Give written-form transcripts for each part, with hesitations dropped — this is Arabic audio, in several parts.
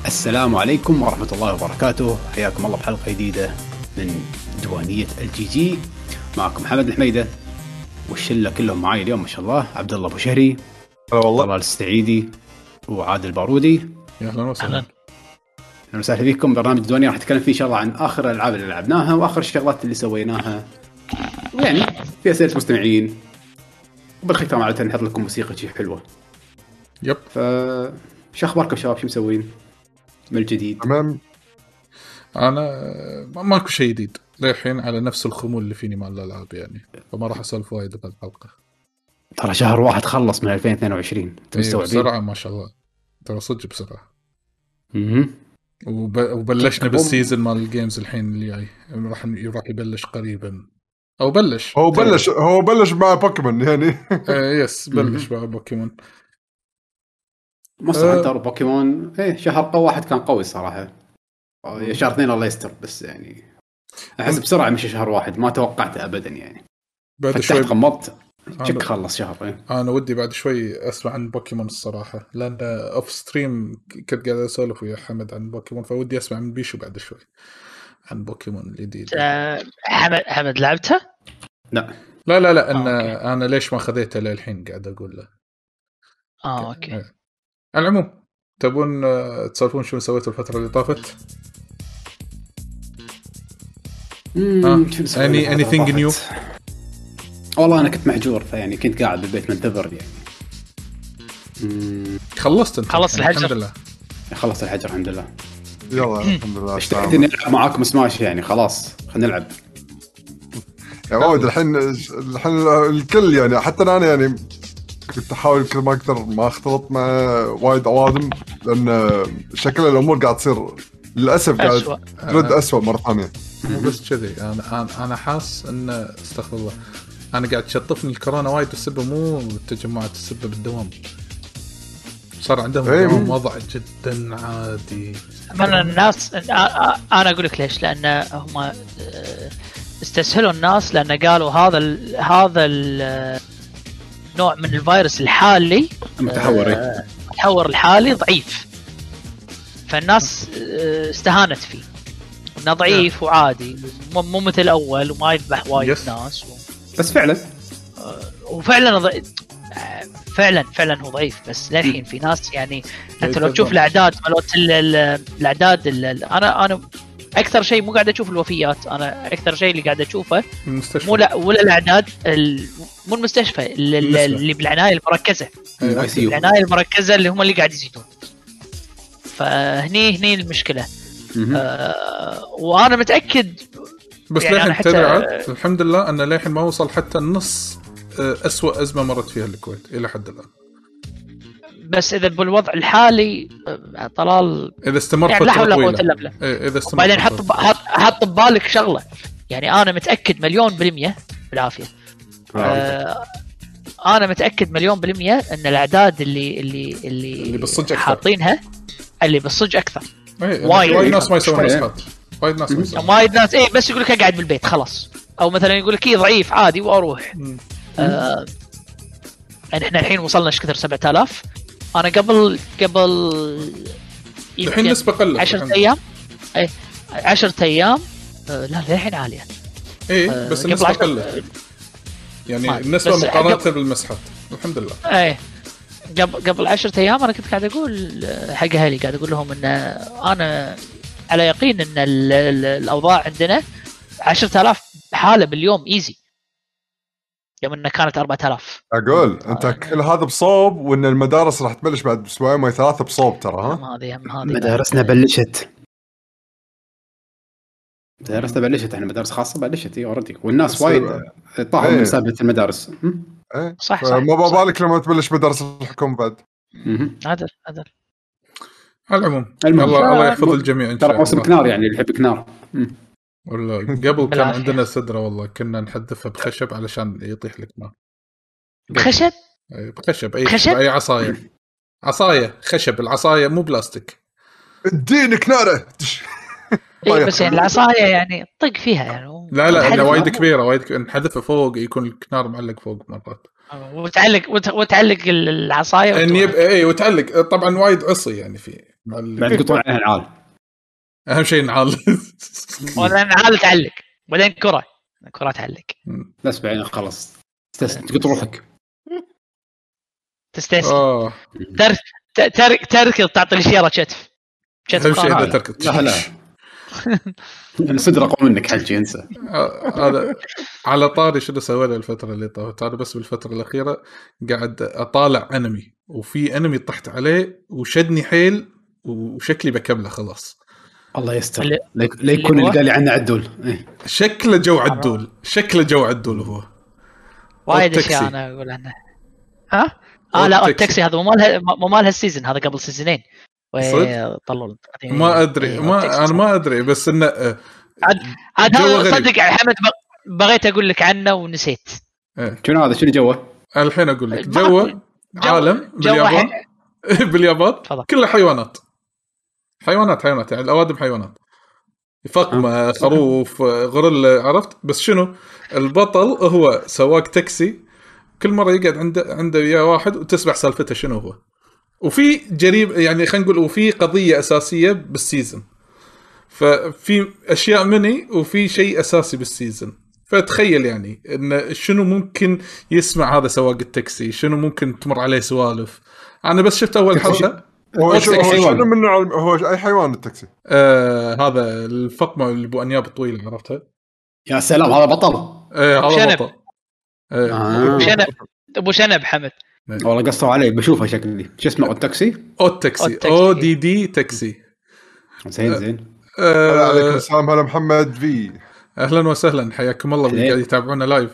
السلام عليكم ورحمة الله وبركاته. حياكم الله بحلقة جديدة من ديوانية الجي جي. معكم محمد الحميدة والشلة كلهم معاي اليوم ما شاء الله. عبد الله ابو شهري، هلا والله، طلال السعيدي، وعادل بارودي. اهلا وسهلا. اهلا وسهلا فيكم. برنامج الديوانية راح نتكلم فيه ان شاء الله عن اخر الالعاب اللي لعبناها واخر الشغلات اللي سويناها، ويعني في اسئلة مستمعين، وبالختام عادة نحط لكم موسيقى شيء حلوة. يب. شو اخباركم شباب؟ شو مسوين من الجديد؟ تمام. انا ماكو شيء جديد للحين، على نفس الخمول اللي فيني مع الالعاب يعني، فما راح اسولف وايد بهالحلقه. ترى شهر واحد خلص من 2022. مستوعبين بسرعه ما شاء الله، ترى صدق بسرعه. وبلشنا بالسيزن مال الجيمز الحين اللي جاي، راح يبلش قريبا او بلش. هو بلش مع بوكيمون يعني. يس بلش مع بوكيمون. مصر هنتر بوكيمون. شهر واحد كان قوي صراحة. شهر اثنين الله يستر، بس يعني أحس بسرعة مش شهر واحد، ما توقعته أبدا يعني. بعد فتحت شوي غمضت شك خلص شهر. أنا ودي بعد شوي أسمع عن بوكيمون الصراحة، لأن أوف ستريم كنت قاعد أسولف ويا حمد عن بوكيمون، فودي أسمع من بيشو بعد شوي عن بوكيمون الجديد. حمد لعبته؟ لا أنا ليش ما خذيته للحين قاعد أقول له. أوكي. على العموم تبون تسولفون شو سويتوا الفترة اللي طافت؟ anything new؟ والله أنا كنت محجور، فيعني كنت قاعد بالبيت منتظر يعني. خلصت أنت؟ خلص الحجر الحمد لله. خلصت الحجر الحمد لله. يلا الحمد لله. اشتقت إني ألعب معاكم سماش يعني، خلاص خلينا نلعب يا عود. الحين الكل يعني، حتى أنا يعني كنت أحاول كل ما أقدر ما أختلط مع وايد أوادم، لأن شكل الأمور قاعد تصير للأسف قاعد ترد أسوأ مرة ثانية. مو بس كذي، أنا حاس إن استغفر الله، أنا قاعد تشطفني الكورونا وايد، السبب مو التجمعات، السبب الدوام. صار عندهم الدوام وضع جدا عادي. من الناس أنا أقول لك ليش، لأن هم استسهلوا الناس، لأن قالوا هذا النوع من الفيروس الحالي المتحور الحالي ضعيف، فالناس استهانت فيه انه ضعيف وعادي، مو مثل الاول وما يذبح وايد ناس بس فعلا وفعلا فعلا هو ضعيف. بس للحين في ناس يعني، انت لو تشوف الاعداد مالت الاعداد انا اكثر شيء مو قاعد اشوف الوفيات، انا اكثر شيء اللي قاعد اشوفه مو ولا الاعداد مو المستشفى اللي بالعنايه المركزه، العنايه المركزه اللي هم اللي قاعد يزيدون. فهني المشكله. وانا متاكد بس يعني للحين تدري الحمد لله ان للحين ما وصل حتى النص أسوأ أزمة مرت فيها الكويت إلى حد الآن. بس إذا بالوضع الحالي طلال، إذا استمر يعني فترة طويلة، إذا استمر بعدين حط ببالك شغلة، يعني أنا متأكد 1,000,000% بالعافية. أنا متأكد 1,000,000% أن الأعداد اللي بالصج حاطينها اللي بالصج أكثر. وايد ناس ما يسوون مسحات، وايد ناس بس يقول لك أقعد بالبيت خلاص، أو مثلا يقول لك ضعيف عادي وأروح. يعني إحنا الحين وصلنا إيش كثر 7,000. أنا قبل الحين نسبة قلت 10 أيام 10 أيام لا الحين عالية. بس النسبة قلت يعني النسبة مقارنة بالمسحات الحمد لله. قبل 10 أيام أنا كنت قاعد أقول حق أهلي، قاعد أقول لهم إن أنا على يقين إن الأوضاع عندنا 10,000 حالة باليوم إيزي، يوم إنها كانت 4,000. أقول أنت كل هذا بصوب، وإن المدارس راح تبلش بعد أسبوعين ما 3 بصوب ترى. ها هذه مدارسنا بلشت. احنا مدارس خاصة بلشت أوريدي، والناس وايد طاحوا من سالفة المدارس. صح ما ببالك لما تبلش مدارس الحكومة بعد. عدل. على العموم الله يحفظ الجميع إن شاء الله. ترى موسم كنار يعني اللي يحب كنار. ولا قبل كان عندنا سدرة والله، كنا نحذفها بخشب علشان يطيح لك ماء. بخشب أي عصاية خشب، العصاية مو بلاستيك. الدين كنارة. بس يعني العصاية يعني طق فيها يعني. لا وايد كبيرة، وايد نحذفها فوق، يكون الكنار معلق فوق مرات. وتعلق العصايه ان يبقى اي وتعلق طبعا وايد عصي يعني في بعد تقطعون عليها العال. اهم شيء نعال ولا نعال تعلق بعدين كره تعلق بس بعدين خلاص تقطع روحك تستسلم تركض تعطي الشيره كتف اهم شيء اذا تركض لا صدر اقوى منك حجي انسى. هذا على طاري شنو سوينا الفتره اللي طافت. انا بس بالفتره الاخيره قاعد اطالع انمي وفي انمي طحت عليه وشدني حيل وشكلي بكمله خلاص. الله يستر لا يكون اللي قال لي عنه عدول. شكله جو عدول هو وايد اشياء انا اقول عنه. لا التاكسي هذا مو مال هالسيزون هذا قبل سيزونين وطلعوا ما ادري انا ما ادري بس انه عاد صدق يا حمد بغيت اقول لك عنه ونسيت. شنو هذا شنو جوه الحين اقول لك جوه عالم باليابان كله حيوانات يعني الاوادم حيوانات فقمة خروف غوريلا عرفت. بس شنو البطل هو سواق تاكسي كل مرة يقعد عنده وياه واحد وتسمع سالفته شنو هو. وفي جريمة يعني خلينا نقول وفي قضية أساسية بالسيزن ففي أشياء مني وفي شيء أساسي بالسيزن. فتخيل يعني إن شنو ممكن يسمع هذا سواق التاكسي شنو ممكن تمر عليه سوالف. أنا بس شفت أول حلقة هو شنو من هو أي حيوان التاكسي هذا الفقمة اللي بو أنياب طويلة عرفتها. يا سلام هذا بطل. هذا بطل. أبو شنب حمد والله قصوا علي بشوفها شكلي. شو اسمه التاكسي او دي دي تاكسي. زين عليكم السلام. هلا محمد في اهلا وسهلا حياكم الله اللي قاعد يتابعونا لايف.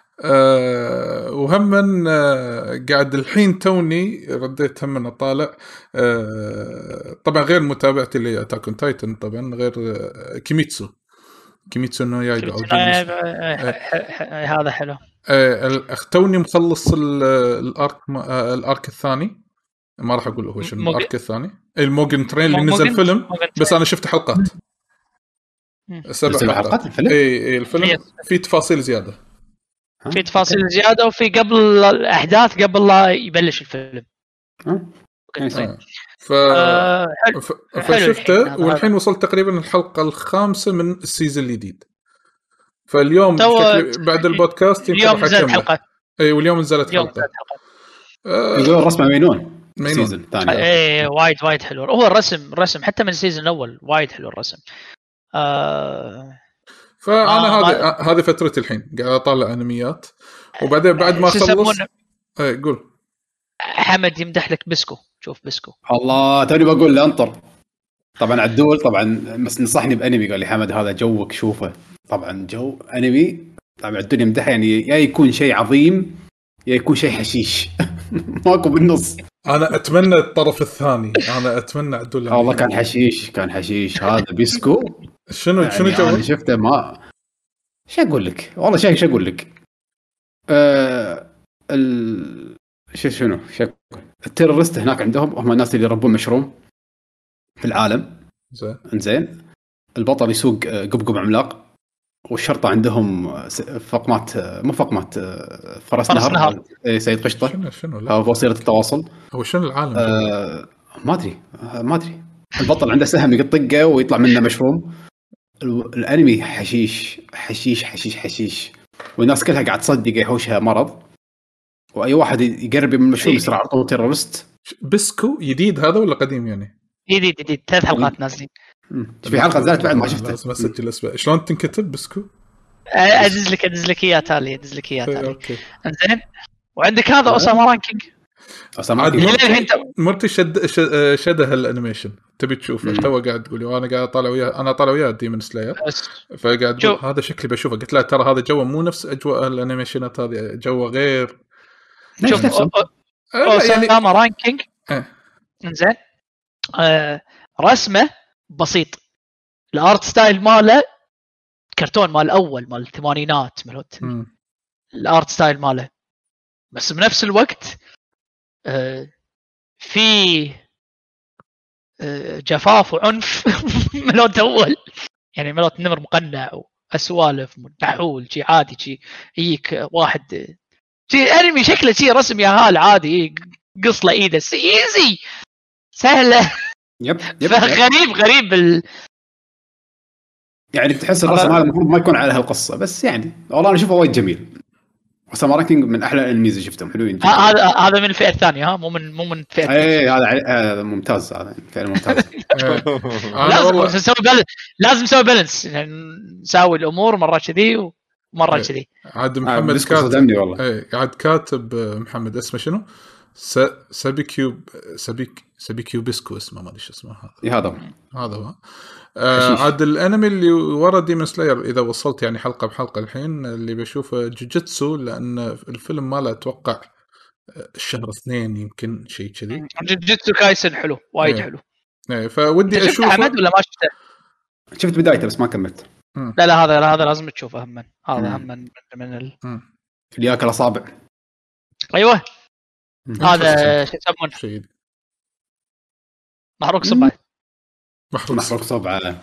وهم من قاعد الحين توني رديت هم من اطالع طبعا غير متابعتي اللي اتاك اون تايتن طبعا غير كيميتسو نو يايدو او هذا حلو. توني مخلص الارك الثاني ما راح اقول هو شنو الارك الثاني الموجن ترين اللي نزل فيلم بس انا شفت حلقات 7 حلقات الفيلم. اي الفيلم في تفاصيل زياده وفي قبل الاحداث قبل لا يبلش الفيلم. فشفته والحين وصلت تقريبا الحلقه الخامسة من السيزون الجديد. فاليوم بعد البودكاست اليوم نزلت حلقه. اي واليوم نزلت حلقه. يقولون رسمه مينون السيزون الثاني. اي وايد حلو هو الرسم حتى من السيزون الاول وايد حلو الرسم. فانا هذه فترتي الحين قاعد اطالع انميات وبعدين بعد ما اخلص قول حمد يمدح لك بسكو. شوف بسكو الله توني بقول له انطر. طبعا عدول طبعا بس نصحني بانمي قال لي حمد هذا جوك شوفه. طبعا جو انمي طبعا الدنيا مدحه يعني يا يكون شيء عظيم يا يكون شيء حشيش ماكو بالنص. انا اتمنى الطرف الثاني. انا اتمنى عدول والله كان حشيش هذا بيسكو. شنو يعني جو أنا شفته ما شو اقول لك والله شو اقول لك شنو التيرورست هناك عندهم هم الناس اللي يربون مشروم في العالم. زين البطل يسوق قبقب عملاق والشرطة عندهم فقمات مو فقمات فرس نهر. سيد قشطة هو وسيلة التواصل. هو شنو العالم ما أدري البطل عنده سهم يطقه ويطلع منه مشروم. الأنمي حشيش والناس كلها قاعد تصدق يحوشها مرض وأي واحد يقرب من المشروم يصير على طول تيرورست. بسكو جديد هذا ولا قديم يعني؟ جديد 3 حلقات نازلين. في حلقة نزلت بعد ما شفتها. لازم أسجل اسمه. شلون تنكتب بسكو؟ أدز لك إياه تالي. إنزين وعندك هذا أوساما رانكينج. مرتي شده الانيميشن تبي تشوفه تو قاعد تقولي وانا قاعد اطالع وياه ديمون سلاير فقاعد هذا شكلي بشوفه. قلت له ترى هذا جو مو نفس اجواء الانيميشنات هذه جو غير. شوف أوساما رانكينج انزين رسمه بسيط. الارت ستايل ماله كرتون مال الاول مال الثمانينات مالوت الارت ستايل ماله بس بنفس الوقت في جفاف وعنف ملوت أول يعني ملوت نمر مقنع وأسوالف نحول شي عادي شي يجيك واحد انمي شكله شيء رسم يا هال عادي، قص له ايده ايزي سهله. يب غريب يعني تحس الرسم هذا المفروض ما يكون على هالقصه، بس يعني والله انا اشوفه وايد جميل. وسامر رانكينج من احلى الانميز اللي شفتهم، حلوين. هذا من الفئه الثانيه، ها مو من فئه. اي هذا ممتاز، هذا فعلا ممتاز. لازم نسوي بالانس، يعني نسوي الامور مره كذي ومره كذي. عاد محمد كاتب والله. عاد كاتب محمد اسمه شنو؟ سبيكيو بيسكو اسمه، ما ادري شو اسمه هذا هو. عاد الانمي اللي ورا ديمون سلاير اذا وصلت يعني حلقه بحلقه الحين اللي بشوفه جوجيتسو، لان الفيلم ماله اتوقع الشهر 2 يمكن شيء كذي. جوجيتسو كايسن حلو وايد حلو. فودي اشوفه. احمد ولا ما شفت بدايته بس ما كملت. لا هذا لازم تشوفه هم. هذا هم من اللي ياكل اصابع. ايوه هذا شو يسمونه محروق صبعه.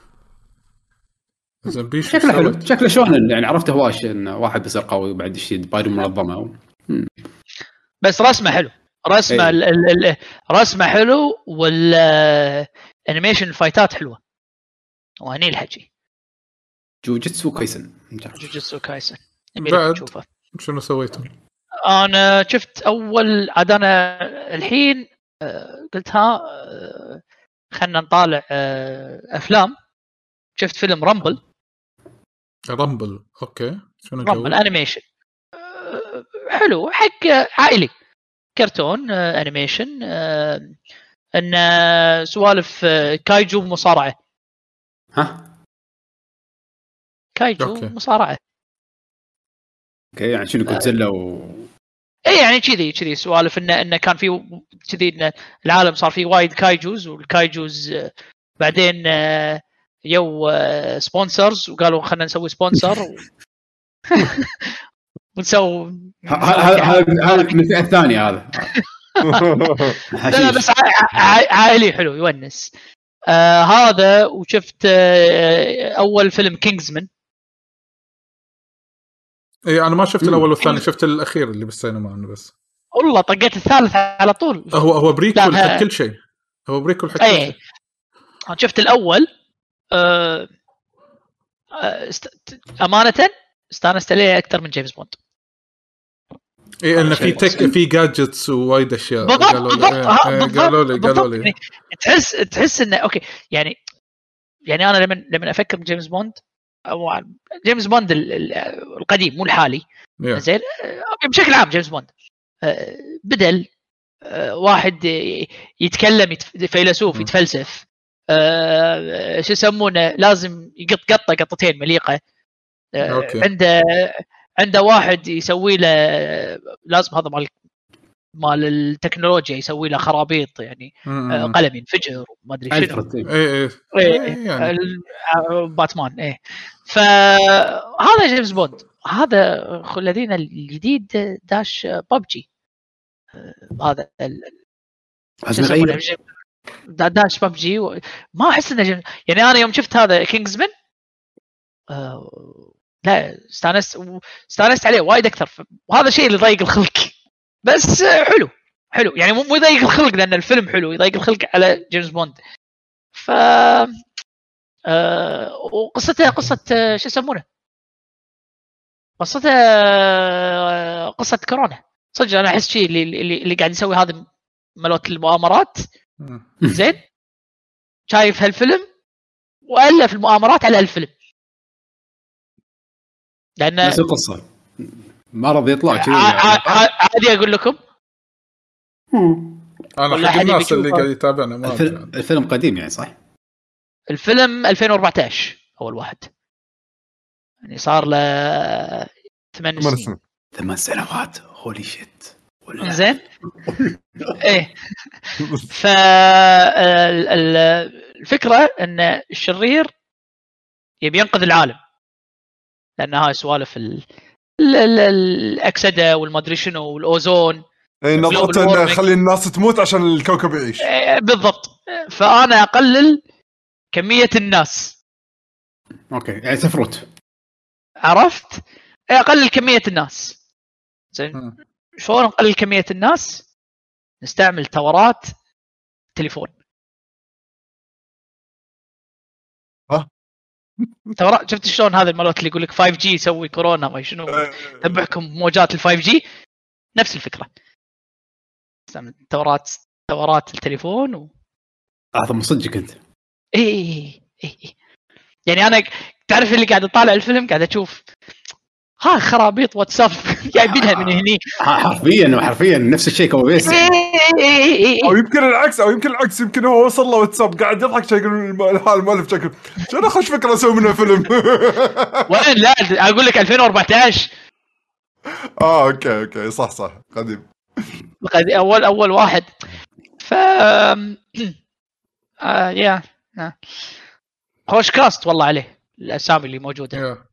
زنبيش شكله حلو، شكله شلون يعني عرفته هواش ان واحد بيصير قوي وبعد يشيد بايد منظمه بس رسمه حلو، رسمه حلو، والانيميشن الفايتات حلوه، وهني الحكي جوجيتسو كايسن. بعد تشوفه. شنو سويتوا؟ انا شفت اول عاد انا الحين قلت خلنا نطالع افلام. شفت فيلم رامبل. اوكي شنو رامبل انيميشن حلو حق عائلي، كرتون انيميشن، ان سوالف كايجو مصارعه. كايجو أوكي. مصارعه. اوكي يعني شنو كوتزيلا اي يعني كذي سوالف ان كان في كذي ان العالم صار فيه وايد كايجوز، والكايجوز بعدين يو سبونسرز وقالوا خلينا نسوي سبونسر ونسوي هذا من الفئه الثانيه هذا. لا بس عائلي حلو يونس. هذا وشفت اول فيلم كينجزمان. اي انا ما شفت الاول والثاني، شفت الاخير اللي بالسينما انا بس. والله طقيت الثالث على طول. هو بريكول حق كل شيء. هو بريكول حق كل شيء. انا شفت الاول امانه استانست عليه اكثر من جيمس بوند. اي ان في في جادجتس ووايد اشياء. قالوا لي تحس انه اوكي يعني انا لما افكر بجيمس بوند او جيمس بوند القديم مو الحالي زين بشكل عام جيمس بوند بدل واحد يتكلم فيلسوف يتفلسف شو يسمونه لازم يقط قطتين مليقه عنده واحد يسوي له لازم هذا مال التكنولوجيا يسوي له خرابيط يعني قلم ينفجر وما ادري شنو يعني باتمان فهذا جيمس بوند. هذا الذين الجديد داش ببجي هذا داش ببجي ما احس انه يعني انا يوم شفت هذا كينجزمان لا استانست عليه وايد اكثر، وهذا الشيء اللي ضايق الخلق. بس حلو يعني مو يضايق الخلق لان الفيلم حلو، يضايق الخلق على جيمس بوند. ف وقصته قصه شو يسمونه قصه كورونا صدق. انا احس شيء اللي قاعد يسوي هذا ملوت المؤامرات زين شايف هالفيلم والف المؤامرات على هالفيلم لان نفس القصه ما رضي يطلع كذي. عادي اقول لكم انا حق الناس اللي قاعد يتابعنا ما الفيلم قديم يعني صح؟ الفيلم 2014 اول واحد يعني صار له 8 سنين 8 سنوات. هولي شيت زين. ايه الفكره ان الشرير يبي ينقذ العالم لان هاي سوالف الاكسده والمادري شنو والاوزون نظرته خلي الناس تموت عشان الكوكب يعيش. بالضبط. فانا اقلل كميه الناس. اوكي يعني سفروت عرفت اقلل كميه الناس زين شلون نقلل كميه الناس؟ نستعمل تورات تليفون. تورات شفت شلون هذا المالوت اللي يقول لك 5G يسوي كورونا ما شنو تبعكم موجات ال5G نفس الفكره. نستعمل تورات التليفون اعظم صدقك انت. اي يعني انا تعرف اللي قاعد اطالع الفيلم قاعد اشوف خرابيط واتساب جايبينها من هني حرفيا نفس الشيء كوابيس. او يمكن العكس يمكن هو وصل له واتساب قاعد يضحك شكل المؤلف شكل شنو خوش فكره اسوي منها فيلم. وين لا اقول لك 2014. اوكي صح قديم اول واحد. ف يا خوش كاست والله عليه الاسامي اللي موجوده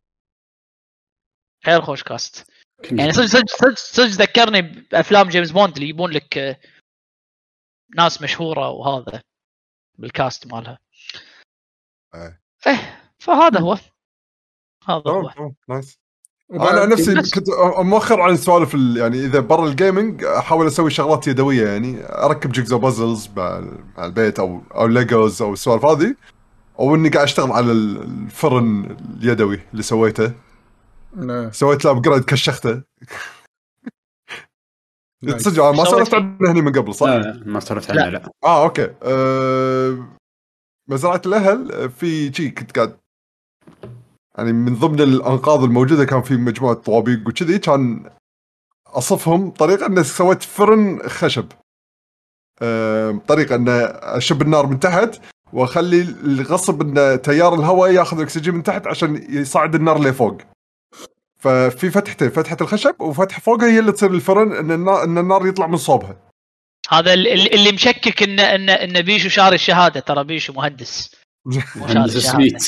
غير خوش كاست. يعني صدق ذكرني بافلام جيمس بوند اللي يبون لك ناس مشهوره وهذا بالكاست مالها. فهذا هو نايس. انا نفسي كنت مؤخر عن سوالف يعني اذا برا الجيمنج احاول اسوي شغلات يدويه يعني اركب جيجزو بازلز مع البيت او ليجوز او السوالف هذه او اني قاعد اشتغل على الفرن اليدوي اللي سويته. سويت له ابجريد كشخته. صدق ما صرت عندنا هنا من قبل صح؟ لا ما صرت عندنا لا. اوكي مزرعة الاهل في شيء كنت قاعد يعني من ضمن الانقاض الموجوده كان في مجموعه طوابيق وكذي كان اصفهم طريقه ان سويت فرن خشب. طريقه ان اشب النار من تحت واخلي الغصب ان تيار الهواء ياخذ الاكسجين من تحت عشان يصعد النار لفوق. ففي فتحتين فتحه الخشب وفتحه فوقها هي اللي تصير الفرن ان النار يطلع من صوبها. هذا اللي مشكك ان بيشو شاري الشهاده. ترى بيشو مهندس سميت.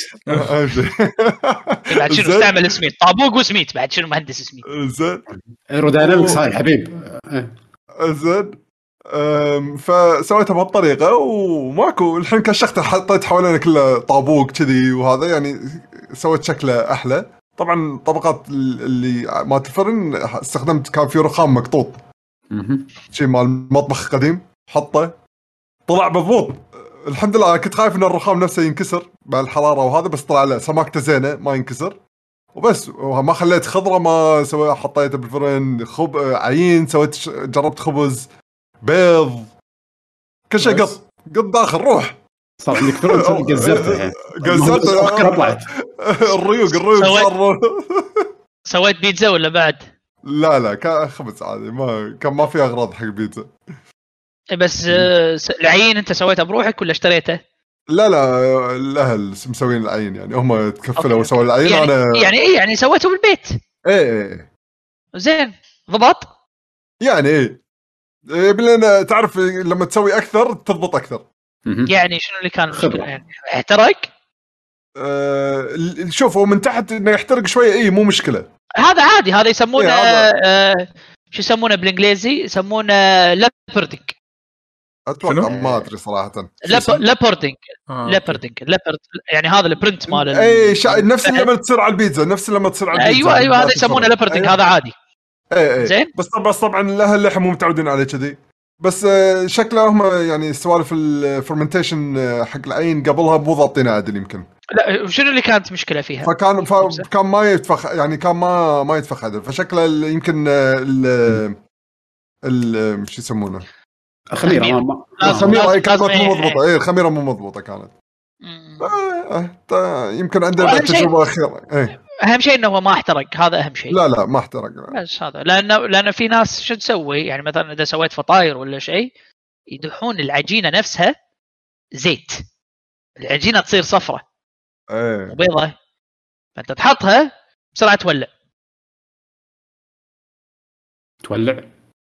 بعد شنو استعمل سميت طابوق وسميت بعد شنو مهندس سميت زين ايروداينامكس هاي الحبيب زين. فسويتها بهالطريقه وماكو الحين كشخته حطيت حوالينا كله طابوق كذي وهذا يعني سويت شكله احلى. طبعا طبقات اللي مالت الفرن استخدمت كان في رخام مقطوط شيء مال مطبخ قديم حطه طلع مضبوط الحمد لله. كنت خايف ان الرخام نفسه ينكسر مع الحراره وهذا بس طلع له سماكته زينه ما ينكسر وبس. ما خليت خضره ما سوي حطيته بالفرن عيين سويت جربت خبز بيض كل شيء قط داخل روح صار عندك فرن قزرته طلعت الريوق صار. سويت بيتزا ولا بعد؟ لا كان خبز عادي ما في اغراض حق بيتزا بس العين انت سويتها بروحك ولا اشتريته؟ لا الاهل مسوين العين يعني هم تكفلوا وسووا العين. يعني انا يعني سويته بالبيت. ايه زين ضبط يعني بلنا تعرف لما تسوي اكثر تضبط اكثر. يعني شنو اللي كان المشكله يعني احترق؟ شوف هو من تحت انه يحترق شويه مو مشكله هذا عادي. هذا يسمونه شو يسمونه بالانجليزي يسمونه لابردنج اتوقع ما ادري صراحه. لابردنج يعني هذا البرنت مال نفس لما تصير على البيتزا نفس لما تصير على البيتزا. ايوه هذا يسمونه لابردنج. هذا عادي. زين بس طبعا الاهل اللي مو متعودين عليه كذي بس شكله هم يعني سوالف الفرمنتيشن حق العين قبلها مو ضابطين عادل يمكن. لا شنو اللي كانت مشكله فيها؟ كان ما يتفخ يعني كان ما يتفخ عدل. فشكله يمكن ال شو يسمونه الخميره كانت مو مضبوطه. الخميره مو مضبوطه كانت. يمكن عنده تجربه اخيره. اهم شيء انه هو ما احترق. هذا اهم شيء. لا ما احترق بس هذا لان في ناس شو تسوي يعني مثلا اذا سويت فطاير ولا شيء يدحون العجينه نفسها زيت. العجينه تصير صفرة وبيضة فانت تحطها بسرعه تولع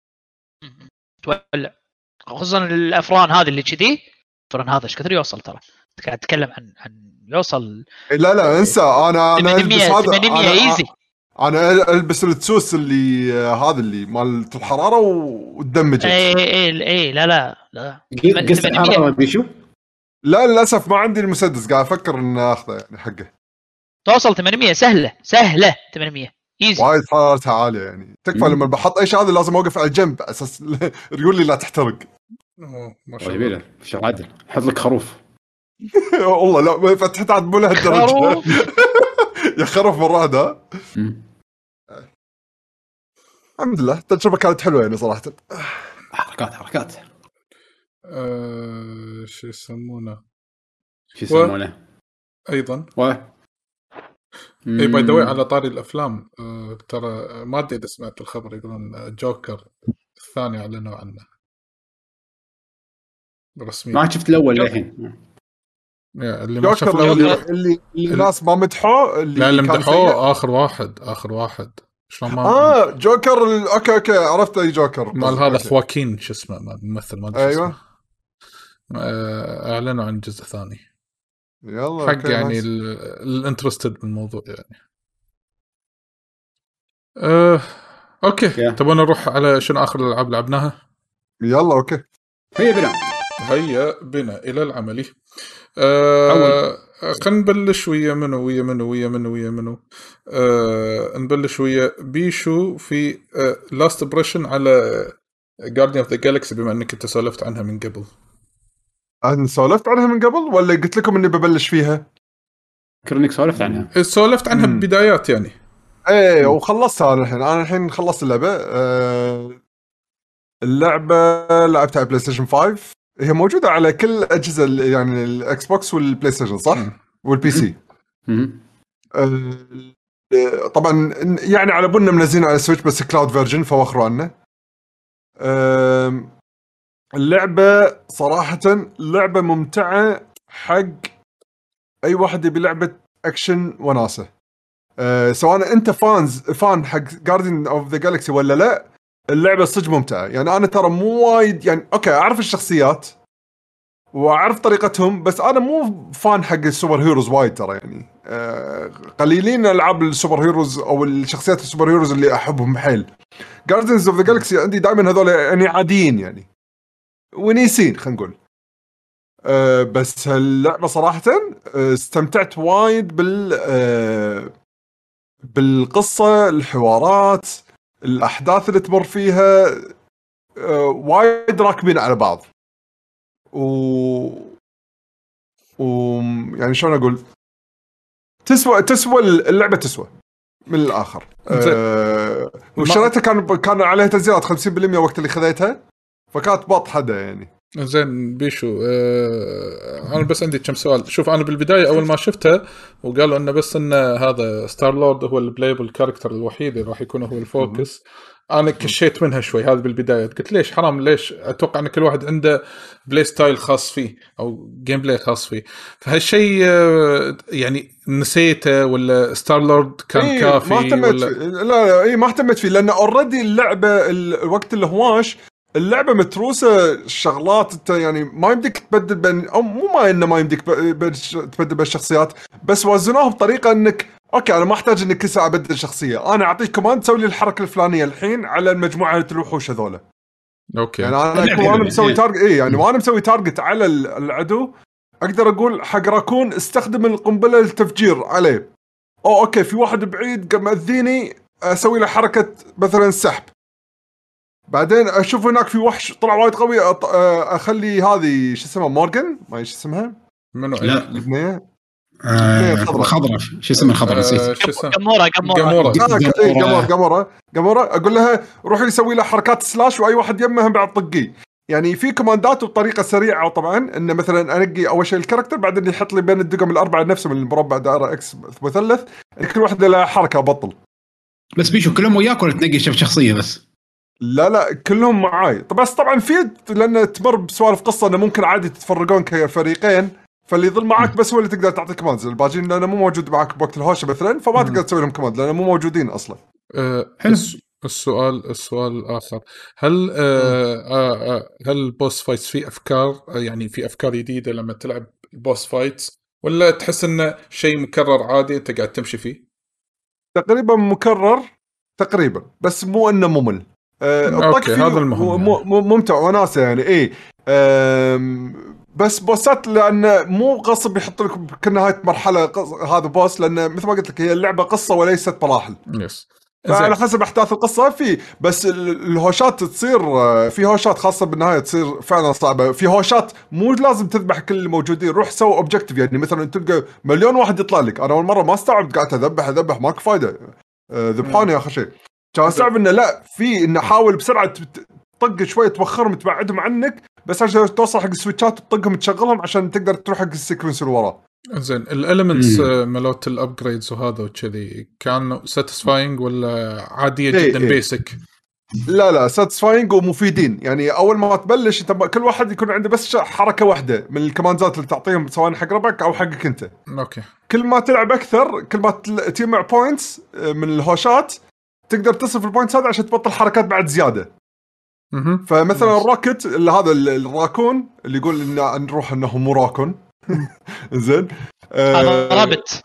خصوصا الافران هذه اللي كذي. الفرن هذا ايش كثر يوصل ترى قاعد اتكلم عن يوصل. لا انسى انا 800 ايزي. انا البس التسوس اللي هذا اللي مال الحراره وتدمج. اي لا قص الحراره بيشو. لا للاسف ما عندي المسدس قاعد افكر ان اخذه يعني حقه. توصل 800 سهله 800 ايزي. وايد حرارتها عاليه يعني تكفى لما بحط اي شيء هذا لازم اوقف على الجنب على اساس ريول لي لا تحترق. ما شاء الله. جميله شغل عدل. حط لك خروف. والله لا فتحت عاد مو لهالدرجه. خروف. يا خروف مرة هذا. الحمد لله التجربه كانت حلوه يعني صراحه. حركات شو يسمونه ايضا اي باي ذا واي على طاري الافلام. ترى ما ادري اذا سمعت الخبر يقولون جوكر الثاني اعلنوا عنه رسميا. ما شفت الاول للحين. اللي ما شاف الاول اللي الناس ما مدحوه اللي مدحوه اخر واحد شلون ما جوكر اوكي عرفت اي جوكر مال هذا خواكين شو اسمه الممثل ما ادري ايوه اعلنوا عن جزء ثاني يلا حق يعني الانترستد بالموضوع يعني. اوكي تبون نروح على شنو اخر الالعاب لعبناها؟ يلا اوكي هيا بنا الى العملي. خلينا نبلش ويا منو نبلش ويا بيشو في لاست بريشن على Guardian of the Galaxy بما انك انت سولفت عنها من قبل. أنا سولفت عنها من قبل ولا قلت لكم إني ببلش فيها؟ كرنيك سولفت عنها ببدايات يعني. إيه وخلصتها أنا الحين خلصت اللعبة. اللعبة لعبتها على بلاي ستيشن 5. هي موجودة على كل أجهزة يعني الإكس بوكس والبلاي ستيشن صح؟ والبي سي. طبعا يعني على بنا منزلين على سويتش بس كلاود فيرجن فوخروا عنه. اللعبة صراحة لعبة ممتعة حق أي واحد يبي لعبة أكشن وناسة. سواء أنت فان حق Guardian of the Galaxy ولا لا، اللعبة صدق ممتعة. يعني أنا ترى مو وايد يعني أوكي أعرف الشخصيات وأعرف طريقتهم بس أنا مو فان حق السوبر هيروز وايد ترى يعني. قليلين ألعاب السوبر هيروز أو الشخصيات السوبر هيروز اللي أحبهم حيل. Guardians of the Galaxy عندي دائما هذول يعني عاديين يعني ونيسين خلينا نقول. بس اللعبة صراحة استمتعت وايد بالقصة، الحوارات، الأحداث اللي تمر فيها وايد راكبين على بعض. يعني شلون أقول تسوى اللعبة تسوى من الآخر. وشريتها كان عليها تنزيلات 50% وقت اللي خذيتها فكانت باطحة يعني. زين بيشو انا بس عندي كم سؤال. شوف انا بالبدايه اول ما شفتها وقالوا انه بس ان هذا ستار لورد هو البلايبل كاركتر الوحيد اللي راح يكون هو الفوكس، انا كشيت منها شوي هذا بالبدايه. قلت ليش حرام، ليش اتوقع ان كل واحد عنده بلاي ستايل خاص فيه او جيم بلاي خاص فيه، فهالشيء يعني نسيته ولا ستار لورد كان كافي ولا لا ما اهتمت فيه لان اوريدي اللعبه الوقت الهواش اللعبة متروسة شغلات انت يعني ما يمديك تبدل بين او مو ما انه ما يمديك تبدل بين الشخصيات بس وزنوها بطريقة انك اوكي انا ما احتاج انك كل ساعة ابدل شخصية، انا اعطيك كمان تسوي لي الحركة الفلانية الحين على المجموعة الوحوش هذولا. اوكي يعني انا مسوي تارجت يعني وانا مسوي تارجت على العدو اقدر اقول حق راكون استخدم القنبلة للتفجير عليه. اوكي في واحد بعيد مأذيني اسوي له حركة مثلا سحب، بعدين اشوف هناك في وحش طلع وايد قوي اخلي هذه شو اسمها مورغان ما ايش اسمها منو البنيه الخضراء شو اسمها الخضراء نسيت قمورة اقول لها روحي يسوي له حركات سلاش واي واحد يمه بعد طقي. يعني في كوماندات وبطريقه سريعه طبعا ان مثلا انقي اول شيء الكاركتر بعدين يحط لي بين الدقم الاربعه نفسهم المربع دائره اكس مثلث كل واحده لها حركه بطل. بس بيشو كلهم وياك ولا تنقي شخصيه بس؟ لا كلهم معاي بس طبعا في لأن تمر بسوالف قصة أنه ممكن عادي تتفرقون كفريقين فاللي يظل معاك بس هو اللي تقدر تعطي كماندز، الباقيين لأنه مو موجود معك بوقت الهوشة مثلا فما تقدر تسوي لهم كماند لأنه مو موجودين أصلا. السؤال الآخر هل هل البوس فايتس في أفكار يعني في أفكار جديدة لما تلعب البوس فايتس ولا تحس إنه شيء مكرر عادي أنت قاعد تمشي فيه؟ تقريبا مكرر تقريبا بس مو إنه ممل. اوكي هذا المهم يعني. ممتع وناسه يعني ايه بس بوسات لأنه مو غصب يحط لك كنهاية مرحلة هذا بوس لأنه مثل ما قلت لك هي اللعبة قصة وليست مراحل. يس فعلى حسب احداث القصه في بس الهوشات تصير في هوشات خاصه بالنهايه تصير فعلا صعبه. في هوشات مو لازم تذبح كل الموجودين، روح سوي اوبجكتيف يعني مثلا تلقى مليون واحد يطلع لك. انا اول مره ما استوعبت قاعد اذبح ماكو فايده ذبحوني اخر شيء. كان استوعب انه لا في انه حاول بسرعه طق شويه توخرهم تبعدهم عنك بس عشان توصل حق السويتشات وتطقهم تشغلهم عشان تقدر تروح حق السيكونس اللي وراه. زين الاليمنتس مالوت الابجريدز وهذا وكذي كانوا ساتيسفاينج ولا عاديه جدا بيسك؟ لا ساتيسفاينج ومفيدين. يعني اول ما تبلش انت كل واحد يكون عنده بس حركه واحده من الكماندات اللي تعطيهم سواء حق ربعك او حقك انت. اوكي. كل ما تلعب اكثر كل ما تجمع بوينتس من الهوشات تقدر تصرف البوينتس هذا عشان تبطل حركات بعد زياده. فمثلا الروكت اللي هذا الراكون اللي يقول ان نروح انه مو راكون زين رابط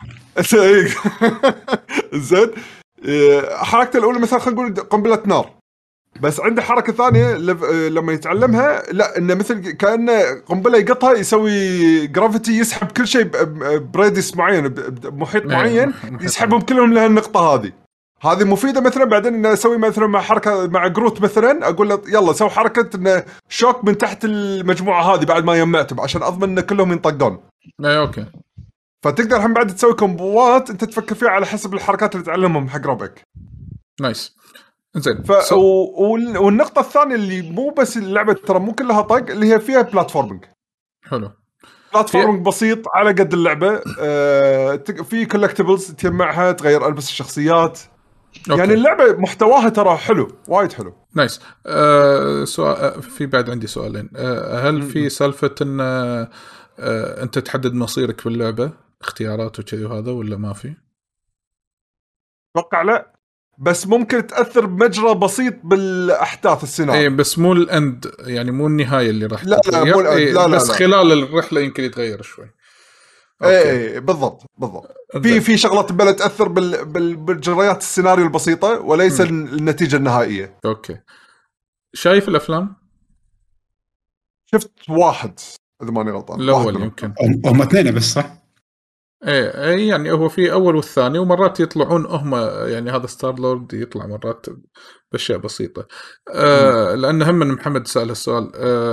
زين حركته الاولى مثلا خلينا نقول قنبله نار، بس عنده حركه ثانيه لما يتعلمها لا انه مثل كانه قنبله يقطها يسوي جرافيتي يسحب كل شيء بريديس معين بمحيط معين يسحبهم كلهم لهالنقطه هذه مفيده. مثلا بعدين انه اسوي مثلا مع حركه مع جروت مثلا اقول له يلا سوي حركه انه شوك من تحت المجموعه هذه بعد ما يجمعتهم عشان اضمن ان كلهم ينطقون. اوكي. فتقدر هم بعد تسوي كومبوات انت تفكر فيها على حسب الحركات اللي تعلمهم حق ربعك. نايس. زين والنقطه الثانيه اللي مو بس اللعبه ترى مو كلها طق اللي هي فيها بلاتفورمينج. حلو. بلاتفورمينج بسيط على قد اللعبه. في كولكتبلز تجمعها تغير البس الشخصيات. أوكي. يعني اللعبه محتواها ترى حلو وايد حلو. نايس. سؤال في بعد عندي سؤالين. هل في سالفه ان انت تحدد مصيرك في اللعبه اختيارات وكذي وهذا ولا ما في؟ اتوقع لا بس ممكن تاثر بمجرى بسيط بالاحداث السيناريو. اي بس مو الاند يعني مو النهايه اللي راح تتغير. مو لا بس لا. خلال الرحله يمكن يتغير شوي. اي بالضبط. في شغلات بلا تاثر بالجريات السيناريو البسيطه وليس النتيجه النهائيه. اوكي. شايف الافلام؟ شفت واحد اذا ماني غلطان. الاول يمكن هم اثنين بس صح. ايه يعني هو في اول والثاني ومرات يطلعون هم يعني هذا ستار لورد يطلع مرات باشياء بسيطه. لان هم من محمد سأل السؤال.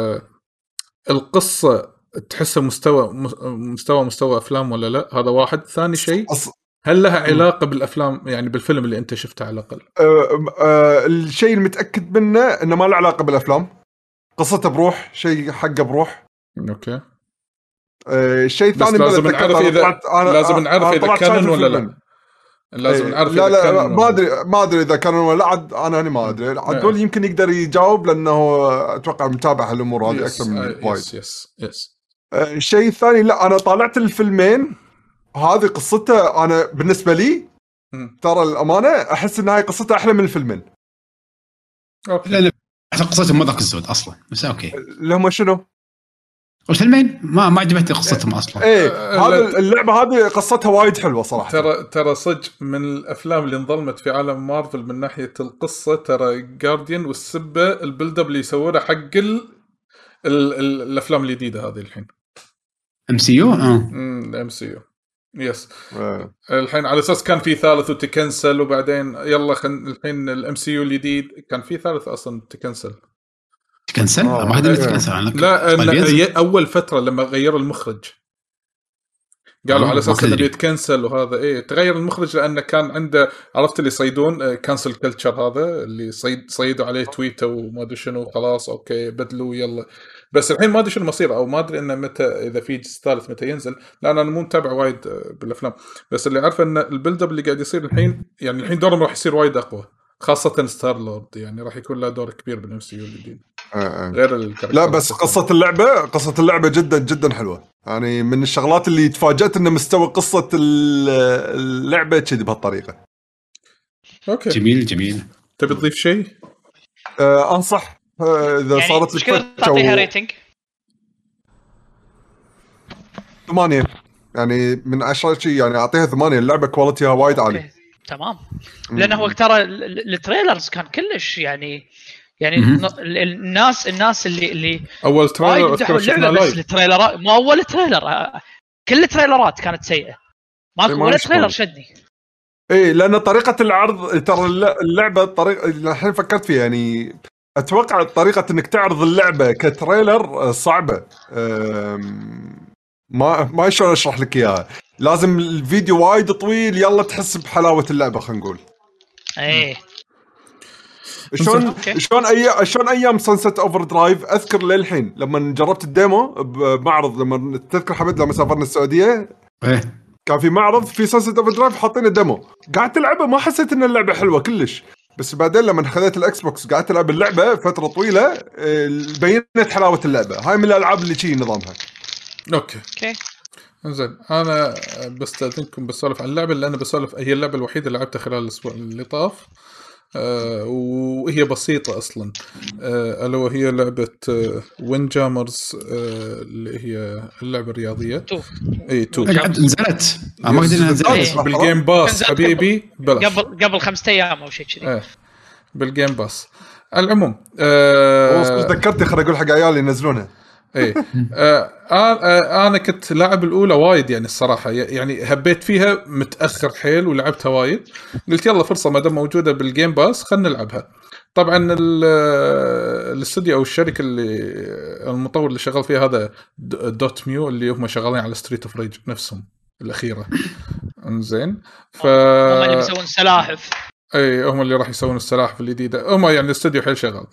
القصه تحسها مستوى افلام ولا لا؟ هذا واحد. ثاني شيء هل لها علاقه بالافلام يعني بالفيلم اللي انت شفته على الاقل؟ الشيء المتاكد منه انه ما له علاقه بالافلام. قصته بروح شيء حقه بروح. اوكي. الشيء الثاني لازم نعرف اذا كانون ولا لا. لازم نعرف لا ما ادري اذا كانون ولا عاد انا ما ادري. عدول يمكن يقدر يجاوب لانه اتوقع متابع هالامور هذه اكثر من وايد. يس. الشيء الثاني لا انا طالعت الفيلمين هذه قصته انا بالنسبه لي ترى الامانه احس ان هاي قصته احلى من الفيلمين. لا قصتهم ما ذاك الزود اصلا بس اوكي. لهم شنو الفيلمين ما عجبتني قصتهم اصلا. هذا اللعبه هذه قصتها وايد حلوه صراحه. ترى صدق من الافلام اللي انظلمت في عالم مارفل من ناحيه القصه ترى جارديان والسبه البيلد اب اللي يسوونه حق الافلام الجديده هذه الحين MCU. MCU يس. الحين على اساس كان في ثالث وتكنسل وبعدين يلا الحين الMCU الجديد كان في ثالث اصلا تكنسل ما قدرت تكنسل. لا اول فتره لما غيروا المخرج قالوا على اساس انه بيتكنسل وهذا تغير المخرج لانه كان عنده عرفت اللي يصيدون كانسل كلتشر هذا اللي صيدوا عليه تويته وما ادري شنو خلاص اوكي بدلوا يلا. بس الحين ما ادري شنو المصير او ما ادري انه متى اذا في جزء ثالث متى ينزل لان انا مو متابع وايد بالافلام. بس اللي عارفه ان البيلد اب اللي قاعد يصير الحين يعني الحين دورهم راح يصير وايد اقوى خاصه ستار لورد يعني راح يكون له دور كبير بالMCU الجديد. غير لا بس قصة اللعبة جدا جدا حلوة. يعني من الشغلات اللي تفاجأت إن مستوى قصة اللعبة كذي بهالطريقة. أوكي. جميل. تبي تضيف شيء؟ أنصح إذا يعني صارت مش كذا تعطيها ريتنج 8 يعني من 10 شيء يعني أعطيها 8. اللعبة كواليتيها وايد عالي. تمام. لأنه هو ترى التريلرز كان كلش يعني الناس اللي اول تريلر شفنا بس التريلرات مو اول تريلر كل التريلرات كانت سيئه ماكو ولا تريلر شدني. اي لان طريقه العرض ترى اللعبه طريقه الحين فكرت فيها يعني اتوقع طريقه انك تعرض اللعبه كتريلر صعبه. ما شلون اشرح لك اياها، لازم الفيديو وايد طويل يلا تحس بحلاوه اللعبه خلينا نقول. ايه شلون ايام سانست اوفر درايف اذكر للحين لما جربت الديمو بمعرض، لما تذكر حمد لما سافرنا السعوديه كان في معرض في سانست اوفر درايف حاطين الديمو، قعدت العبها ما حسيت ان اللعبه حلوه كلش، بس بعدين لما خذيت الاكس بوكس قعدت العب اللعبه فتره طويله بينت حلاوه اللعبه. هاي من الالعاب اللي شي نظامها. اوكي زين. انا بستاذنكم بسولف عن اللعبه اللي انا بسولف، هي اللعبه الوحيده اللي لعبتها خلال الاسبوع اللي طاف، وهي بسيطة أصلا، ألا وهي لعبة وين جامرز، اللي هي اللعبة الرياضية. اي تو نزلت ما قدرنا ننزلها بالجيم باس حبيبي، بلاش قبل 5 أيام أو شيء كذي. بالجيم باس. العموم ذكرتني خليني أقول حق عيالي ينزلونها. ايه انا كنت لاعب الاولى وايد يعني الصراحه، يعني هبيت فيها متاخر حيل ولعبتها وايد، قلت يلا فرصه ما دام موجوده بالجيم باس خلينا نلعبها. طبعا الاستوديو او الشركه اللي المطور اللي شغال فيها هذا دوت ميو، اللي هم شغالين على ستريت اوف ريج نفسهم الاخيره. انزين هم اللي بيسوون سلاحف. اي هم اللي راح يسوون السلاحف الجديده، هم يعني الاستوديو حيل شغال.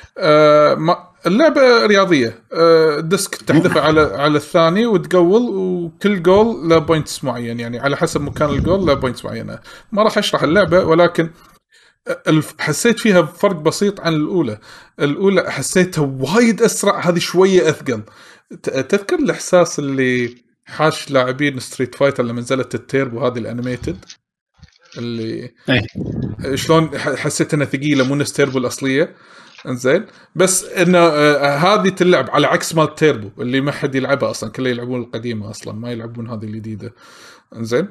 اللعبة رياضية، ديسك تحذفه على الثاني وتقول، وكل جول له بوينتس معين، يعني على حسب مكان الجول له بوينتس معينة. ما راح أشرح اللعبة، ولكن حسيت فيها فرق بسيط عن الأولى حسيتها وايد أسرع، هذه شوية أثقل. تذكر الإحساس اللي حاش لاعبين ستريت فايتر لما نزلت التيربو هذه الأنيميتد، اللي شلون حسيت انها ثقيله مو نستيربو الاصليه. انزين بس انه هذه تلعب على عكس مال تيربو اللي ما حد يلعبها اصلا، كله يلعبون القديمه اصلا ما يلعبون هذه الجديده. انزين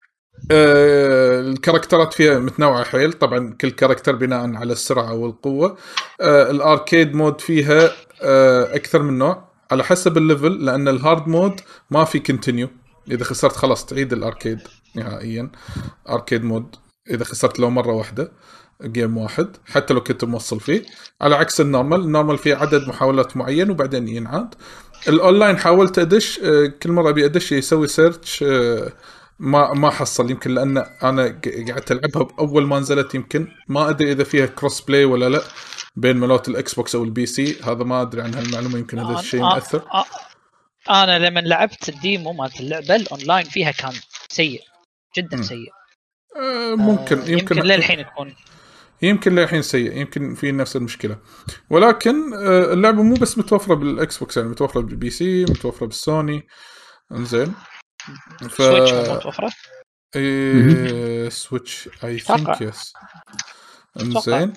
الكاركترات فيها متنوعه حيل، طبعا كل كاركتر بناء على السرعه والقوه. الاركيد مود فيها اكثر من نوع على حسب الليفل، لان الهارد مود ما في كونتينيو، اذا خسرت خلاص تعيد الاركيد نهائيا. اركيد مود اذا خسرت لو مره واحده جيم واحد حتى لو كنت موصل فيه، على عكس النورمال فيه عدد محاولات معين وبعدين ينعاد. الاونلاين حاولت ادش، كل مره ابي ادش يسوي سيرش، ما حصل، يمكن لان انا قعدت العبها باول ما نزلت، يمكن ما ادري اذا فيها كروس بلاي ولا لا بين ملوت الاكس بوكس او البي سي، هذا ما ادري عن هالمعلومه، يمكن هذا الشيء مؤثر. انا لما لعبت الديمو مالت اللعبه الاونلاين فيها كان سيء جدا سيء. يمكن للحين تكون، يمكن للحين سيء، يمكن في نفس المشكله. ولكن اللعبه مو بس متوفره بالاكس بوكس، يعني متوفره بالبي سي، متوفره بالسوني. انزين سويتش متوفره، سويتش اي ثينك يس. انزين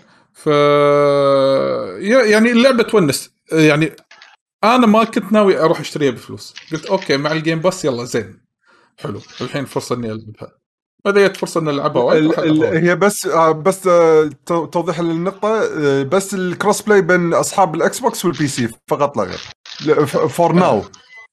يعني اللعبه تونس، يعني انا ما كنت ناوي اروح اشتريها بفلوس، قلت اوكي مع الجيم باس يلا زين حلو، الحين فرصه اني العبها، هذا فرصه اني العبها وايد. هي بس توضيح للنقطه، بس الكروس بلاي بين اصحاب الاكس بوكس والبي سي فقط لا غير، فور ناو.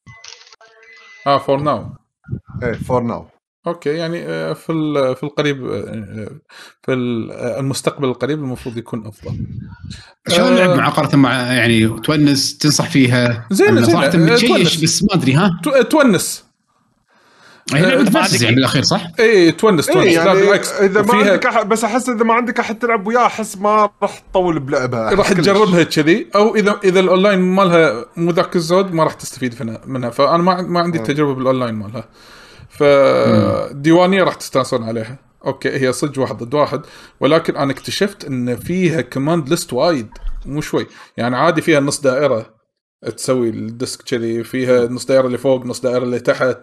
فور ناو ايه فور ناو. اوكي يعني في القريب، في المستقبل القريب المفروض يكون افضل. شلون اللعب معقرة مع يعني تونس تنصح فيها؟ زين تونس بس ما ادري تونس هي لعبة تفاصيل يعني بالاخير صح؟ اي تونس يعني لا بالعكس، اذا ما عندك بس احس اذا ما عندك احد تلعب وياه احس ما راح تطول بلعبها، راح تجربها كذي، او اذا الاونلاين مالها مو ذاك الزود ما راح تستفيد منها. فانا ما عندي تجربه بالاونلاين مالها، فديوانيه راح تستانسون عليها. اوكي هي صدق واحد ضد واحد، ولكن انا اكتشفت ان فيها كوماند ليست وايد مو شوي، يعني عادي فيها نص دائره تسوي الديسك كذي، فيها نص دائره اللي فوق نص دائره اللي تحت،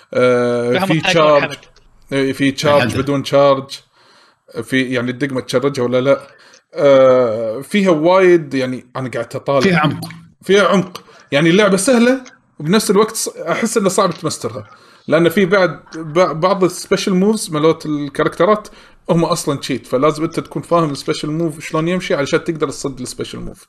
في تشارج بدون تشارج، في يعني الدقمه تشرجها ولا لا، فيها وايد، يعني انا قاعد اطالع فيها عمق يعني اللعبه سهله وبنفس الوقت احس انه صعب تمسترها، لان في بعض السبيشال موفز مالوت الكاركترات هم اصلا تشيت، فلازم انت تكون فاهم السبيشال موف شلون يمشي علشان تقدر تصد السبيشال موف.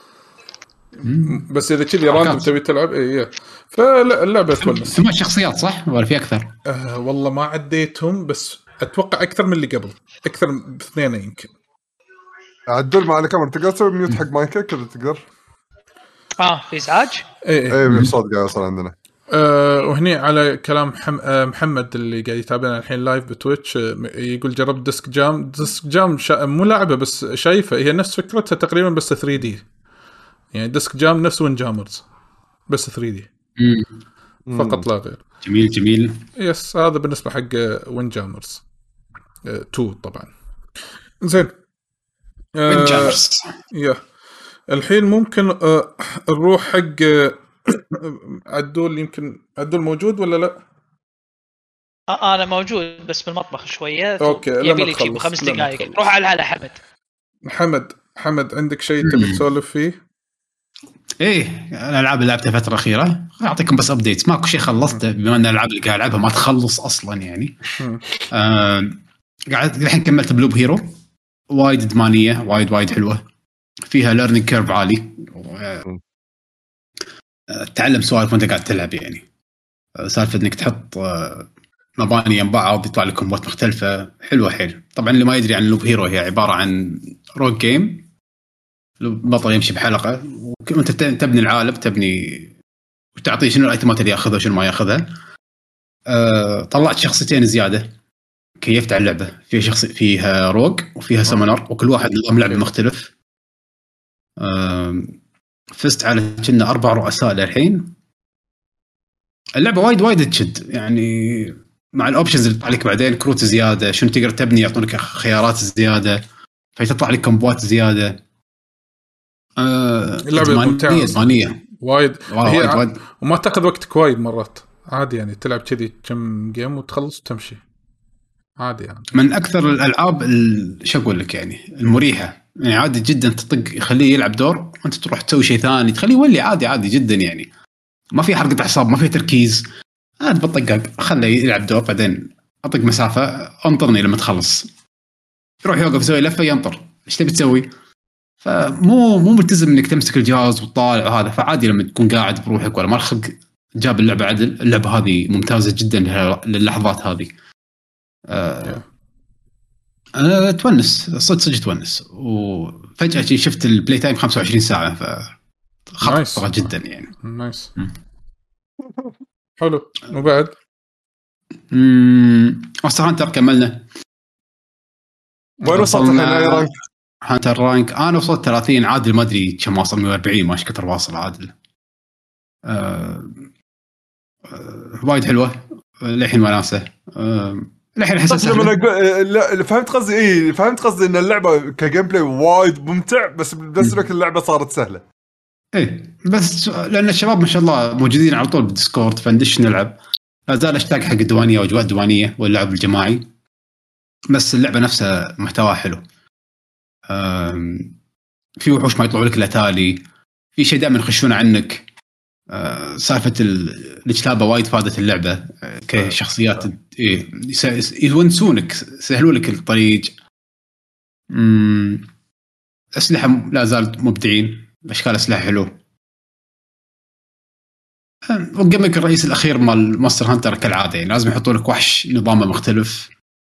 بس اذا كذي راندوم تبي تلعب فلا اللعبه تونس. 8 شخصيات صح ولا في اكثر؟ والله ما عديتهم، بس اتوقع اكثر من اللي قبل، اكثر باثنين يمكن. عدل معنا كاميرا، تقدر تسوي ميوت حق مايكك كذا تقدر. في ازعاج. ايه صوت قاعد يوصل عندنا. وهني على كلام محمد اللي قاعد يتابعنا الحين لايف بتويتش، يقول جرب ديسك جام مو لعبه بس شايفه هي نفس فكرتها تقريبا بس 3D، يعني ديسك جام نفس وين جامرز بس 3D فقط لا غير. جميل يس هذا بالنسبه حق وين جامرز 2 طبعا. زين وين جامرز الحين ممكن نروح حق عدول. يمكن عدول موجود ولا لا؟ انا موجود بس بالمطبخ شويه. اوكي يبي لي شيء 5 دقائق. روح على حمد عندك شيء تبي تسولف فيه؟ ايه الالعاب اللي لعبتها فتره اخيره اعطيكم بس ابديت. ماكو شيء خلصته بما ان الالعاب اللي قاعد العبها ما تخلص اصلا يعني. قاعد الحين كملت بلوب هيرو، وايد ادمانيه، وايد حلوه، فيها ليرنينج كيرف عالي، تعلم سوالف وانت قاعد تلعب يعني. سالفه انك تحط مباني يم بعض يطلع لكم كومبات مختلفه حلوه حيل. طبعا اللي ما يدري عن لوب هيرو هي عباره عن روج جيم، البطل يمشي بحلقه وانت تبني العالم، تبني وتعطيه شنو الايتمات اللي ياخذها وشنو ما ياخذها. طلعت شخصيتين زياده كيفت على اللعبه، فيها شخص فيها روج وفيها سمنر، وكل واحد نظام لعبه مختلف. فزت على كنا 4 رؤساء للحين. اللعبه وايد تشد يعني، مع الاوبشنز اللي تطلع لك بعدين، كروت زياده، شنو تقدر تبني، يعطونك خيارات زياده، فتطلع لك كومبوات زياده. اللعبه ممتازه وايد وايد وما تاخذ وقتك وايد مرات، عادي يعني تلعب كذي كم جيم وتخلص وتمشي عادي يعني. من اكثر الالعاب شو اقول لك يعني المريحه يعني، عادي جدا تطق يخليه يلعب دور وانت تروح تسوي شيء ثاني تخليه يولي عادي جدا يعني. ما في حرقه اعصاب، ما في تركيز، عاد بطقق خليه يلعب دور، بعدين اطق مسافه انطرني لما تخلص، يروح يوقف يسوي لفه ينطر. ايش تبي تسوي؟ فمو ملتزم انك تمسك الجهاز وتطالع وهذا، فعادي لما تكون قاعد بروحك ولا ما خلق جاب اللعبه عدل. اللعبه هذه ممتازه جدا للحظات هذه. أنا تونس صدق تونس، وفجأة شفت البلاي تايم 25 ساعة، فخطرة جدا يعني. نايس حلو. وبعد مونستر هانتر كملنا. وين وصلت الحين؟ هانتر رانك أنا وصلت 30 عادل، ما أدري كم واصل، 140 ماش كتر واصل عادل. وايد حلوة للحين وناسة. الحين احس لا فهمت قصدي. فهمت قصدي ان اللعبه كجيم بلاي وايد ممتع، بس لك اللعبه صارت سهله. بس لان الشباب ما شاء الله موجودين على طول بالديسكورد، فندش نلعب. لا زال اشتاق حق الديوانيه واجواء الديوانيه واللعب الجماعي، بس اللعبه نفسها محتواها حلو. في وحوش ما يطلعوا لك الا تالي، في شيء دائما يخشون عنك. سالفة الكتابة وايد فادت اللعبة كشخصيات، يونسونك، سهلوا لك الطريق. أسلحة لا زالت مبدعين، أشكال أسلحة حلو. وقمك الرئيس الأخير مال مونستر هانتر كالعادة يعني لازم يحطوا لك وحش نظامه مختلف.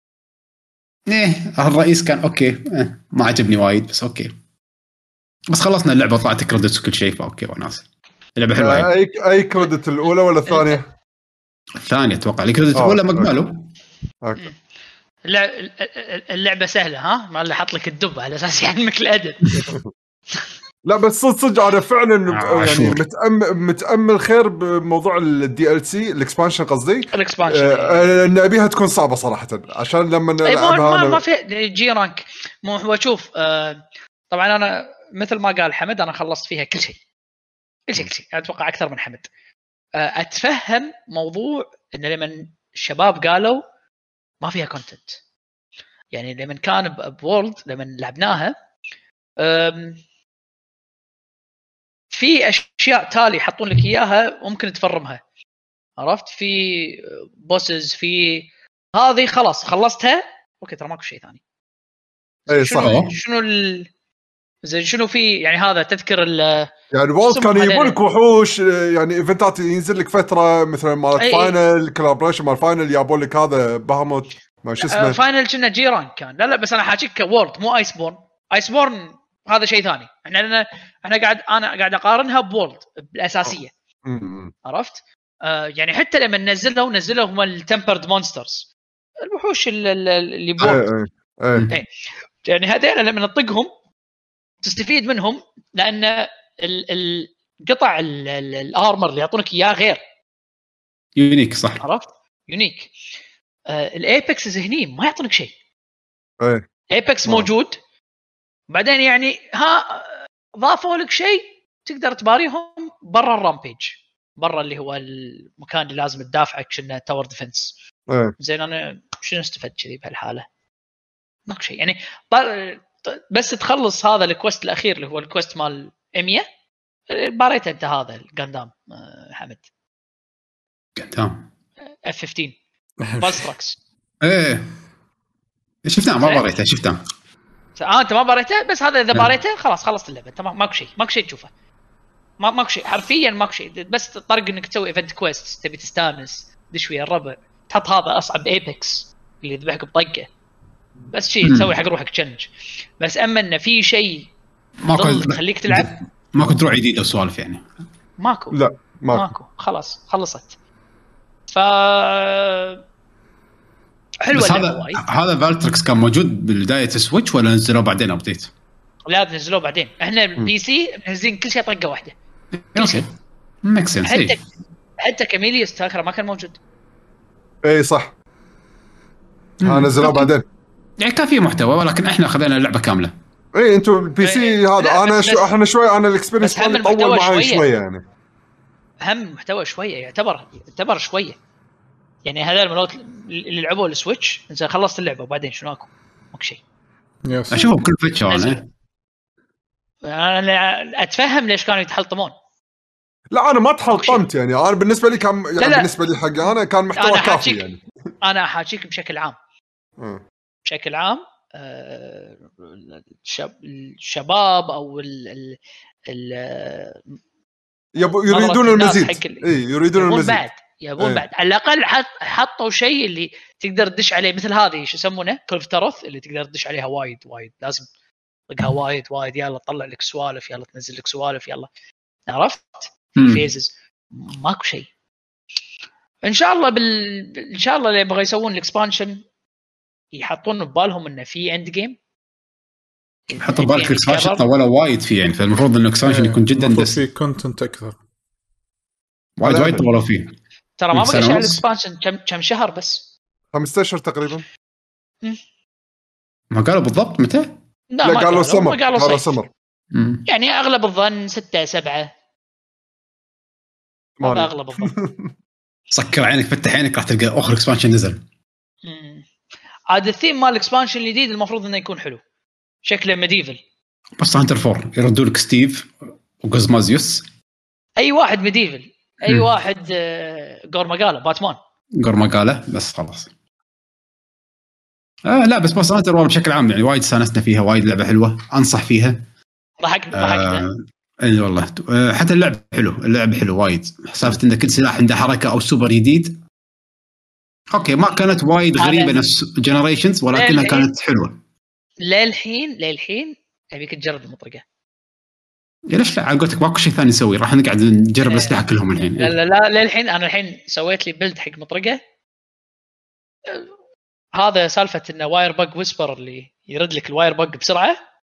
الرئيس كان أوكي، ما عجبني وايد بس أوكي. بس خلصنا اللعبة، طلعت كريدتس وكل شيء فأوكي وناس. اللعبة حلوة. أي كريدت الأولى ولا الثانية؟ الثانية أتوقع. الكريدت الأولى مقبله. اللعبة سهلة ها، ما اللي حط لك الدب على أساس يعلمك الأدب. لا بس صدق أنا فعلا يعني متأمل خير بموضوع الدي ال سي الإكسبانشن، قصدي إن أبيها تكون صعبة صراحة، عشان لما نلعبها ما في جي رانك. مو هو شوف طبعا أنا مثل ما قال حمد أنا خلصت فيها كل شيء أتوقع أكثر من حمد. أتفهم موضوع إن لما الشباب قالوا ما فيها كونتنت، يعني لما كان بورلد لما لعبناها في أشياء تالي يحطون لك إياها وممكن تفرمها، عرفت؟ في بوسز في هذه خلاص خلصتها أوكي ترى ماكو شيء ثاني. أي صح. زين شنو في يعني هذا تذكر يعني وولد كان يجيبون لك وحوش يعني ايفنتات ينزل لك فتره مثلا مال فاينل كولابريشن مال فاينل يجيبون لك هذا بهاموت ما شو اسمه فاينل كنا جيران كان. لا بس انا حاجيك وورد مو ايس بورن هذا شيء ثاني. احنا انا قاعد اقارنها بورد الاساسيه. عرفت؟ يعني حتى لما نزلوا هم التمبرد مونسترز الوحوش اللي بورد يعني هذول لما نطقهم تستفيد منهم لان القطع الارمر اللي يعطونك اياه غير يونيك. صح عرفت؟ يونيك. الايبكس هني ما يعطونك شيء. ايبكس موجود بعدين يعني ضافوا لك شيء تقدر تباريهم برا الرامبيج برا اللي هو المكان اللي لازم تدافعك كنا تاور ديفنس. زين انا شنو استفدت كذي بهالحاله؟ ماك شيء يعني بس تخلص هذا الكويست الاخير اللي هو الكويست مال 100 باريته انت هذا الجاندام حمد جاندام F15 باستركس. ايه شفناه ما باريته شفته. انت ما باريته بس هذا اذا باريته خلاص خلصت اللعبه تمام. ماكو شيء تشوفه ماكو شيء حرفيا ماكو شيء بس طرق انك تسوي ايفنت كويست تبي تستانس دش ويا الربع تحط هذا اصعب ايبكس اللي يذبحك بطقه بس شيء تسوي حق روحك تشنج. بس اما انه في شيء ماكو خليك تلعب ماكو دروع جديده وسوالف يعني ماكو. لا ماكو خلاص خلصت. ف حلو. بس هذا فالتريكس كان موجود بدايه السويتش ولا نزلوه بعدين ابديت؟ لا نزلوه بعدين. احنا البي سي منزلين كل شيء طقه واحده. اوكي ميك سنس. حتى كاميليوس تاكر ما كان موجود. اي صح نزلوه بعدين يعني كان في محتوى ولكن احنا خذينا اللعبه كامله. اي انتوا البي سي هذا انا شوي انا الاكسبيرينس طول معي شويه يعني هم محتوى شويه يعتبر شويه يعني. هذا الملوت اللي لعبوا السويتش انت خلصت اللعبه وبعدين شنو ماكو شيء. اشوفهم كل فتره انا اتفهم ليش كانوا يتحلطمون. لا انا ما تحلطمت يعني انا بالنسبه لي كان يعني بالنسبه لي حقي انا كان محتوى كافي يعني. انا احاكيك بشكل عام بشكل عام. الشباب او يريدون المزيد. يريدون المزيد يبون بعد على الاقل حطوا شيء اللي تقدر تدش عليه مثل هذه شو يسمونه كولفتروث اللي تقدر تدش عليها وايد لازم تطقها وايد يلا تطلع لك سوالف يلا تنزل لك سوالف يلا عرفت فيزز ماكو شيء. ان شاء الله ان شاء الله اللي يبغى يسوون الاكسبانشن يحطون ببالهم انه في اند جيم. حطوا بالك الاكسبانشن طوله وايد فيه يعني فالمفروض انه الاكسبانشن يكون جدا دس في كونتنت اكثر وايد طولوا فيه. ترى ما بقى شيء الاكسبانشن كم شهر بس 15 تقريبا. ما قالوا بالضبط متى؟ لا قالوا سمر يعني اغلب الظن 6 7 هذا اغلب الظن. سكر عينك فتح عينك راح تلقى اخر اكسبانشن نزل. عاد الثيم مال الاكسبانشن الجديد المفروض انه يكون حلو شكله ميديفل. بس هانتر 4 يردوا لك ستيف وغازمازيوس اي واحد ميديفل اي واحد غورماغالا باتمان غورماغالا بس خلاص. لا بس هانتر 4 بشكل عام يعني وايد استانسنا فيها وايد لعبه حلوه انصح فيها. ضحكنا اي والله حتى اللعب حلو وايد. سالفه ان كل سلاح عنده حركه او سوبر جديد اوكي ما كانت وايد غريبه نفس جنريشنز ولكنها كانت حلوه. للحين ابيك تجرب المطرقه. ليش لا قلت ماكو شيء ثاني نسوي راح نقعد نجرب الاسلحه كلهم الحين. لا للحين انا الحين سويت لي بيلد حق مطرقه. هذا سالفه انه واير بق ويسبر اللي يرد لك الواير بق بسرعه.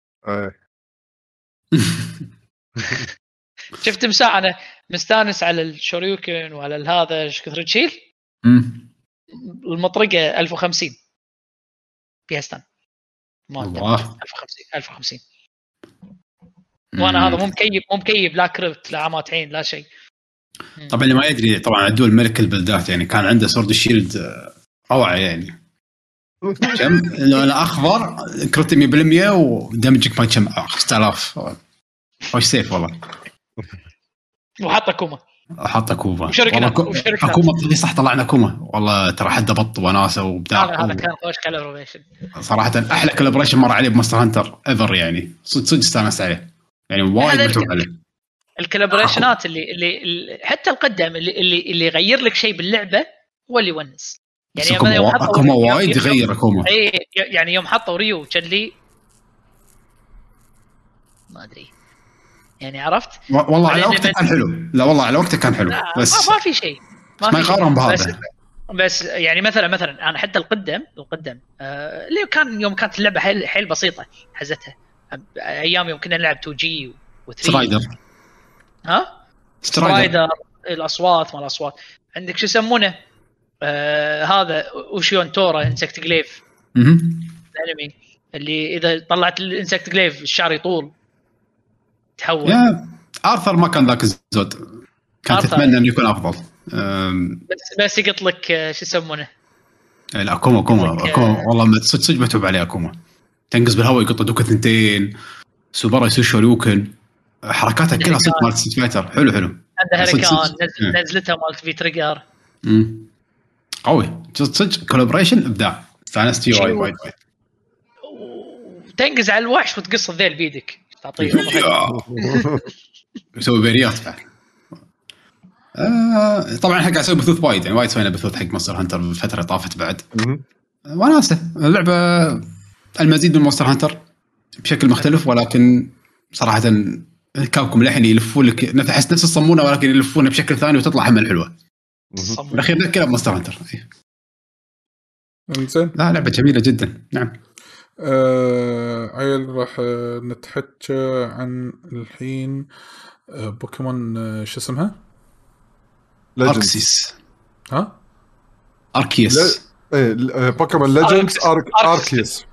شفت مساعة انا مستانس على الشوريوكن وعلى هذا ايش كثر تشيل. المطرقه 1050 فيها ستان الله 1050 وانا هذا مو مكيب لا كريبت لا عمات عين لا شيء. طبعا اللي ما يدري طبعا عدول ملك البلدات يعني كان عنده سورد الشيلد روعه يعني كم انا اخضر كرت 100% ودمجك ما كم 6000 وش سيف والله. وحط كوما كوما صح طلعنا كوما والله ترى حد بط وناسه وبداع. هذا كان خوش كولابريشن صراحه احلى كولابريشن مر عليه بمونستر هانتر ايفر يعني صدق استانست عليه يعني وايد متعوب عليه. الكولابريشنات اللي حتى القدم اللي يغير لك شيء باللعبه هو اللي يونس يعني اكوما وايد غير اكوما. اي يعني يوم حطوا ريو كان لي ما ادري يعني عرفت والله على وقته كان حلو. لا والله على وقته كان حلو بس ما في شيء ما يقارن بهذا. بس يعني مثلا انا حتى القدم اللي كان يوم كانت اللعبه حيل بسيطه حزتها ايام يوم كنا نلعب 2 جي و3 سترايدر. سترايدر الاصوات ما الاصوات عندك شو يسمونه هذا اوشيون تورا انسكت جليف الانمي اللي اذا طلعت الانسكت جليف الشعر يطول تحول. يا ارثر ما كان ذاك الزود، كان تتمنى انه يكون افضل. بس يقط لك شو يسمونه لا كوما والله ما صدق متعوب عليه. كوما تنقز بالهواء يقط دوكه ثنتين سوبر يسوشو لوكن حركاتها كلها صدق مالت ستريت فايتر حلو. عنده هريكان نزلتها مالت في تريجر قوي صدق كولابريشن ابداع. استانست فيه وايد. تنقز على الوحش وتقص الذيل بيدك تعطيه يسوي بيريات بعد. طبعا احنا قاعد نسوي بثوث وايد يعني وايد سوينا بثوث حق مونستر هانتر الفتره اللي طافت بعد. وانا اللعبه المزيد من مونستر هانتر بشكل مختلف، ولكن صراحه كابكم لحين يلفون لك نفس الصمونه ولكن يلفونها بشكل ثاني وتطلع حمل حلوه. الاخير ذكرها بمونستر هانتر. انزين لا لعبه جميله جدا. نعم. عيل راح نتحكى عن الحين بوكيمون شو اسمها اركسيس. اركيس. بوكيمون ليجندز اركيس.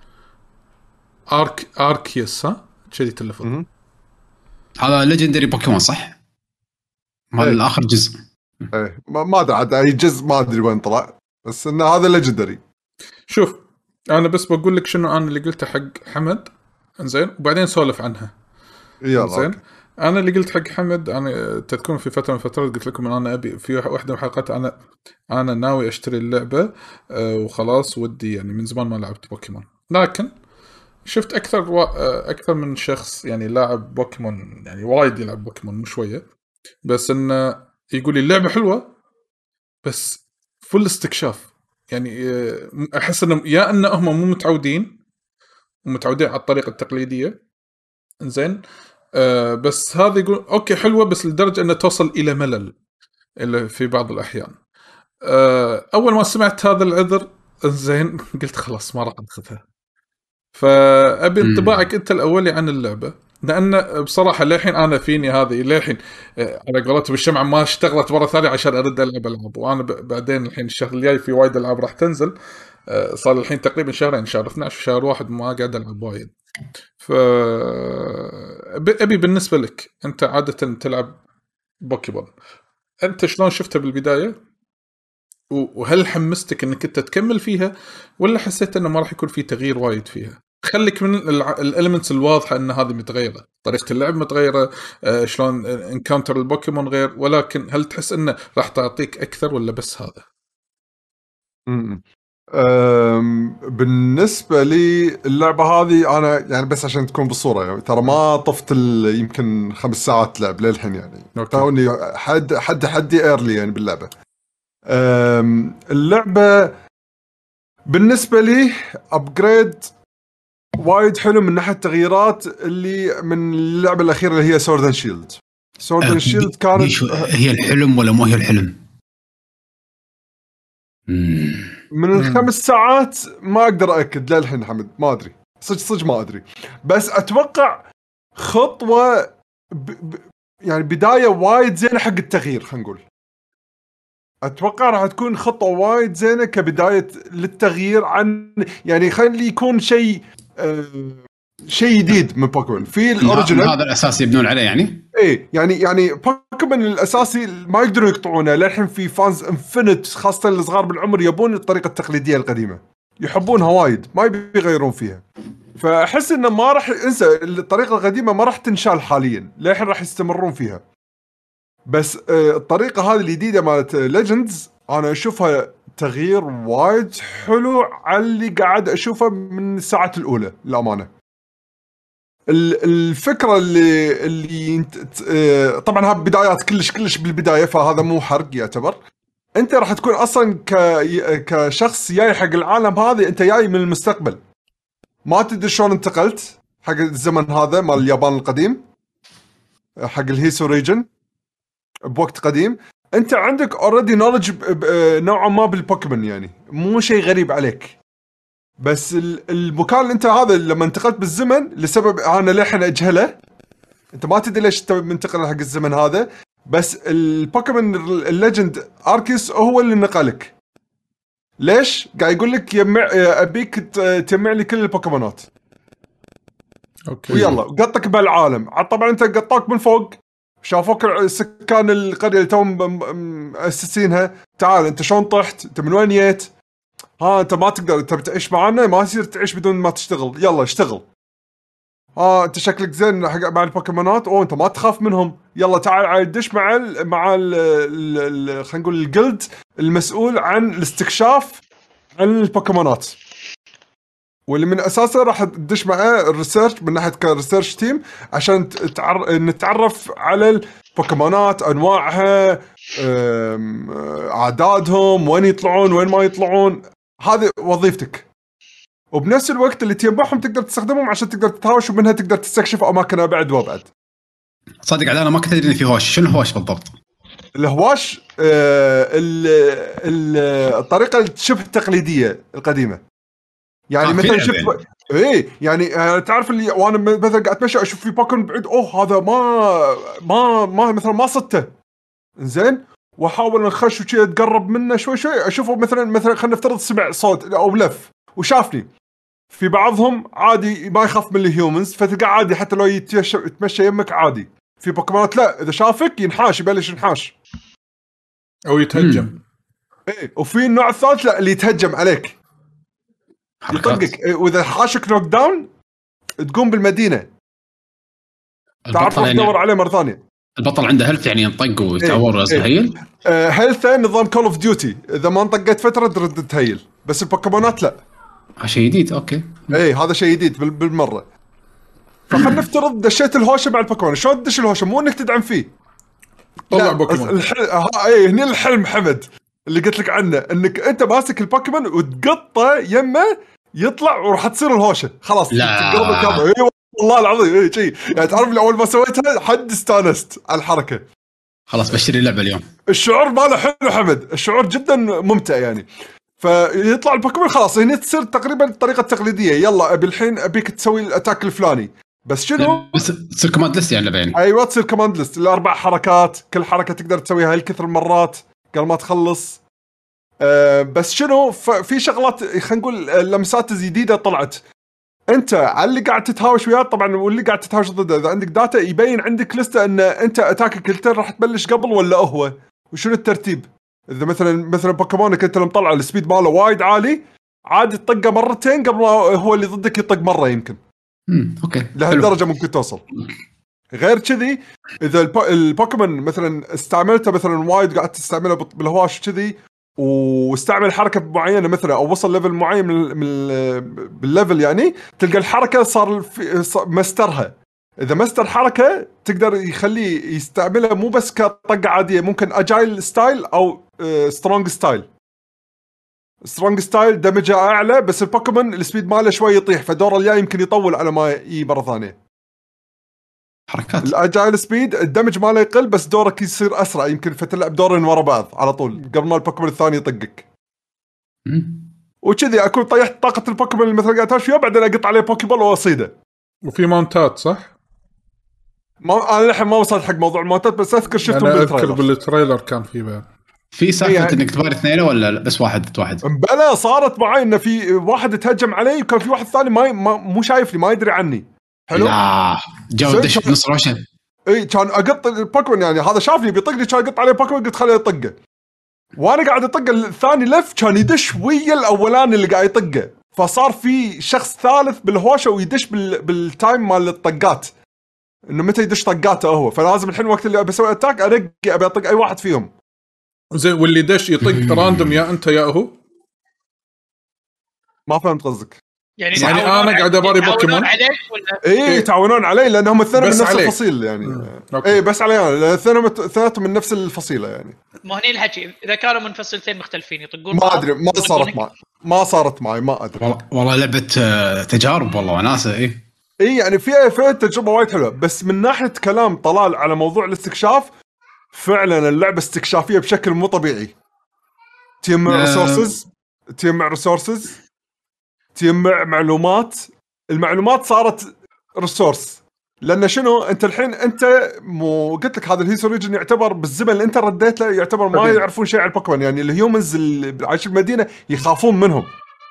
اركيس كذي تلفظ. هذا ليجندري بوكيمون صح؟ مال الاخر جزء. ما ادري عاد اي جزء ما ادري وين طلع، بس انه هذا ليجندري. شوف انا بس بقول لك شنو انا اللي قلته حق حمد انزين وبعدين سولف عنها. يلا انا اللي قلت حق حمد انا تذكرون في فتره من الفترات قلت لكم ان انا ابي في واحده من الحلقات انا ناوي اشتري اللعبه وخلاص ودي يعني من زمان ما لعبت بوكيمون، لكن شفت اكثر من شخص يعني لاعب بوكيمون يعني وايد يلعب بوكيمون مو شويه، بس انه يقول لي اللعبه حلوه بس فل استكشاف. يعني احس انهم يا ان هم مو متعودين على الطريقه التقليديه زين بس هذا يقول اوكي حلوه بس لدرجه انها توصل الى ملل الا في بعض الاحيان. اول ما سمعت هذا العذر زين قلت خلاص ما راح اخذها. فابي انطباعك انت الاولي عن اللعبه، لان بصراحه للحين انا فيني هذه للحين على قولتهم بالشمعة ما اشتغلت مره ثانيه عشان ارد العب وانا بعدين الحين الشهر الجاي في وايد العاب راح تنزل. صار الحين تقريبا شهرين شهر 12 شهر 1 ما قاعد العب وايد. ابي بالنسبه لك انت عاده تلعب بوكيمون انت شلون شفتها بالبدايه وهل حمستك انك انت تكمل فيها ولا حسيت انه ما راح يكون في تغيير وايد فيها؟ خليك من الاليمنتس الواضحه ان هذه متغيره، طريقه اللعب متغيره، شلون انكاونتر البوكيمون غير، ولكن هل تحس انه راح تعطيك اكثر ولا بس هذا؟ بالنسبه لي اللعبه هذه انا يعني بس عشان تكون بالصوره يعني ترى ما طفت يمكن 5 ساعات لعب للحين يعني توني حدي ايرلي يعني باللعبه. اللعبه بالنسبه لي ابجريد وايد حلو من ناحيه التغييرات اللي من اللعبه الاخيره اللي هي سورد اند شيلد. سورد اند شيلد كانت هي الحلم ولا مو هي الحلم؟ من ال5 ساعات ما اقدر اكد للحين حمد ما ادري صدق ما ادري، بس اتوقع خطوه يعني بدايه وايد زينه حق التغيير. خلينا نقول اتوقع راح تكون خطوه وايد زينه كبدايه للتغيير عن يعني خلي يكون شيء جديد من بوكيمون في الاوريجينال. هذا الاساس يبنون عليه يعني يعني بوكيمون الاساسي ما يقدرون يقطعونه للحين. في فانز انفينيت خاصه الصغار بالعمر يبون الطريقه التقليديه القديمه يحبونها وايد ما يغيرون فيها، فاحس انه ما راح انسى الطريقه القديمه ما راح تنشال حاليا للحين راح يستمرون فيها. بس الطريقه هذه الجديده مالت ليجندز انا اشوفها تغيير وايد حلو على اللي قاعد اشوفه من الساعات الاولى للامانه. الفكره اللي طبعا ها بدايات كلش بالبدايه فهذا مو حرق يعتبر. انت راح تكون اصلا كشخص جاي حق العالم هذه، انت جاي من المستقبل، ما تدري شلون انتقلت حق الزمن هذا مال اليابان القديم، حق الهيسو ريجن بوقت قديم. انت عندك اوريدي نولج نوعا ما بالبوكيمون، يعني مو شيء غريب عليك. بس المكان اللي انت هذا لما انتقلت بالزمن لسبب انا للحين اجهله، انت ما تدري ليش انت منتقل حق الزمن هذا، بس البوكيمون الليجند اركيس هو اللي نقلك. ليش؟ قاعد يقول لك ابيك تجمع لي كل البوكيمونات. اوكي ويلا قطك بالعالم. طبعا انت قطاك من فوق، شافوك سكان القريه اللي توم مؤسسينها، تعال انت شلون طحت، انت من وين جيت، انت ما تقدر، انت بتعيش معنا، ما يصير تعيش بدون ما تشتغل، يلا اشتغل. انت شكلك زين مع البوكيمونات، انت ما تخاف منهم، يلا تعال عاد دش مع خلينا نقول الجلد المسؤول عن الاستكشاف عن البوكيمونات، واللي من اساسه راح تدش معه الريسيرش من ناحيه كريسيرش تيم عشان نتعرف على البوكيمونات، انواعها، اعدادهم، وين يطلعون وين ما يطلعون. هذه وظيفتك، وبنفس الوقت اللي تجمعهم تقدر تستخدمهم عشان تقدر تتهاوش، ومنها تقدر تستكشف اماكن ابعد وابعد. صدق انا ما كنت ادري ان في هواش. شنو هواش بالضبط؟ الهواش الطريقه شبه التقليديه القديمه، يعني مثلا شوف يعني تعرف اللي وانا مثلا قاعد اتمشى اشوف في بوكيمون بعيد، هذا ما مثلا ما صدته زين، واحاول نخش وشي اتقرب منه شوي اشوفه مثلا خلينا نفترض سمع صوت او لف وشافني. في بعضهم عادي ما يخاف من الهيومنز، فتلقى عادي حتى لو يتمشى يمك عادي. في بوكيمونات لا، اذا شافك ينحاش، يبلش ينحاش او يتهجم. وفي النوع الثالث لا، اللي يتهجم عليك يطقك، واذا حاشك نوك داون تقوم بالمدينه تعرف تدور عليه مره ثانيه. البطل عنده هيلث يعني ينطق ويتعور هيل. هيلث نظام كول اوف ديوتي، اذا ما انطقت فتره ترد تهيل، بس البوكيمونات لا. شيء جديد. اوكي هذا شيء جديد بالمره. فخلنا نفترض دشيت الهوشه مع البوكيمون. شلون تدش الهوشه؟ مو انك تدعم فيه، طلع بوكيمون. هني الحلم حمد اللي قلت لك عنه، انك انت ماسك البوكيمون وتقطه يمه يطلع وراح تصير الهوشه خلاص تقرب الكاميرا. والله العظيم شيء يعني تعرف لي اول ما سويتها حد استانست على الحركه. خلاص بشتري اللعبه اليوم. الشعور ماله حلو حمد، الشعور جدا ممتع يعني. فيطلع البوكيمون خلاص هنا تصير تقريبا الطريقه التقليديه، يلا ابي الحين ابيك تسوي الاتاك الفلاني، بس شنو بس تصير كوماند ليست يعني لبين. ايوه تصير كوماند ليست، الاربع حركات، كل حركه تقدر تسويها هالكثر مرات قبل ما تخلص. بس شنو في شغلات خلينا نقول لمسات جديده طلعت. انت على اللي قاعد تتهاوش وياه طبعا، واللي قاعد تتهاوش ضده، اذا عندك داتا يبين عندك لسته ان انت اتاكك التر راح تبلش قبل ولا هو، وشنو الترتيب. اذا مثلا بوكيمونك انت مطلع السبيد ماله وايد عالي، عادي تطقه مرتين قبل ما هو اللي ضدك يطق مره يمكن. اوكي لهالدرجه ممكن توصل. غير كذي اذا البوكيمون مثلا استعملته مثلا وايد قاعد تستعمله بالهواش كذي، واستعمل حركه معينه مثلا او وصل ليفل معين بالليفل، يعني تلقى الحركه صار مسترها. اذا مستر حركه تقدر يخليه يستعملها مو بس كطقه عاديه، ممكن اجايل ستايل او سترونج ستايل. سترونج ستايل دمجه اعلى، بس البوكيمون السبيد ماله شوي يطيح، فدوره الجاي يمكن يطول على ما يجي مره ثانيه. حركات الاجايل سبيد الدمج ماله يقل، بس دورك يصير اسرع، يمكن فتلعب دورين ورا بعض على طول قبل ما البوكيمون الثاني يطقك. وكذي اكون طيحت طاقه البوكيمون اللي مثلا قاعد تاشفيه، بعدين اقط عليه بوكيبول واصيده. وفي ماونتات صح؟ ما انا الحين ما وصلت حق موضوع الماونتات، بس اذكر شفتهم بالتريلر. بالتريلر كان في بعد في سالفه يعني انك تباري اثنين ولا بس واحد؟ بلا صارت معي ان في واحد تهجم علي وكان في واحد ثاني مو شايفني، ما يدري عني. حلو لا جو دش نص روشن. كان اقط البوكيمون، يعني هذا شافني بيطقني، كان اقط عليه بوكيمون قلت خليه يطقه، وانا قاعد اطق الثاني لف كان يدش ويا الاولاني اللي قاعد يطقه، فصار في شخص ثالث بالهوشه ويدش بالتايم مال الطقات، انه متى يدش طقاته هو. فلازم الحين وقت اللي بسوي اتاك ارقي ابي اطق اي واحد فيهم. زين واللي دش يطق راندوم يا انت يا هو؟ ما فهمت قصدك. يعني انا قاعد اباري بوكيمون ايه يتعاونون عليه لانهم الثاني من نفس عليك. الفصيل يعني ايه بس علي انا لان ثلاثه من نفس الفصيله يعني مو هني الحكي اذا كانوا من فصيلتين مختلفين يطقون ما ادري ما صارت معي ما ادري والله لعبه تجارب والله وناسه ايه يعني فيها تجربه وايد حلوه بس من ناحيه كلام طلال على موضوع الاستكشاف فعلا اللعبه استكشافيه بشكل مو طبيعي تجمع ريسورسز تجمع معلومات المعلومات صارت ريسورس لان شنو انت الحين انت مو قلت لك هذا الهيس اوريجن يعتبر بالزمن اللي انت رديت له يعتبر ما يعرفون شيء عن البوكيمون يعني الهيومنز اللي عايشين بالمدينه يخافون منهم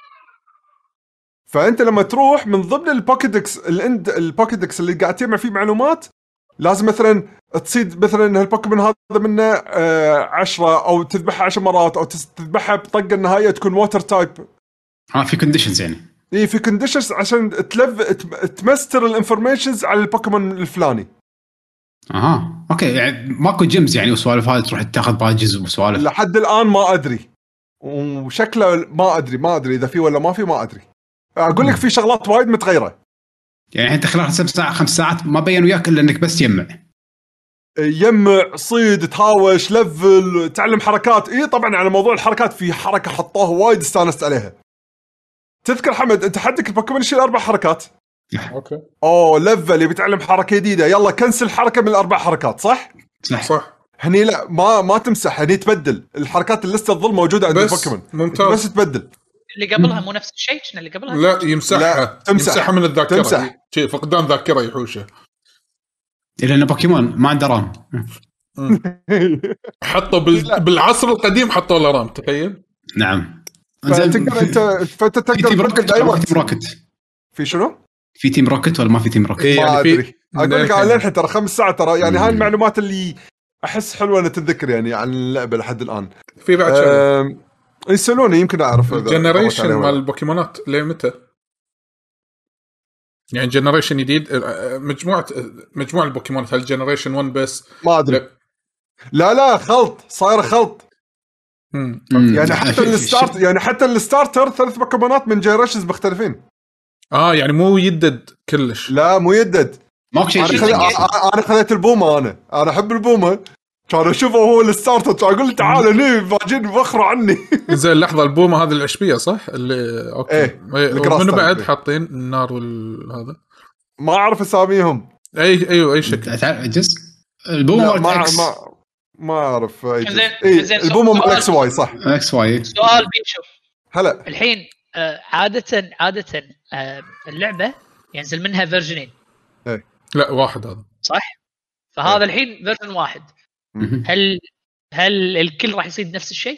فانت لما تروح من ضمن البوكيدكس اللي قاعد تجمع فيه معلومات لازم مثلا تصيد مثلا هالبوكيمون هذا منه 10 او تذبحه 10 مرات او تذبحها بطقه النهائيه تكون ووتر تايب في كونديشنز يعني ايه في كونديشنز عشان تمستر الانفورميشنز على البوكيمون الفلاني اوكي يعني ماكو جيمز يعني وسوالف هذه تروح تاخذ باجز وسوالف لحد الان ما ادري وشكله ما ادري اذا في ولا ما في ما ادري اقول لك في شغلات وايد متغيره يعني انت خلال 7 ساعات 5 ساعات ما بين وياك الا انك بس يجمع صيد تهاوش ليفل تعلم حركات ايه طبعا على موضوع الحركات في حركه حطوها وايد استانست عليها تذكر حمد انت حدك البوكيمون يشيل 4 حركات اوكي ليفل يبي يتعلم حركه جديده يلا كنسل حركه من ال4 حركات صح هني لا ما تمسح هني تبدل الحركات اللي لسه تظل موجوده عند البوكيمون ممتاز بس تبدل اللي قبلها مو نفس الشيء كنا اللي قبلها لا يمسحها يمسحها من الذاكره شيء فقدان ذاكره يحوشه لان بوكيمون ما عنده رام حطوا بالعصر القديم حطوا له رام تخيل نعم فانت تقدر تركض اي وقت في شنو في تيم روكت ولا ما في تيم روكت ما ادري اقول لك على الحين ترى 5 ساعات ترى يعني هاي المعلومات اللي احس حلوه نتذكر يعني عن اللعبه لحد الان في بعد يسالوني يمكن اعرف الجنريشن مال البوكيمونات ليه متى يعني جنريشن جديد مجموعه البوكيمونات هل جنريشن 1 بس ما ادري لا خلط صاير خلط يعني حتى الستارتر 3 بوكيمونات من جنريشنز مختلفين يعني مو يدد كلش لا مو يدد ماكو شيء انا خذيت البومه انا احب البومه كان اشوفه هو الستارتر كان اقول له تعال هني باجين بخروا عني زين لحظه البومه هذه العشبيه صح اللي اوكي ومنو بعد حاطين النار والهذا ما اعرف اساميهم اي شكل جزء البومه ما اعرف البومه مال اكس واي صح اكس واي سؤال بيشوف هلا الحين عاده اللعبه ينزل منها فيرجنين لا واحد هذا صح فهذا الحين فيرجن 1 هل الكل راح يصير نفس الشيء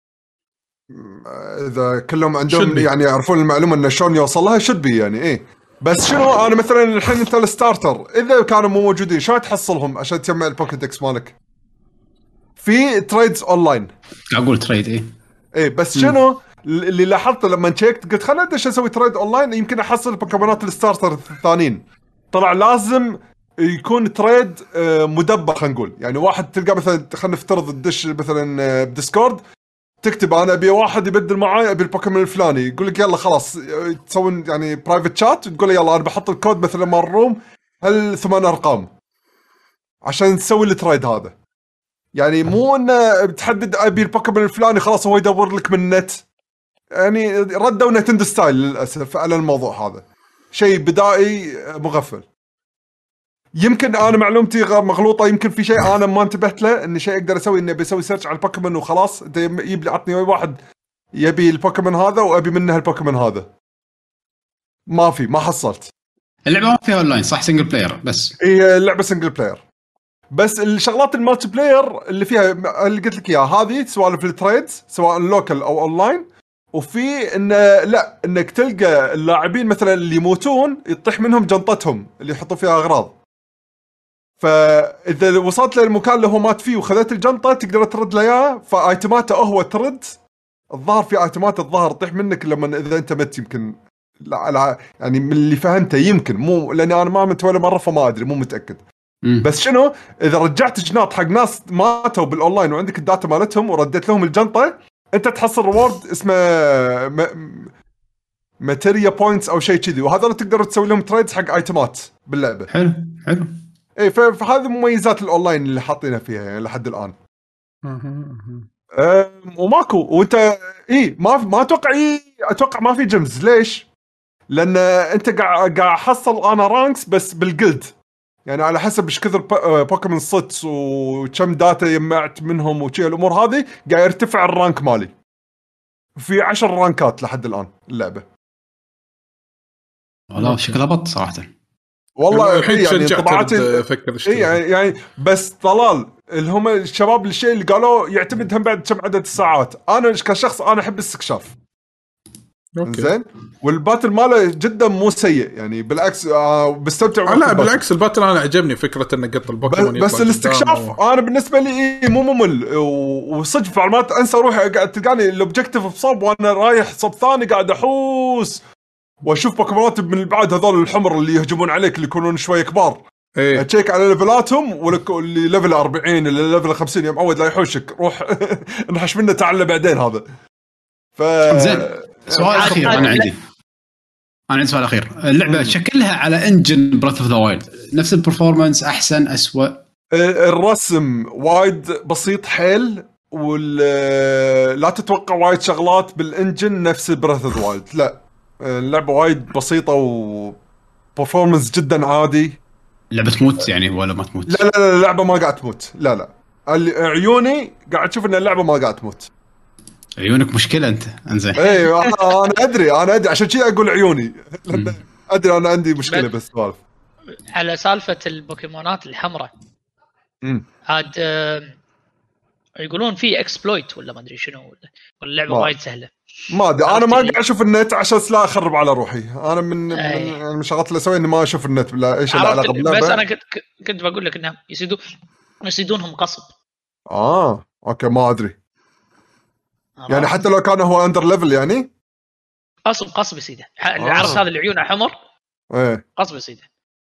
اذا كلهم عندهم يعني يعرفون المعلومه ان شلون يوصل لها شدبي يعني ايه بس شنو انا مثلا الحين انت الستارتر اذا كانوا مو موجودين شلون تحصلهم عشان تجمع البوكيدكس مالك في تريدز اونلاين اقول تريد ايه بس شنو اللي لاحظته لما تشيكت قلت خلينا ندش اسوي تريد اونلاين يمكن احصل بوكيمونات الستارتر الثانيين طلع لازم يكون تريد مدبر خلينا نقول يعني واحد تلقى مثلا خلينا نفترض الدش مثلا بديسكورد تكتب انا ابي واحد يبدل معاي ابي البوكيمون الفلاني يقول لك يلا خلاص تسوون يعني برايفت شات تقول له يلا انا بحط الكود مثلا مال الروم 8 ارقام عشان تسوي التريد هذا يعني مو انه بتحدد ابي البوكيمون الفلاني خلاص هو يدور لك من النت يعني ردوا نتندو ستايل للاسف على الموضوع هذا شيء بدائي مغفل يمكن انا معلومتي غير مغلوطه يمكن في شيء انا ما انتبهت له ان شيء اقدر اسوي اني بسوي سيرش على البوكيمون وخلاص انت يجيب لي عطني واحد يبي البوكيمون هذا وابي منه البوكيمون هذا ما حصلت اللعبه ما فيها اونلاين صح سنجل بلاير بس هي اللعبه سنجل بلاير بس الشغلات المالتي بلاير اللي فيها اللي قلت لك اياها هذه سوالف التريدز سواء لوكال او اونلاين وفي ان لا انك تلقى اللاعبين مثلا اللي يموتون يطيح منهم جنطتهم اللي يحطوا فيها اغراض فاذا وصلت للمكان اللي هو مات فيه وخذت الجنطه تقدر ترد له اياها فايتماته هو ترد الظاهر في ايتمات الظاهر تطيح منك لما اذا انت مت يمكن لا يعني من اللي فهمته يمكن مو لاني انا ما مت ولا مره فما ادري مو متاكد بس شنو اذا رجعت جناط حق ناس ماتوا بالاونلاين وعندك الداتا مالتهم ورديت لهم الجنطه انت تحصل ريورد اسمه ماتيريا بوينتس او شيء كذي، وهذول تقدر تسوي لهم تريدز حق ايتمات باللعبه. حلو حلو. اي فهذه مميزات الاونلاين اللي حاطينها فيها يعني لحد الان. وماكو وانت ما اتوقع اتوقع ما في جيمز. ليش؟ لان انت قاعد احصل انا رانكس بس بالجلد، يعني على حسب ايش كثر بوكيمون صدس وكم داتا جمعت منهم وشي الامور هذه قاعد يرتفع الرانك مالي. في 10 رانكات لحد الان اللعبه. والله شكلها بط صراحه. والله الحين يعني طبعاتي افكر يعني بس طلال اللي هم الشباب الشيء اللي قالوا يعتمد هم بعد كم عدد الساعات. انا كشخص انا احب الاستكشاف. زين. والباتل ماله جدا مو سيء يعني بالعكس بستمتع. لا بالعكس الباتل انا عجبني فكره انه قط البوكيمون بس الاستكشاف انا بالنسبه لي مو ممل وصدق فعلات انسى اروح قاعد تلقاني الاوبجكتيف بصوب وانا رايح صوب ثاني قاعد احوس واشوف بوكيمونات من البعد هذول الحمر اللي يهجمون عليك اللي يكونون شوي كبار. تشيك على ليفلاتهم واللي ليفل 40 اللي ليفل 50 يا معود لا يحوشك روح نحش منه تعال بعدين هذا. زين سؤال اخير انا عندي سؤال اخير. اللعبه شكلها على انجن براث اوف ذا وايلد نفس البرفورمانس احسن اسوأ؟ الرسم وايد بسيط حيل لا تتوقع وايد شغلات بالانجن نفس براث اوف ذا وايلد. لا اللعبه وايد بسيطه وبرفورمانس جدا عادي. لعبه تموت يعني ولا ما تموت؟ لا اللعبه ما قاعد تموت. لا عيوني قاعد اشوف ان اللعبه ما قاعد تموت. عيونك مشكله انت. انزين اي انا ادري عشان كذا اقول عيوني ادري انا عندي مشكله بس سوالف على سالفه البوكيمونات الحمراء. عاد يقولون في اكسبلويت ولا ما ادري شنو ولا اللعبه وايد سهله. ما ادري انا ما قاعد اشوف النت عشان لا اخرب على روحي. انا من الشغلات اللي اسويها اني ما اشوف النت بلا ايش العلاقه باللعبه. بس انا كنت بقول لك انهم يصيدونهم قصب. اوكي ما ادري يعني حتى لو كان هو اندر ليفل يعني قصب يصيده. العرس هذا اللي عيونه حمر قصب يصيده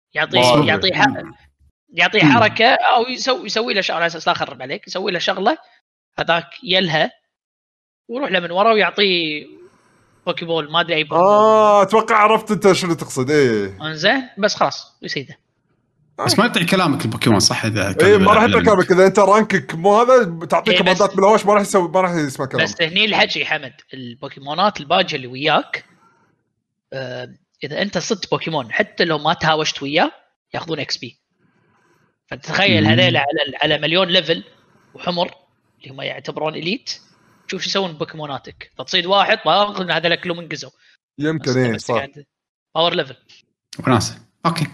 يعطيه حركه او يسوي له شغله على اساس لا اخرب عليك. يسوي له شغله هذاك يلها ويروح له من ورا ويعطيه بوكيبول ما ادري اي بوكيبول. اتوقع عرفت انت شنو تقصد. انزين بس خلاص يصيده. بس ما يعطي كلامك البوكيمون صح؟ اذا ما راح يعطي كلامك اذا انت رانكك مو هذا تعطيك كمادات بالهواش ما راح يسمع كلامك. بس هني الحكي حمد البوكيمونات الباجه اللي وياك اذا انت صدت بوكيمون حتى لو ما تهاوشت وياه ياخذون اكس بي. فتخيل هذول على مليون ليفل وحمر اللي هم يعتبرون اليت. شوف شو يسوون بوكيموناتك. تصيد واحد ما اظن هذول كلهم انقزوا يمكن صح باور ليفل وناسه. اوكي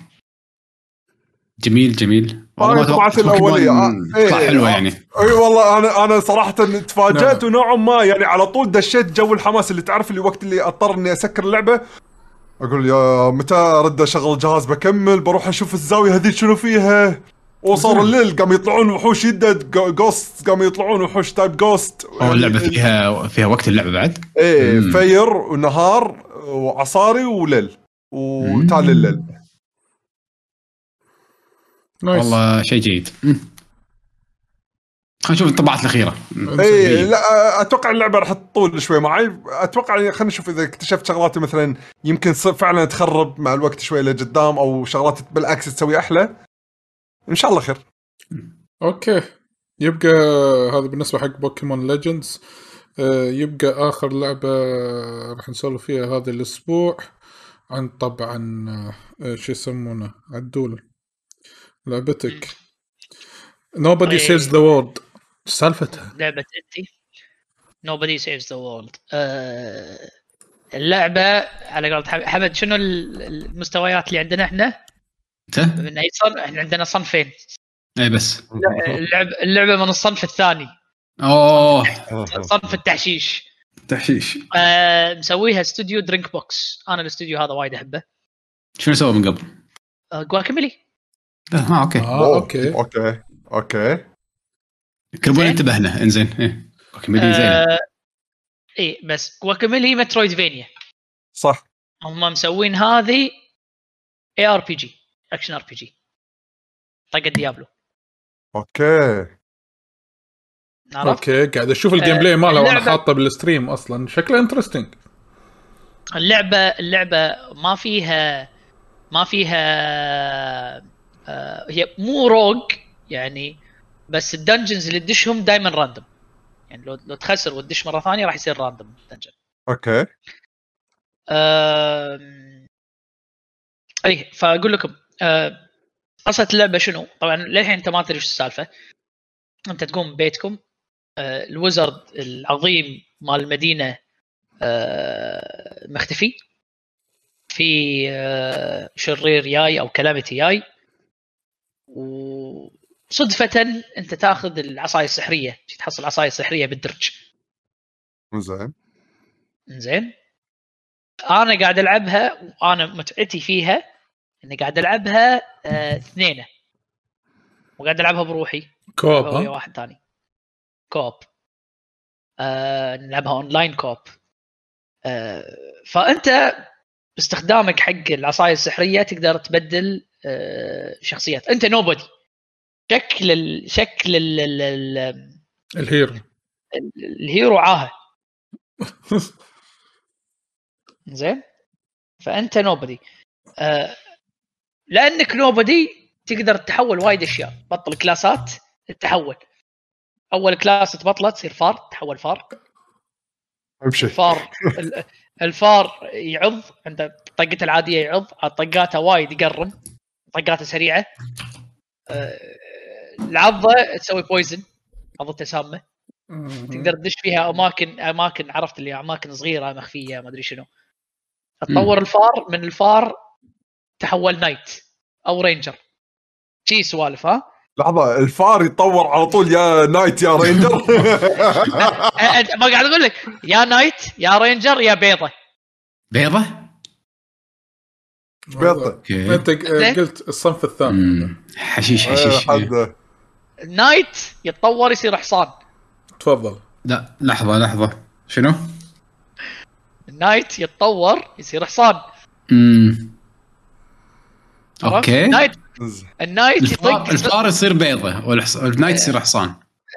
جميل والله. طبعت الاوليه حلوه يعني. اي والله انا صراحه تفاجأت ونوعا ما يعني على طول دشيت جو الحماس اللي تعرف اللي وقت اللي اضطر اني اسكر اللعبه اقول يا متى ارد اشغل الجهاز بكمل بروح اشوف الزاويه هذيك شنو فيها. وصار الليل قام يطلعون وحوش يدد جوست قام يطلعون وحوش تايب جوست. اللعبه فيها وقت اللعبه بعد فير ونهار وعصاري وليل وتالي الليل. والله شيء جيد. خلينا نشوف الطبعات الأخيرة. لا أتوقع اللعبة راح تطول شوي معي. أتوقع خلينا نشوف إذا اكتشفت شغلات مثلا يمكن فعلا تخرب مع الوقت شوي لقدام أو شغلات بالعكس تسوي أحلى. إن شاء الله خير. أوكي يبقى هذا بالنسبة حق بوكيمون ليجندز. يبقى آخر لعبة راح نسولف فيها هذا الأسبوع عن طبعا شو يسمونه عدول لعبتك Nobody Saves the World. سالفتها لعبة انتي Nobody Saves the World. اللعبة على قولة حمد شنو المستويات اللي عندنا احنا؟ من اي صنف؟ احنا عندنا صنفين. اي بس اللعبة من الصنف الثاني. صنف التحشيش. مسويها استوديو درينك بوكس. انا الاستوديو هذا وايد احبه. شنو سوى من قبل؟ جواكاميلي. اوكي كربون انتبهنا. انزين جواكاميلي زين. بس جواكاميلي مترويدفينيا صح. هم مسوين هذه ARPG اكشن RPG طق الديابلو. اوكي قاعد اشوف الجيم بلاي ماله وانا حاطه بالستريم اصلا شكله انترستينج. اللعبه ما فيها هي مو روج يعني، بس الدنجنز اللي تدشهم دائما راندوم يعني. لو تخسر وتدش مره ثانيه راح يصير راندوم دنجن. اوكي. اي فاقول لكم قصة اللعبه شنو. طبعا للحين انت ما تدري ايش السالفه. انت تقوم ببيتكم، الوزرد العظيم مال المدينه مختفي، في شرير جاي او كلامتي جاي، وصدفة انت تاخذ العصاية السحرية، تحصل عصاية سحرية بالدرج. زين انا قاعد العبها وانا متعتي فيها اني قاعد العبها 2 وقاعد العبها بروحي كوب ويا واحد ثاني كوب. نلعبها اونلاين كوب. فانت باستخدامك حق العصاية السحرية تقدر تبدل شخصيات. انت نوبودي، شكل الهيرو عاهه. زين فانت نوبودي، لانك نوبودي تقدر تحول وايد اشياء. بطل كلاسات تتحول. اول كلاس تبطله تصير فار، تحول فار. الفار يعض، عنده طقته العاديه يعض، طقاته وايد يقرم، طقاته سريعه. العضه تسوي بويزن، عضته سامه. تقدر تدش فيها اماكن عرفت اللي اماكن صغيره مخفيه ما ادري شنو. تطور الفار، من الفار تحول نايت او رينجر. شي سوالف. ها لحظه، الفار يتطور على طول يا نايت يا رينجر؟ ما قاعد اقول لك يا نايت يا رينجر يا بيضه. انت قلت الصنف الثاني. حشيش نايت يتطور يصير حصان. تفضل. لا لحظه شنو؟ النايت يتطور يصير حصان. اوكي. النايت يطق، الفار يصير بيضه والنايت يصير حصان.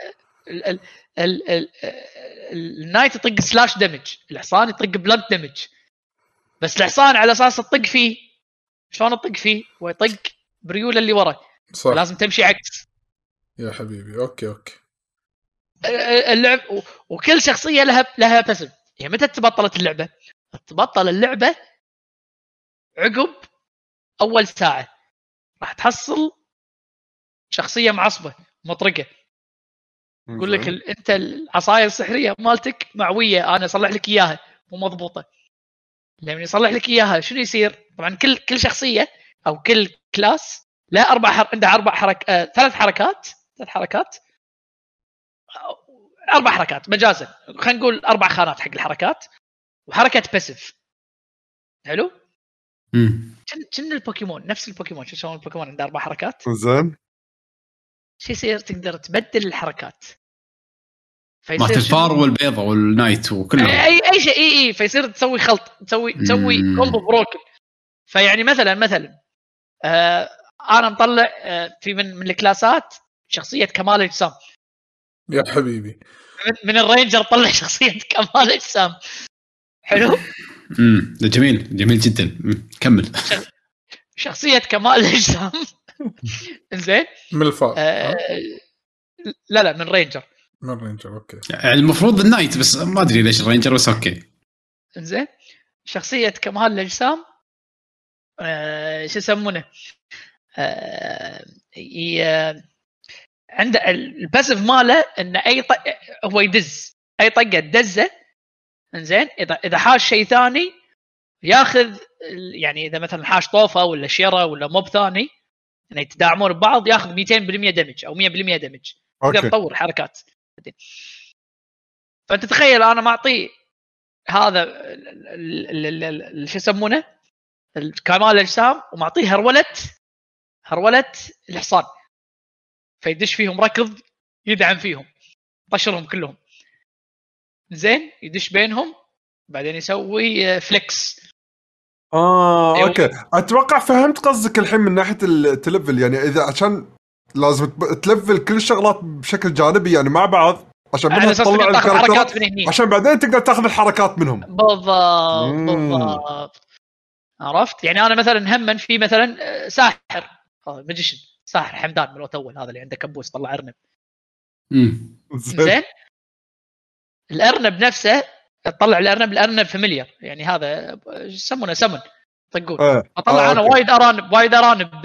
النايت يطق سلاش دمج، الحصان يطق بلانت دمج. بس الحصان على اساس تطق فيه، شلون تطق فيه ويطق بريوله اللي ورا، لازم تمشي عكس يا حبيبي. اوكي اللعب. وكل شخصيه لها باسف. يعني متى تبطلت اللعبه؟ تبطل اللعبه عقب اول ساعه راح تحصل شخصيه معصبه مطرقه، يقول لك انت العصايه السحريه مالتك معويه، انا اصلح لك اياها مو مضبوطه. لما يصلح لك اياها شنو يصير؟ طبعا كل شخصيه او كل كلاس له عنده 3 حركات 4 حركات مجازا، خلينا نقول 4 خانات حق الحركات، وحركه باسيف. حلو. كن البوكيمون نفس البوكيمون. شو يسوون البوكيمون؟ عنده 4 حركات. زين شو يصير؟ تقدر تبدل الحركات. مات الفار والبيضه والنايت وكلهم اي شيء. اي فيصير تسوي خلط، تسوي كومبو بروكل. فيعني مثلا انا مطلع في من الكلاسات شخصيه كمال الاجسام. يا حبيبي من الرينجر طلع شخصيه كمال الاجسام. حلو. ده جميل جدا. كمل. شخصيه كمال الاجسام. زين من الفار. لا من رينجر. اوكي. يعني المفروض النايت، بس ما ادري ليش الرينجر، بس اوكي. زين شخصيه كمال الاجسام شو يسمونه؟ عنده الباسف ماله ان هو يدز اي طقه دزه. انزين اذا حاش شيء ثاني ياخذ، يعني اذا مثلا حاش طوفه ولا شيره ولا موب ثاني يعني يتداعمون ببعض ياخذ 200% دمج او 100% دمج. تقدر تطور حركات. فانت تخيل انا معطيه هذا شو يسمونه كمال الاجسام، ومعطيه هرولة الحصان، فيدش فيهم ركض يدعم فيهم طشرهم كلهم. زين يدش بينهم بعدين يسوي فليكس. اوكي اتوقع فهمت قصدك الحين من ناحيه التلفل. يعني اذا عشان لازم تلفل كل الشغلات بشكل جانبي يعني مع بعض، عشان على منها أساس تطلع إنك تاخذ حركات الكاركترات من هني. عشان بعدين تقدر تاخذ الحركات منهم. بالضبط. عرفت يعني انا مثلا همن في مثلا ساحر ماجيشن، ساحر حمدان من الاول، هذا اللي عنده كبوس طلع ارنب. زين الارنب نفسه تطلع الارنب فاميليار، يعني هذا يسمونه سمن طقون. اطلع انا وايد ارانب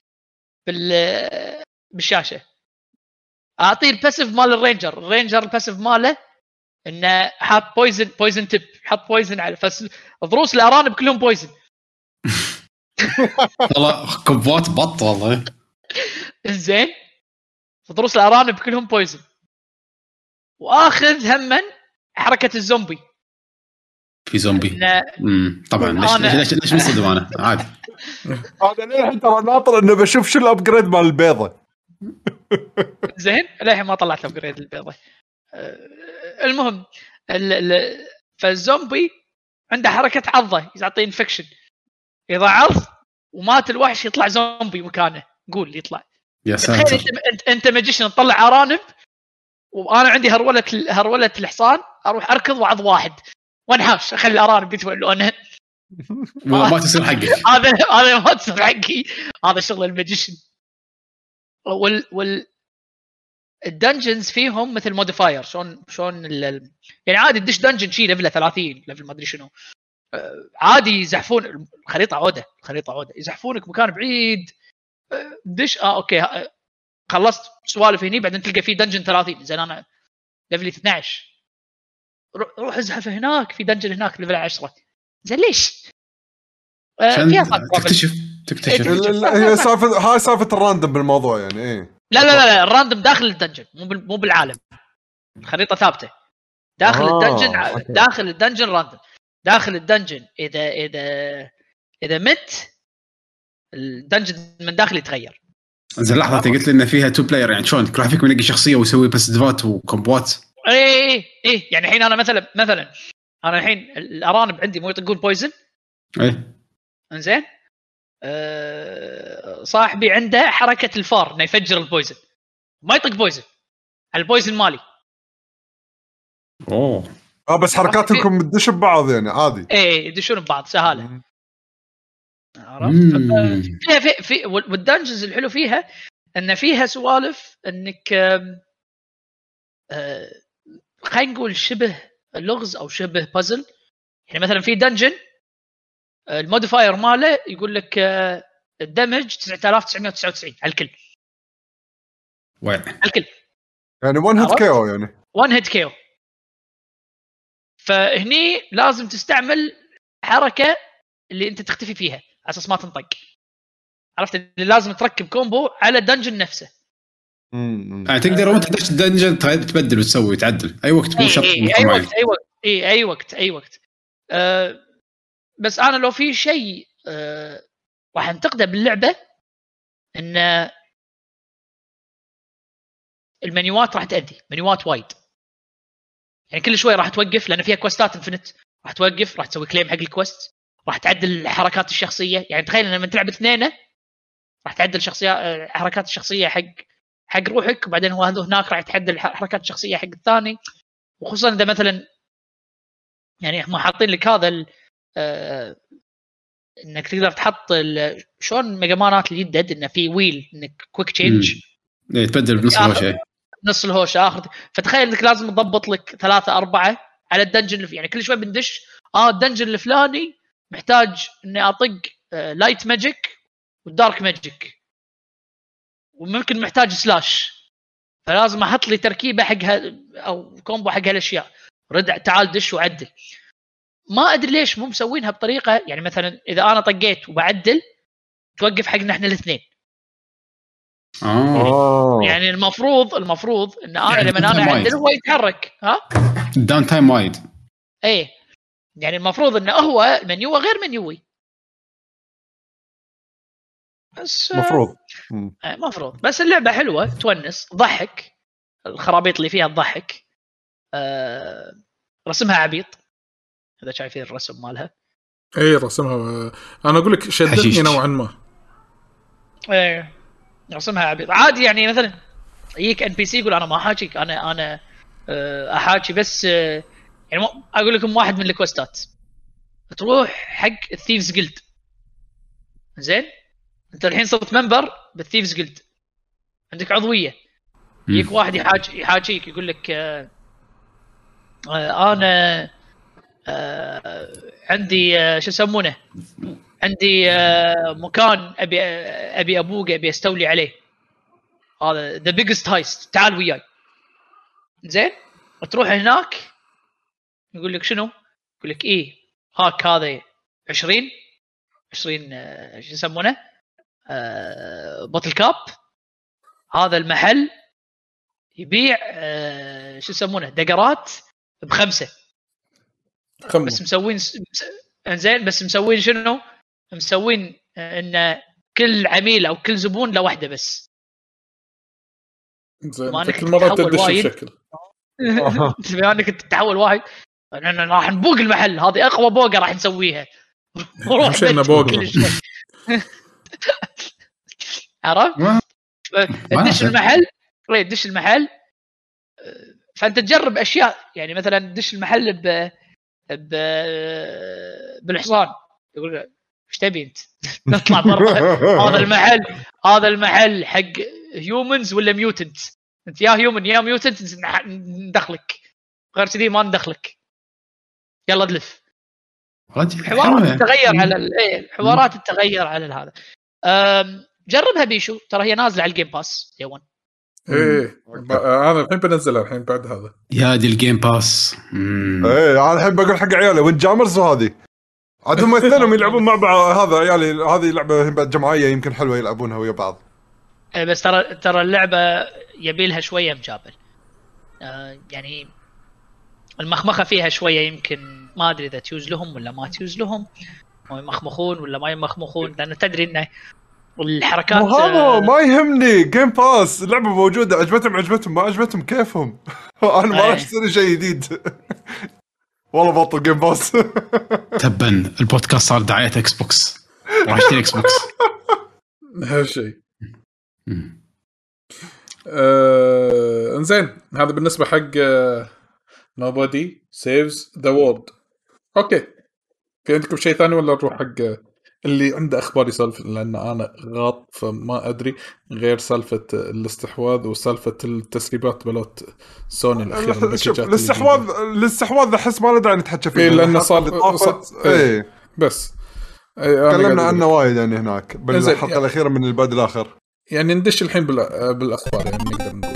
بالشاشه. اعطيه الباسيف مال الرينجر الباسيف ماله انه حاط بويزن تيب، حط بويزن على ضروس الارانب كلهم بويزن. والله كبوات بط والله. زين ضروس الارانب كلهم بويزن. واخذ همن حركه الزومبي. في زومبي طبعا ليش مصدم انا عادي. هذا للحين ترى ناطر انه بشوف شو الابجريد مال البيضه. زين للحين ما طلعت ابجريد البيضه. المهم فالزومبي عنده حركه عضه يعطي انفكشن، اذا عض ومات الوحش يطلع زومبي مكانه، قول يطلع. يا ساتر انت ماجيشن تطلع ارانب وانا عندي هروله الحصان، اروح اركض وعض واحد وانحاش اخلي الارانب يتولون. ما تصير حقك. هذا ما تصير حقي، هذا شغل الماجيشن. الدنجنز فيهم مثل موديفاير، شلون يعني عادي تدش دنجن شي ليفل 30 ليفل ما ادري شنو، عادي يزحفون الخريطه عوده يزحفونك مكان بعيد. دش اوكي خلصت سوالف هني، بعدين تلقى في دنجن 30. زين انا ليفل 12، روح ازحف هناك في دنجن هناك ليفل 10. زين ليش؟ فيها تكتشف هي هاي سالفه الراندوم بالموضوع يعني. ايه لا الراندوم داخل الدنجن مو بالعالم، الخريطه ثابته داخل الدنجن. داخل الدنجن راندوم، داخل الدنجن اذا مت الدنجن من داخل يتغير. زين لحظه انت قلت لي ان فيها 2 بلاير، يعني شلون كل واحد فيكم يلاقي شخصيه ويسوي بس دفات وكومبوات؟ ايه يعني الحين انا مثلا انا الحين الارانب عندي مو يطقون بويزن. ايه انزين صاحبي عنده حركه الفار انه يفجر البويزن، ما يطق بويزن على البويزن مالي. بس حركاتكم تدش ببعض يعني عادي. ايه يدشون ببعض سهاله. عرفت؟ في والدنجنز الحلو فيها ان فيها سوالف انك خلينا نقول شبه لغز او شبه بازل. يعني مثلا في دنجن الموديفاير ماله يقول لك الدمج 9999 على الكل. وين على الكل يعني 1 هيت كيو، يعني 1 هيت كيو. فهني لازم تستعمل حركه اللي انت تختفي فيها على اساس ما تنطق. عرفت اللي لازم تركب كومبو على الدنجن نفسه. يعني تقدر وانت تدش الدنجن تبدل وتسوي تعدل اي وقت، مو شرط اي وقت. بس انا لو في شيء راح انتقده باللعبه ان المنيوات راح تأذي، منيوات وايد. يعني كل شوي راح توقف لان فيها كوستات انفنت، راح توقف راح تسوي كليم حق الكوست، راح تعدل حركات الشخصيه. يعني تخيل لما تلعب اثنين راح تعدل حركات الشخصيه حق روحك، وبعدين هو هناك راح تعدل حركات الشخصيه حق الثاني. وخصوصا اذا مثلا يعني هم حاطين لك هذا انك تقدر تحط شلون ميجامانات الجدد انه في ويل انك كويك تشينج تبدل بنص الهوشه، نص الهوشه اخر. فتخيل انك لازم تضبط لك 3-4 على الدنجن يعني كل شوي بندش الدنجن الفلاني محتاج اني اطق لايت ماجيك والدارك ماجيك، وممكن محتاج سلاش، فلازم احط لي تركيبه حقها او كومبو حق هالاشياء. رد تعال دش وعدل. ما ادري ليش مو مسوينها بطريقه يعني مثلا اذا انا طقيت وبعدل توقف حقنا احنا الاثنين. يعني المفروض ان يعني لما انا اعدل هو يتحرك. داون تايم وايد. ايه يعني المفروض انه هو منيو غير منيوي، بس مفروض. بس اللعبه حلوه تونس ضحك، الخرابيط اللي فيها تضحك. رسمها عبيط اذا شايفين الرسم مالها. اي رسمها انا اقول لك شدتني نوعا ما. ايه رسمها عبيط عادي. يعني مثلا يجيك ان بي سي يقول انا ما حاجيك، انا احاكي بس يعني اقول لكم واحد من الكوستات تروح حق الثيفز جلد. زين انت الحين صرت ممبر بالثيفز جلد، عندك عضويه، يجيك واحد يحاكيك يقول لك انا عندي شو يسمونه، عندي مكان ابي ابوق ابي استولي عليه، هذا ذا بيجست هايست، تعال وياي. زين تروح هناك يقول لك شنو، يقول لك ايه هاك هذا 20 شو يسمونه بوتل كاب، هذا المحل يبيع شو يسمونه دقرات ب5 بس مسوين انزين، بس مسوين شنو، مسوين ان كل عميل او كل زبون له واحده بس. زين كل مره تدش بشكل تبي انك تتحول واحد، انا راح نبوق المحل، هذه اقوى بوقه راح نسويها. روح كل شيء عرفت؟ تدش المحل فانت تجرب اشياء، يعني مثلا تدش المحل بالحصان، يقول ايش تبي انت؟ نطلع برا. هذا المحل حق هيومنز ولا ميوتنت؟ انت يا هيومن يا ميوتنت ندخلك، غير كذي ما ندخلك. يلا دلف. الحوارات تتغير على هذا. جربها بيشو، ترى هي نازله على الجيم باس يا ون. ايه انا الحين بنزلها الحين بعد هذا يا دي الجيم باس. ايه انا الحين بقول حق عيالي وين جامرز، وهذه عادهم اثنينهم يلعبون مع بعض. هذا عيالي هذه لعبه جماعيه يمكن حلوه يلعبونها ويا بعض. بس ترى اللعبه يبي لها شويه مجابل، يعني المخمخه فيها شويه، يمكن ما ادري اذا تيوز لهم ولا ما تيوز لهم، او يمخمخون ولا ما يمخمخون، لان تدري انه والحركات هذا ما يهمني. جيم باس اللعبه موجوده، عجبتهم ما عجبتهم كيفهم. انا ما راح اشتري شيء جديد. والله بطل جيم باس. تبا البودكاست صار دعايه اكس بوكس، راح اشتري اكس بوكس هالشيء. انزين هذا بالنسبه حق nobody saves the world. اوكي في عندكم شيء ثاني ولا نروح حق اللي عنده اخبار يسولف؟ لان انا غاط فما ادري غير سالفه الاستحواذ وسالفه التسريبات بلوت سوني الاخيره. الاستحواذ احس ما له داعي نتحكى فيه، لانه صار ايه بس تكلمنا عنه وايد يعني هناك بالحلقه يعني الاخيره من البعد الاخر. يعني ندش الحين بالاخبار يعني نقدر نقول.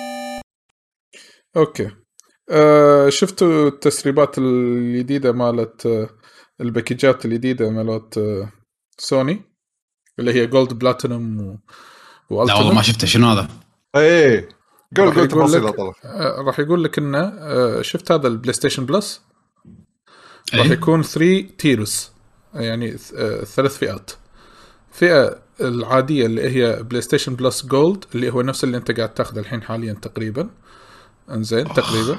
اوكي شفتوا التسريبات الجديده مالت الباكيجات الجديده مالت سوني اللي هي جولد بلاتينوم لا والله ما شفته. شنو هذا؟ ايه قول تفاصيل طبعا. راح يقول لك انه شفت هذا البلاي ستيشن بلس راح يكون 3 تيرز، يعني 3 فئات. فئه العاديه اللي هي بلاي ستيشن بلس جولد اللي هو نفس اللي انت قاعد تاخذه الحين حاليا تقريبا. انزين تقريبا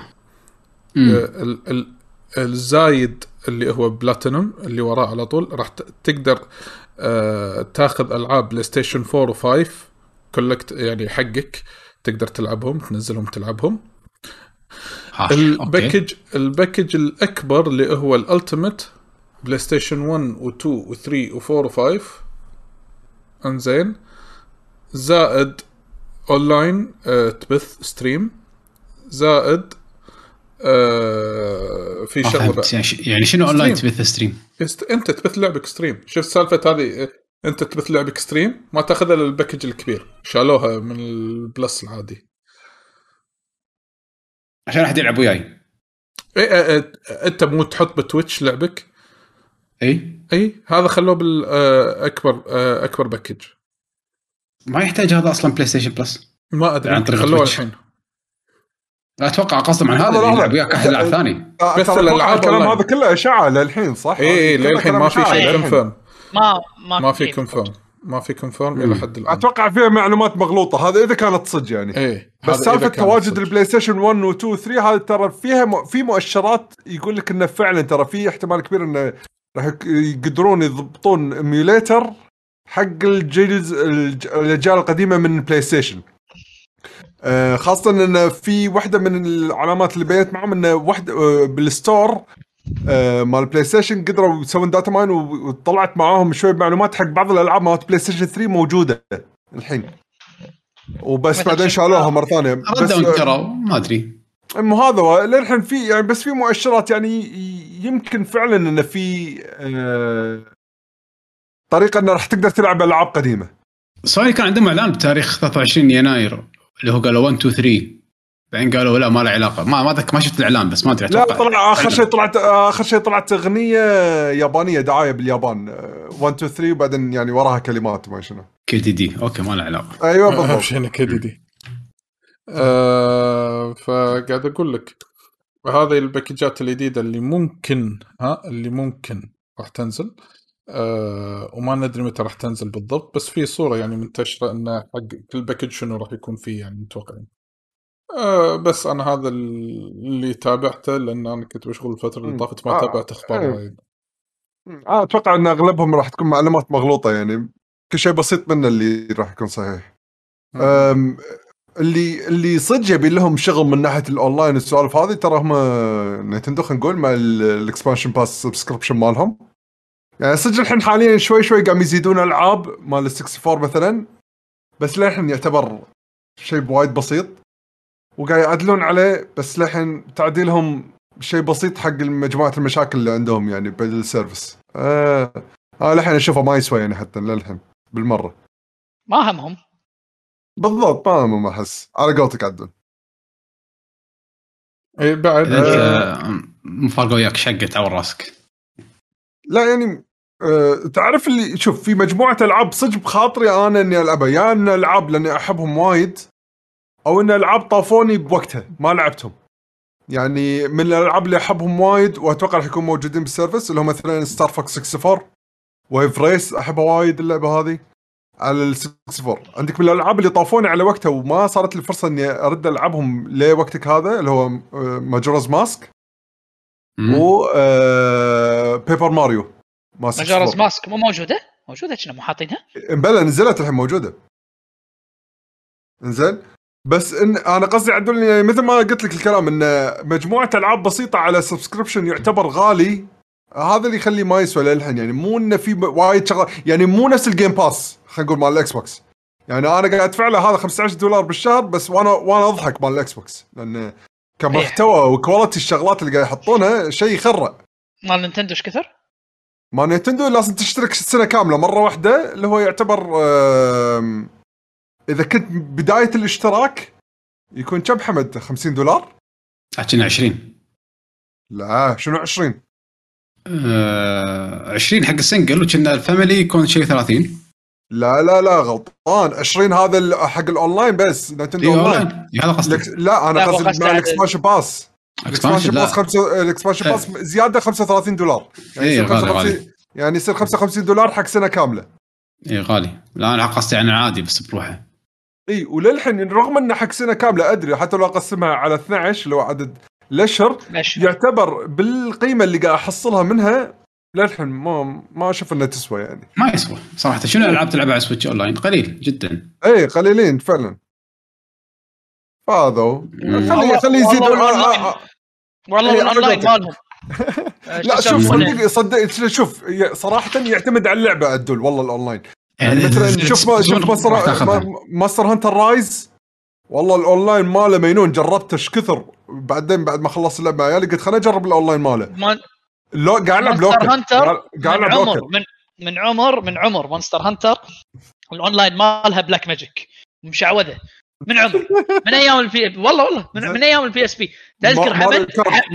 الزايد اللي هو بلاتينوم اللي وراه على طول راح تقدر تاخذ العاب بلاي ستيشن 4 و5 كولكت، يعني حقك تقدر تلعبهم تنزلهم تلعبهم. الباكج الاكبر اللي هو الالتيميت بلاي ستيشن 1 و2 و3 و4 و5. انزين زائد اونلاين تبث ستريم، زائد في شغله يعني شنو اونلاين تبث ستريم؟ انت تبث لعبك ستريم. شفت سالفه هذه؟ انت تبث لعبك ستريم ما تاخذها للباكج الكبير، شالوها من البلس العادي عشان احد يلعب وياي. انت مو تحط بتويتش لعبك. اي هذا خلوه بالاكبر باكج. ما يحتاج هذا اصلا بلاي ستيشن بلس. ما ادري خلوه الحين. لا اتوقع قصدهم عن هذا اللي يلعب وياك احد لاعب ثاني. بس الالعاب الكلام هذا كله اشاعه للحين صح؟ اي للحين ما في شيء كونفيرم. ما في كونفيرم الى حد الان. اتوقع فيها معلومات مغلوطه هذا اذا كانت صدق يعني. بس سالفه تواجد البلاي ستيشن 1 و 2 و 3 هذا ترى فيها في مؤشرات يقول لك انه فعلا ترى في احتمال كبير انه راح يقدرون يضبطون ايميوليتر حق الاجيال القديمه من بلاي ستيشن. خاصة ان في واحدة من العلامات اللي بينت معهم ان واحدة بالستور مال بلاي ستيشن قدروا يسوون داتا ماين وطلعت معاهم شوية معلومات حق بعض الالعاب مالت بلاي ستيشن 3 موجودة الحين وبس بعدين شالوها مرة ثانية بس ترى ما ادري هذا للحين في يعني بس في مؤشرات يعني يمكن فعلا ان في طريقة انه راح تقدر تلعب العاب قديمة. سوني كان عندهم اعلان بتاريخ 23 يناير اللي هو قالوا 1 2 3 بعدين قالوا لا ما له علاقه ما شفت الاعلان بس ما ادري لا طلع اخر شيء طلعت اغنيه يابانيه دعايه باليابان 1 2 3 وبعدين يعني وراها كلمات ما شنو كي دي اوكي ما له علاقه. ايوه بالضبط شنو كي دي فقاعد اقول لك هذه الباكجات الجديده اللي ممكن راح تنزل وما ندري متى راح تنزل بالضبط بس في صوره يعني منتشره انه حق كل باكج شنو راح يكون فيه يعني متوقعين. بس أنا هذا اللي تابعته لأن أنا كنت مشغول الفترة اللي طافت ما تابعت أخبار وايد. أتوقع أن أغلبهم راح تكون معلومات مغلوطة يعني كل شيء بسيط منه اللي راح يكون صحيح. اللي صدق يبي لهم شغل من ناحية الأونلاين والسوالف هذه ترى هم نينتندو خلينا نقول مع الإكسبانشن باس سبسكريبشن مالهم يعني صدق الحين حاليا شوي قام يزيدون ألعاب مال 64 مثلا بس للحين يعتبر شيء وايد بسيط وقاعد يعدلون عليه بس لحين تعديلهم شيء بسيط حق مجموعة المشاكل اللي عندهم يعني بالسيرفس لحين أشوفه ما يسوى يعني حتى للحين بالمرة ما همهم بالضبط ما أحس على قولتك عدل إيه بعد مفارقة وياك شقت على راسك لا يعني تعرف اللي شوف في مجموعة ألعاب صدق بخاطري أنا إني ألعبها يا إن ألعاب لأني أحبهم وايد أو إن ألعاب طافوني بوقتها ما لعبتهم يعني من الألعاب اللي أحبهم وايد وأتوقع راح يكون موجودين بالسيرفس اللي هم مثلا ستار فوكس 64 وايف ريس أحبها وايد اللعبة هذه على ال 64 عندك من الألعاب اللي طافوني على وقتها وما صارت لي فرصة إني أرد ألعبهم لوقتك هذا اللي هو ماجورز ماسك و بيبر ماريو ماجورز ماسك مو موجودة شنو مو حاطينها بلا نزلت الحين موجودة انزين بس إن أنا قصدي عدلني يعني مثل ما قلت لك الكلام إن مجموعة ألعاب بسيطة على سبسكريبشن يعتبر غالي هذا اللي يخلي ما يسوى للحين يعني مو إنه في وايد شغل يعني مو نفس الجيم باس خلينا نقول مال الإكس بوكس يعني أنا قاعد أدفع له هذا $15 بالشهر بس وأنا أضحك مال الإكس بوكس لأن كمحتوى وكواليتي الشغلات اللي قاعد يحطونها شيء يخرع. مال نينتندو إيش كثر؟ مال نينتندو لازم تشترك السنة كاملة مرة واحدة اللي هو يعتبر إذا كنت بداية الاشتراك يكون كم حمد $50 أحكينا 20 لا شنو 20 20 حق السنجل وكنا الفاميلي يكون شيء 30 لا غلطان 20 هذا حق الأونلاين بس نينتندو أونلاين هذا قصدي لا أنا قصدي مع الإكسبانشن باس الإكسبانشن باس زيادة $35 يعني يصير غالي. يعني يصير $55 حق سنة كاملة غالي لا أنا قصدي عن عادي بس بروحه وللحين رغم أنه حق سنة كاملة أدري حتى لو أقسمها على 12 لو عدد الأشهر يعتبر بالقيمة اللي قاعد أحصلها منها للحين ما أشوف أنها تسوى يعني ما يسوى صراحة. شنو ألعاب تلعبها على سويتش أونلاين قليل جدا قليلين فعلا هذا خلي يزيد والله الأونلاين مالهم لا شوف صدق شوف صراحة يعتمد على اللعبة عدل والله الأونلاين يعني مثلا شوف ماستر هانتر رايز والله الأونلاين ماله مينون جربته كثر بعدين بعد ما خلص اللعبة يا قلت خليني أجرب الأونلاين ماله لو قاعد ألعب لوكل من عمر مونستر هانتر الأونلاين مالها بلاك ماجيك مشعوذة من عمر من أيام البي والله من أيام البي اس بي تذكر حمد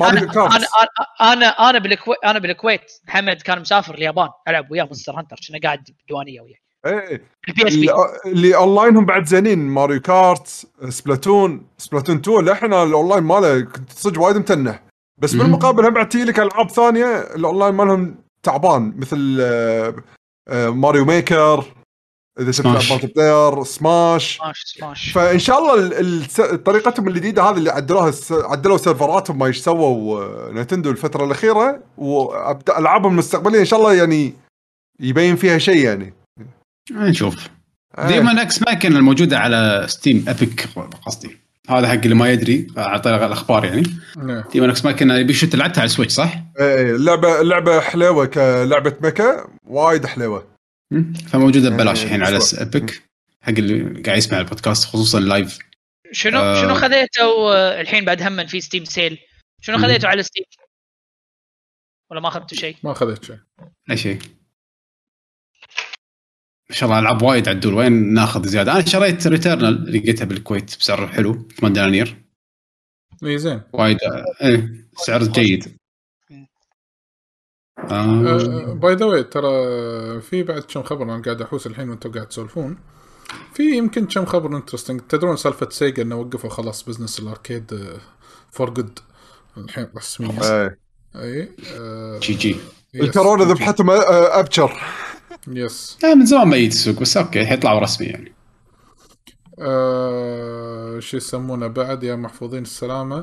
أنا بالكويت حمد كان مسافر اليابان ألعب وياه مونستر هانتر كنا قاعد بديوانية وياه البي اس بي اللي اونلاينهم بعد زينين ماريو كارت سبلاتون 2 لحنا الاونلاين ماله كنت صدق وايد متنح بس بالمقابل هم بعد تجيلك العاب ثانيه الاونلاين مالهم تعبان مثل ماريو ميكر اذا تلعب مالتي بلاير سماش فان شاء الله طريقتهم الجديده هذه اللي عدلوا سيرفراتهم ما ايش سووا نينتندو الفتره الاخيره والعابهم المستقبليه ان شاء الله يعني يبين فيها شيء يعني نشوف ديمون اكس ماكن الموجوده على ستيم ابيك قصدي، هذا حق اللي ما يدري اعطي الاخبار يعني. ديمون اكس ماكن يبي شو لعبتها على السويتش صح؟ ايه اللعبه حلوه كلعبه مكا وايد حلوه. فموجوده ببلاش الحين على ابيك حق اللي قاعد يسمع البودكاست خصوصا اللايف. شنو خذيته الحين بعد هم في ستيم سيل؟ شنو خذيته على ستيم ولا ما اخذتوا شيء؟ ما اخذت شيء اي شيء. ما شاء الله العاب وايد عدول، وين ناخذ زياده؟ انا شريت ريتيرنال لقيتها بالكويت بسعر حلو 8 دنانير. اي زين وايد سعر جيد. باي ذا واي ترى في بعد كم خبر انا قاعد احوس الحين وانتم قاعد تسولفون، في يمكن كم خبر انترستنج. تدرون سالفه سيجا انه وقفوا خلاص بزنس الاركيد فور جود الحين رسميا. اي جي الكورونا ذبحتهم ابشر. يس من زمان ما يتسوق بس اوكي حيطلعوا رسمي يعني. شو يسمونه بعد يا محفوظين السلامه.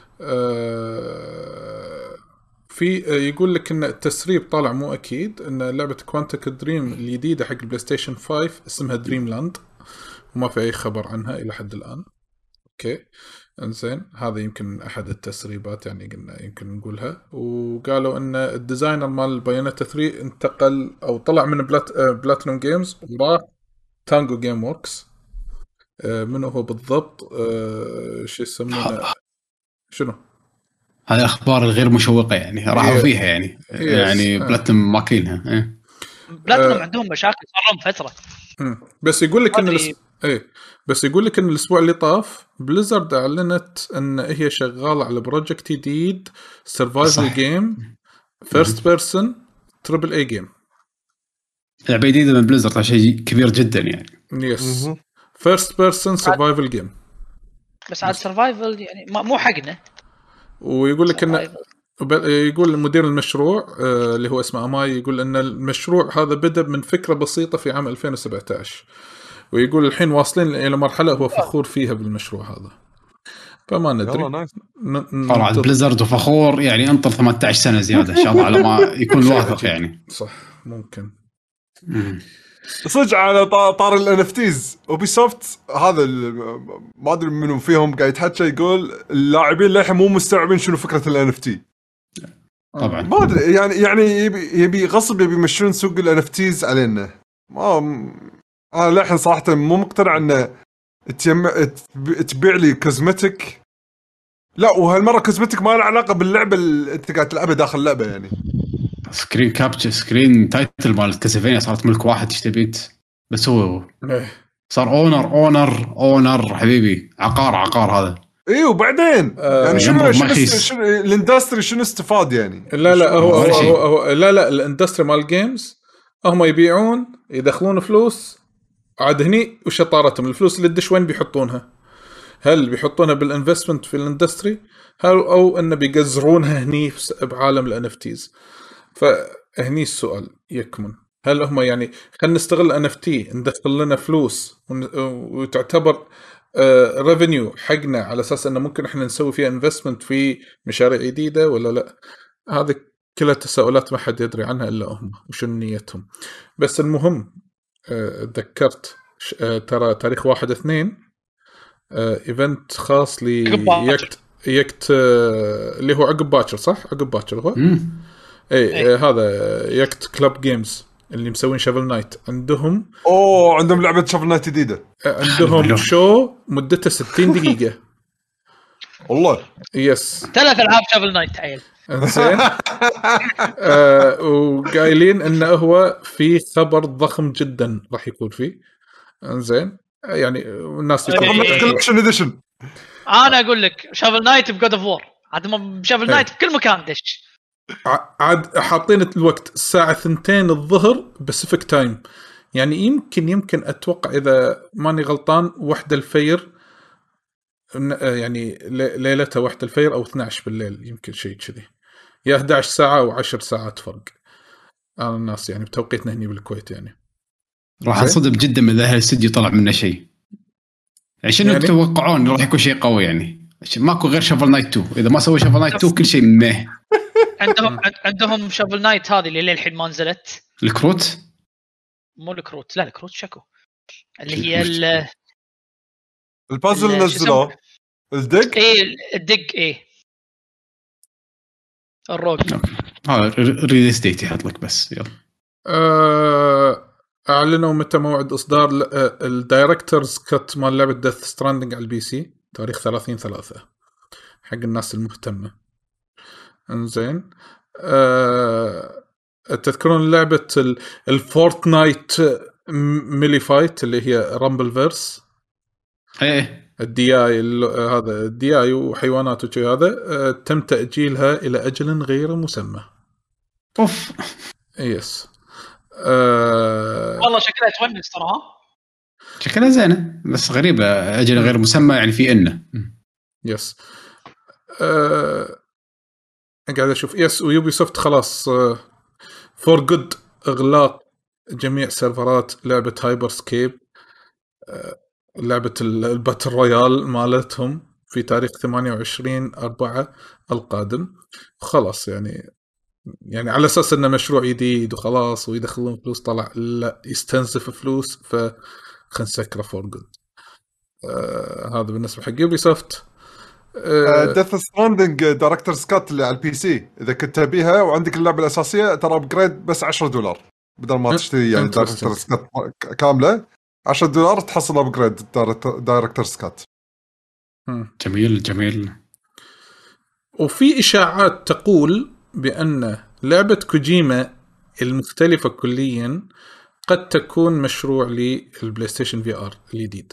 في يقول لك ان التسريب طالع مو اكيد ان لعبه كوانتك دريم الجديده حق البلاي ستيشن 5 اسمها دريم لاند وما في اي خبر عنها الى حد الان. اوكي انزين هذا يمكن احد التسريبات يعني قلنا يمكن نقولها. وقالوا ان الديزاينر مال بايونيتا 3 انتقل او طلع من بلاتينوم جيمز وراح تانجو جيم ووركس. منو هو بالضبط؟ شو يسمونه شنو هذه الاخبار الغير مشوقه يعني راحوا فيها يعني يعني بلاتينوم ماكلينها. بلاتينوم عندهم مشاكل صار لهم فتره. بس يقول لك ان بس يقول لك ان الاسبوع اللي طاف بليزرد اعلنت ان هي شغاله على بروجكت جديد سرفايفل جيم فيرست بيرسون تريبل اي جيم. لعبه جديده من بليزرد شيء كبير جدا يعني. يس فيرست بيرسون سرفايفل جيم بس عاد سرفايفل يعني مو حقنا. ويقول لك ان يقول مدير المشروع اللي هو اسمه أماي يقول ان المشروع هذا بدأ من فكره بسيطه في عام 2017 ويقول الحين واصلين الى مرحله هو فخور فيها بالمشروع هذا. فما ندري طلع بليزرد وفخور يعني انطر 18 سنه زياده ان شاء الله على ما يكون واثق يعني. صح ممكن. صدق على طار الانفتيز اوبي سوفت هذا ما ادري منهم فيهم قاعد يتحكى يقول اللاعبين للحين مو مستوعبين شنو فكره الانفتي. طبعا ما ادري يعني يبي غصب يبي يمشون سوق الانفتيز علينا. ما انا للحين صراحه مو مقتنع انه تبيع لي كوزمتيك. لا وهالمره كوزمتيك ما له علاقه باللعبه اللي انت قاعد تلعبها داخل اللعبه يعني. سكرين كابتشر سكرين تايتل مال كاسلفينيا صارت ملك واحد ايش تبيت بس هو صار اونر حبيبي عقار هذا. ايه وبعدين يعني شنو الاندستري شنو استفاد يعني؟ لا هو لا الاندستري مال الجيمز هم يبيعون يدخلون فلوس عاد هني وشطارتهم الفلوس اللي تدش وين بيحطونها؟ هل بيحطونها بالانفستمنت في الاندستري او انه بيقزرونها هني بعالم الانفتيز؟ فهني السؤال يكمن هل هم يعني خلينا نستغل NFT ندخل لنا فلوس وتعتبر ريفينيو حقنا على اساس انه ممكن احنا نسوي فيها انفستمنت في مشاريع جديده ولا لا؟ هذه كلها تساؤلات ما حد يدري عنها الا هم وشو نيتهم. بس المهم تذكرت ترى تاريخ 1/2 ايفنت خاص يكت اللي هو عقب باكر صح؟ عقب باكر هو اي هذا يكت كلاب جيمز اللي مسوين شافل نايت عندهم عندهم لعبه شافل نايت جديده عندهم شو مدته 60 دقيقه والله يس 3 ألعاب شافل نايت عيل انزين وقايلين انه هو في خبر ضخم جدا راح يكون فيه انزين يعني الناس كولكشن اديشن. انا اقول لك شافل نايت بجود اوف وور عاد ما شافل نايت بكل مكان دش عاد حاطين الوقت الساعه 2 الظهر باسيفيك تايم يعني يمكن اتوقع اذا ماني غلطان 1 الفجر يعني ليلتها 1 الفجر او 12 بالليل يمكن شيء كذي يا 11 ساعه او 10 ساعات فرق على الناس يعني بتوقيتنا هنا بالكويت يعني. راح انصدم جدا من ذا الاستديو طلع منه شيء عشان يعني تتوقعون راح يكون شيء قوي يعني ماكو غير شافل نايت 2 اذا ما سووا شافل نايت 2 كل شيء منه. عندهم شافل نايت هذه اللي للحين ما نزلت الكروت مو الكروت لا الكروت شكو اللي هي البازل نزلوه الدق الدق الروج. ريليس ديت يحط لك بس يلا. اعلنوا متى موعد اصدار الدايركتورز كت مال لعبه ديث ستراندنج على البي سي، تاريخ 30/3 حق الناس المهتمه. انزين تذكرون لعبه الفورتنايت ميلي فايت اللي هي رامبل فيرس؟ ايه الدياي هذا الدياي وحيوانات وشي هذا تم تأجيلها إلى أجل غير مسمى. اوف يس والله شكلها تونس ترى. شكلها زينه بس غريبه اجل غير مسمى يعني في انه يس قاعد اشوف يس ويوبي سوفت خلاص فور جود اغلاق جميع سيرفرات لعبه هايبر سكيب، لعبه الباتل رويال مالتهم في تاريخ 28/4 القادم. خلاص يعني على اساس انه مشروع جديد وخلاص ويدخلون فلوس، طلع لا يستنزف فلوس، فخلنا نسكره فور جود. هذا بالنسبه حق يوبي سوفت. ديث ستراندنج دايركتور سكات اللي على البي سي اذا كنت تبيها وعندك اللعبه الاساسيه ترى ابجريد بس $10 بدل ما تشتري يعني دايركتور سكات كامله. $10 تحصل ابجريد دايركتور سكات. جميل. وفي اشاعات تقول بان لعبه كوجيما المختلفه كليا قد تكون مشروع للبلاي ستيشن في ار الجديد.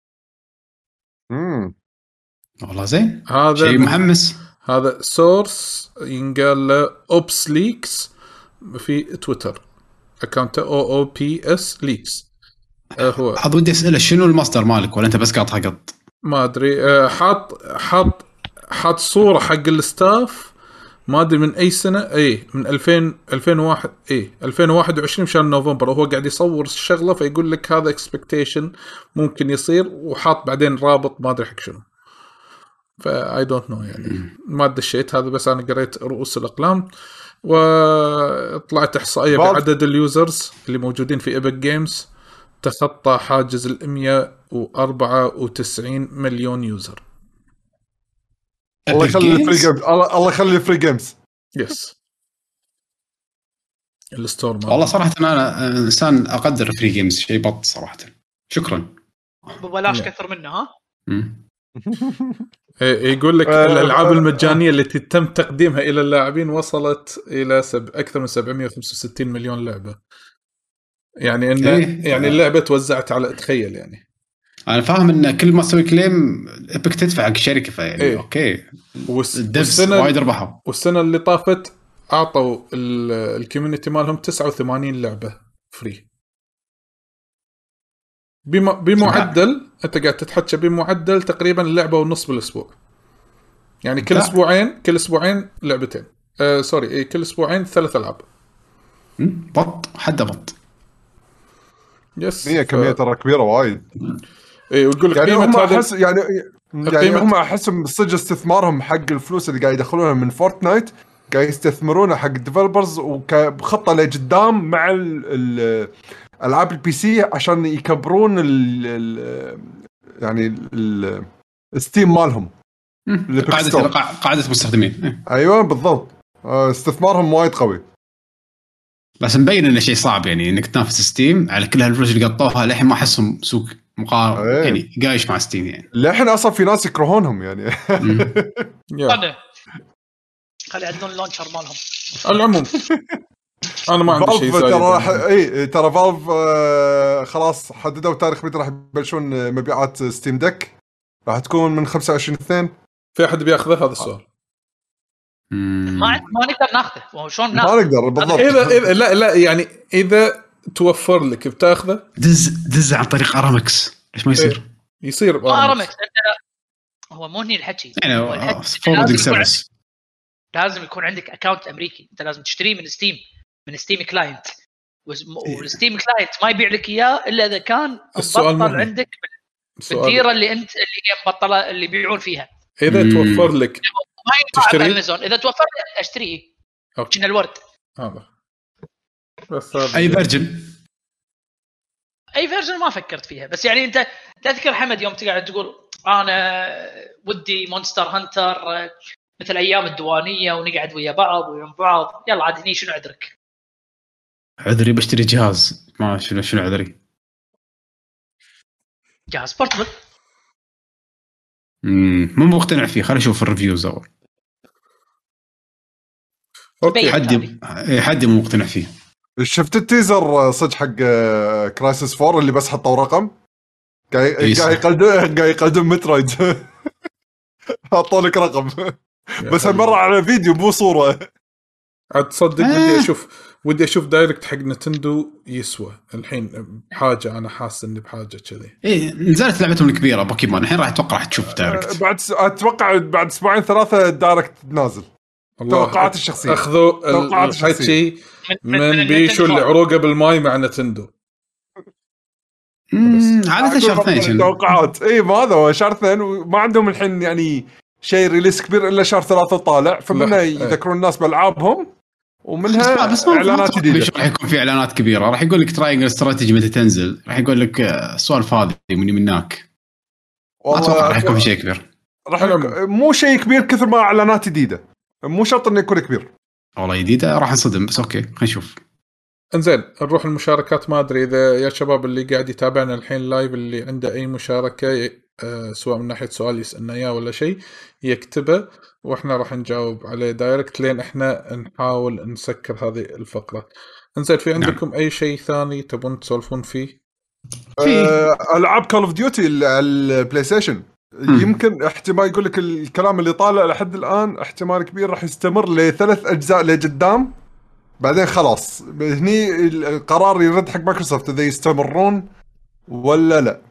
والله زين، هذا شيء محمس. هذا سورس ينقال له اوبس ليكس في تويتر، اكونت OOPS ليكس. هو حظ ودي اساله شنو المصدر مالك ولا انت بس قاطها قط؟ ما ادري. حاط صوره حق الستاف ما ادري من اي سنه، من 2001 2021 مشان نوفمبر، وهو قاعد يصور الشغله فيقول لك هذا اكسبكتيشن ممكن يصير، وحاط بعدين رابط ما ادري حق شنو. فاي دونت نو يعني ما دشيت هذا، بس انا قريت رؤوس الاقلام وطلعت احصائيه بعدد اليوزرز اللي موجودين في ايبك جيمز تخطى حاجز 194 مليون يوزر. الله يخلي الفري جيمز، الله يخلي الفري جيمز. يس الستور والله صراحه انا انسان اقدر فري جيمز، شيء بط صراحه. شكرا ببلاش كثر منه. ها يقول لك الالعاب المجانيه التي تم تقديمها الى اللاعبين وصلت الى اكثر من 765 مليون لعبه. يعني ان يعني اللعبه توزعت على، تخيل يعني. انا فاهم ان كل ما تسوي كليم ابيك تدفع حق الشركه، فيعني اوكي والسنه وايد ربحوا. والسنه اللي طافت اعطوا الكوميونتي مالهم 89 لعبه فري بمعدل. انت قاعد تتحكى بمعدل تقريبا لعبه ونص بالاسبوع، يعني كل اسبوعين لعبتين. سوري كل اسبوعين 3 ألعاب. بط حد بط. يس هي كميه ترى كبيره وايد. وتقول لك يعني قيمه هذا يعني هم احسهم صدق استثمارهم حق الفلوس اللي قاعد يدخلونها من فورتنايت قاعد يستثمرونها حق الديفلوبرز وكخطه لقدام مع العاب البي سي عشان يكبرون يعني الستيم مالهم، قاعده مستخدمين. ايوه بالضبط. استثمارهم وايد قوي، بس مبين انه شيء صعب يعني انك تنافس ستيم على كل هالفلوس اللي قطوها. للحين ما احسهم سوق مقارن يعني قايش مع ستيم. يعني للحين اصلا في ناس يكرهونهم يعني. خلي يعدلون اللونشر مالهم. العموم انا ما عندي شيء زايد. ترى فالف خلاص حددوا تاريخ متى راح يبلشون مبيعات ستيم دك، راح تكون من 25/2. في احد بياخذه هذا السؤال؟ ما نقدر ناخذه. وشون ما نقدر بالضبط. اذا لا يعني اذا توفر لك بتاخذه. دز عن طريق ارامكس. ليش ما يصير ارامكس؟ هو مو هني الحكي يعني فورورد سيرفيس. لازم يكون عندك اكاونت امريكي. انت لازم تشتريه من ستيم كلاينت، والستيم كلاينت ما يبيع لك اياه الا اذا كان مبطل عندك بالديره اللي انت اللي هي مبطله اللي يبيعون فيها. اذا توفر لك تشتري امازون، اذا توفر لك اشتريه. كنا الورد هذا بس اي فيرجن فيرجن ما فكرت فيها، بس يعني انت تذكر حمد يوم تقعد تقول انا ودي مونستر هانتر مثل ايام الديوانيه ونقعد ويا بعض ويا بعض، يلا عاد هني شنو عذرك؟ عذري بشتري جهاز، ما شنو عذري. جهاز بورتبل. مو مقتنع فيه، خلينا نشوف الريفيوز اول. اوكي حد مو مقتنع فيه. شفت التيزر صدق حق كرايسيس 4 اللي بس حطوا رقم قاعد يقدم مترويد. حطوا لك رقم بس المره على فيديو مو صوره. عاد تصدق ودي اشوف دايركت حق نتندو يسوى الحين بحاجه. انا حاسس اني بحاجه كذي. نزلت لعبتهم الكبيره بوكيمون، الحين راح اتوقع راح تشوف دايركت. اتوقع بعد اسبوعين ثلاثه دايركت نازل. توقعات الشخصيه اخذوا الحكي من بيشو اللي عروقه بالماي مع نتندو. عادة شهر 2 توقعات ما هذا هو شهر 2 وما عندهم الحين يعني شيء ريليس كبير الا شهر 3 طالع، فمنها يذكرون الناس بالعابهم ومنها بس اعلانات جديده. راح يكون في اعلانات كبيره، راح يقول لك تراينجل استراتيجي متى تنزل، راح يقول لك سوالف هذه من هناك. ما اتوقع راح يكون في شيء كبير. مو شيء كبير كثر ما اعلانات جديده، مو شرط انه يكون كبير. والله جديده راح نصدم، بس اوكي خلينا نشوف. انزين نروح المشاركات. ما ادري اذا يا شباب اللي قاعد يتابعنا الحين لايف اللي عنده اي مشاركه سواء من ناحيه سؤال يسالنا اياه ولا شيء يكتبه واحنا راح نجاوب عليه دايركت لين احنا نحاول نسكر هذه الفقره. انزين في عندكم اي شيء ثاني تبون تسولفون فيه؟ العاب كول اوف ديوتي على البلاي ستيشن يمكن احتمال يقول لك الكلام اللي طالع لحد الان احتمال كبير راح يستمر ل3 أجزاء لقدام، بعدين خلاص هني القرار يرد حق مايكروسوفت اذا يستمرون ولا لا.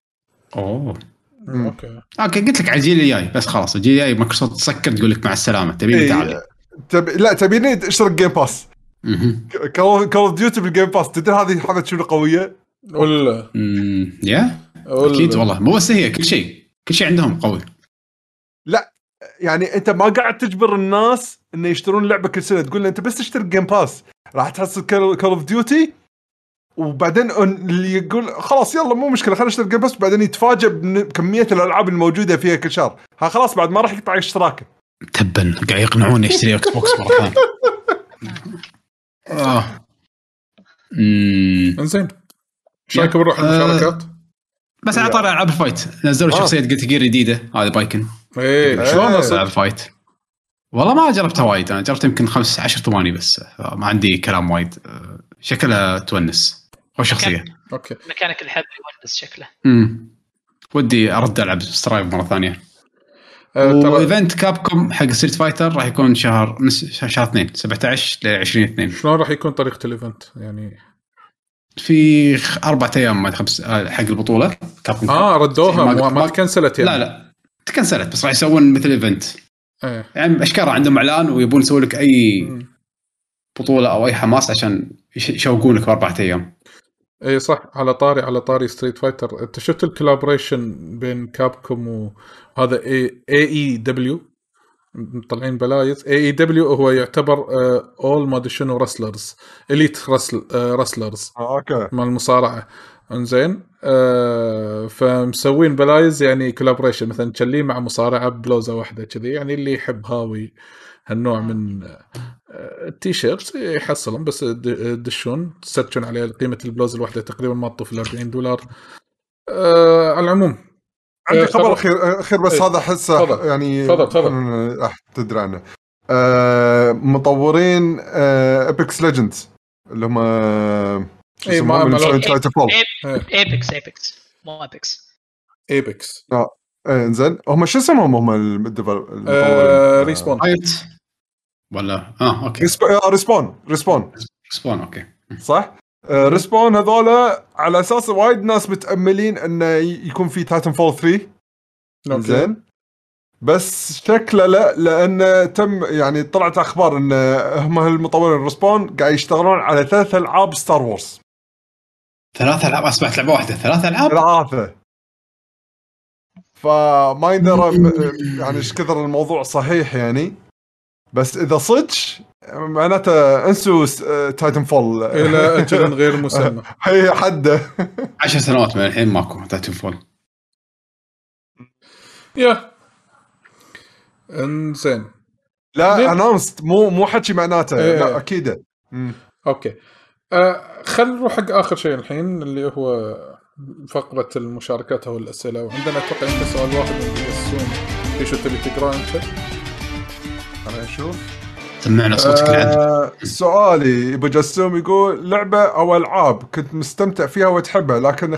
اوكي قلت لك على الجيل الجاي، بس خلاص الجيل الجاي مايكروسوفت تسكر تقول لك مع السلامه. تبيني تعال لا تبيني اشترك جيم باس. كول اوف ديوتي بالجيم باس. تدري هذه حاجه شنو قويه ولا اكيد والله. مو بس هي كل شيء عندهم قوي. لا يعني انت ما قاعد تجبر الناس انه يشترون لعبه كل سنه، تقول له انت بس تشتري جيم باس راح تحصل كول اوف ديوتي، وبعدين اللي يقول خلاص يلا مو مشكله خلينا نشتري جيم باس، بعدين يتفاجئ بكميه الالعاب الموجوده فيها كل شهر. خلاص بعد ما راح يقطع اشتراكه. تبا قاعد يقنعوني اشتري اكس بوكس مره ثانيه. انزين ايش رايكم نروح المشاركات؟ بس على طاري العاب الفايت نزلوا شخصيه قلت جير جديده هذه بايكن. شلون العاب الفايت؟ والله ما جربتها وايد، انا جربت يمكن 15 ثواني بس، ما عندي كلام وايد. شكلها تونس او شخصيه اوكي مكانك الحب يونس شكله. ودي ارد العب سترايف مره ثانيه. وايفنت كابكوم حق ستريت فايتر راح يكون شهر 2 17 ل 20/2. شلون راح يكون طريقه الايفنت يعني؟ في 4 أيام ما 5 حق البطوله كابكوم. ردوها ما تكنسلت يعني؟ لا تكنسلت، بس راح يسوون مثل ايفنت. يعني اشكال عندهم اعلان ويبون يسوون لك اي بطوله او اي حماس عشان يشوقونك ب4 أيام. اي صح. على طاري ستريت فايتر، انت شفت الكولابوريشن بين كابكوم وهذا اي دبليو طالعين بلايز. اي دبليو هو يعتبر اول ما شنو رسلرز اليت رسلرز اوكي مال المصارعه. انزين فمسوين بلايز يعني كولابوريشن مثلا تشليه مع مصارعه بلوزه واحده كذي، يعني اللي يحب هاوي هالنوع من التيشيرت يحصلهم، بس دشون تسيرشون عليه. قيمه البلوز الواحده تقريبا ما تطوف $40. على العموم عندي خبر اخير بس هذا احسه يعني تفضل تدري عنه. مطورين ابيكس ليجندز اللي هم ايبكس مو ايبكس انزين هم شو اسمهم؟ هم المطورين ريسبون ولا اوكي ريسبون اوكي صح. ريسبون هذولا على اساس وايد ناس متاملين انه يكون في تايتن فول 3. زين بس شكله لا، لان تم يعني طلعت اخبار ان هم المطورين ريسبون قاعد يشتغلون على 3 ألعاب ستار وورز. 3 ألعاب؟ اسمعت لعبه واحده 3 ألعاب؟ 3. فما يندرى يعني ايش كثر الموضوع صحيح يعني، بس اذا صدق معناته انسوا تايتن فول الى اجل غير مسمى. هي حده 10 سنوات من الحين ماكو تايتن فول. يا انزين لا اناونست مو حكي معناته لا اكيد. اوكي خلينا نروح حق اخر شيء الحين اللي هو فقره المشاركات او الاسئله. وعندنا اتوقع يمكن سؤال واحد من بجسوم. ايش تبي تقرا انت؟ انا اشوف سمعنا صوتك العذب. سؤالي بجسوم يقول لعبه او العاب كنت مستمتع فيها وتحبها لكن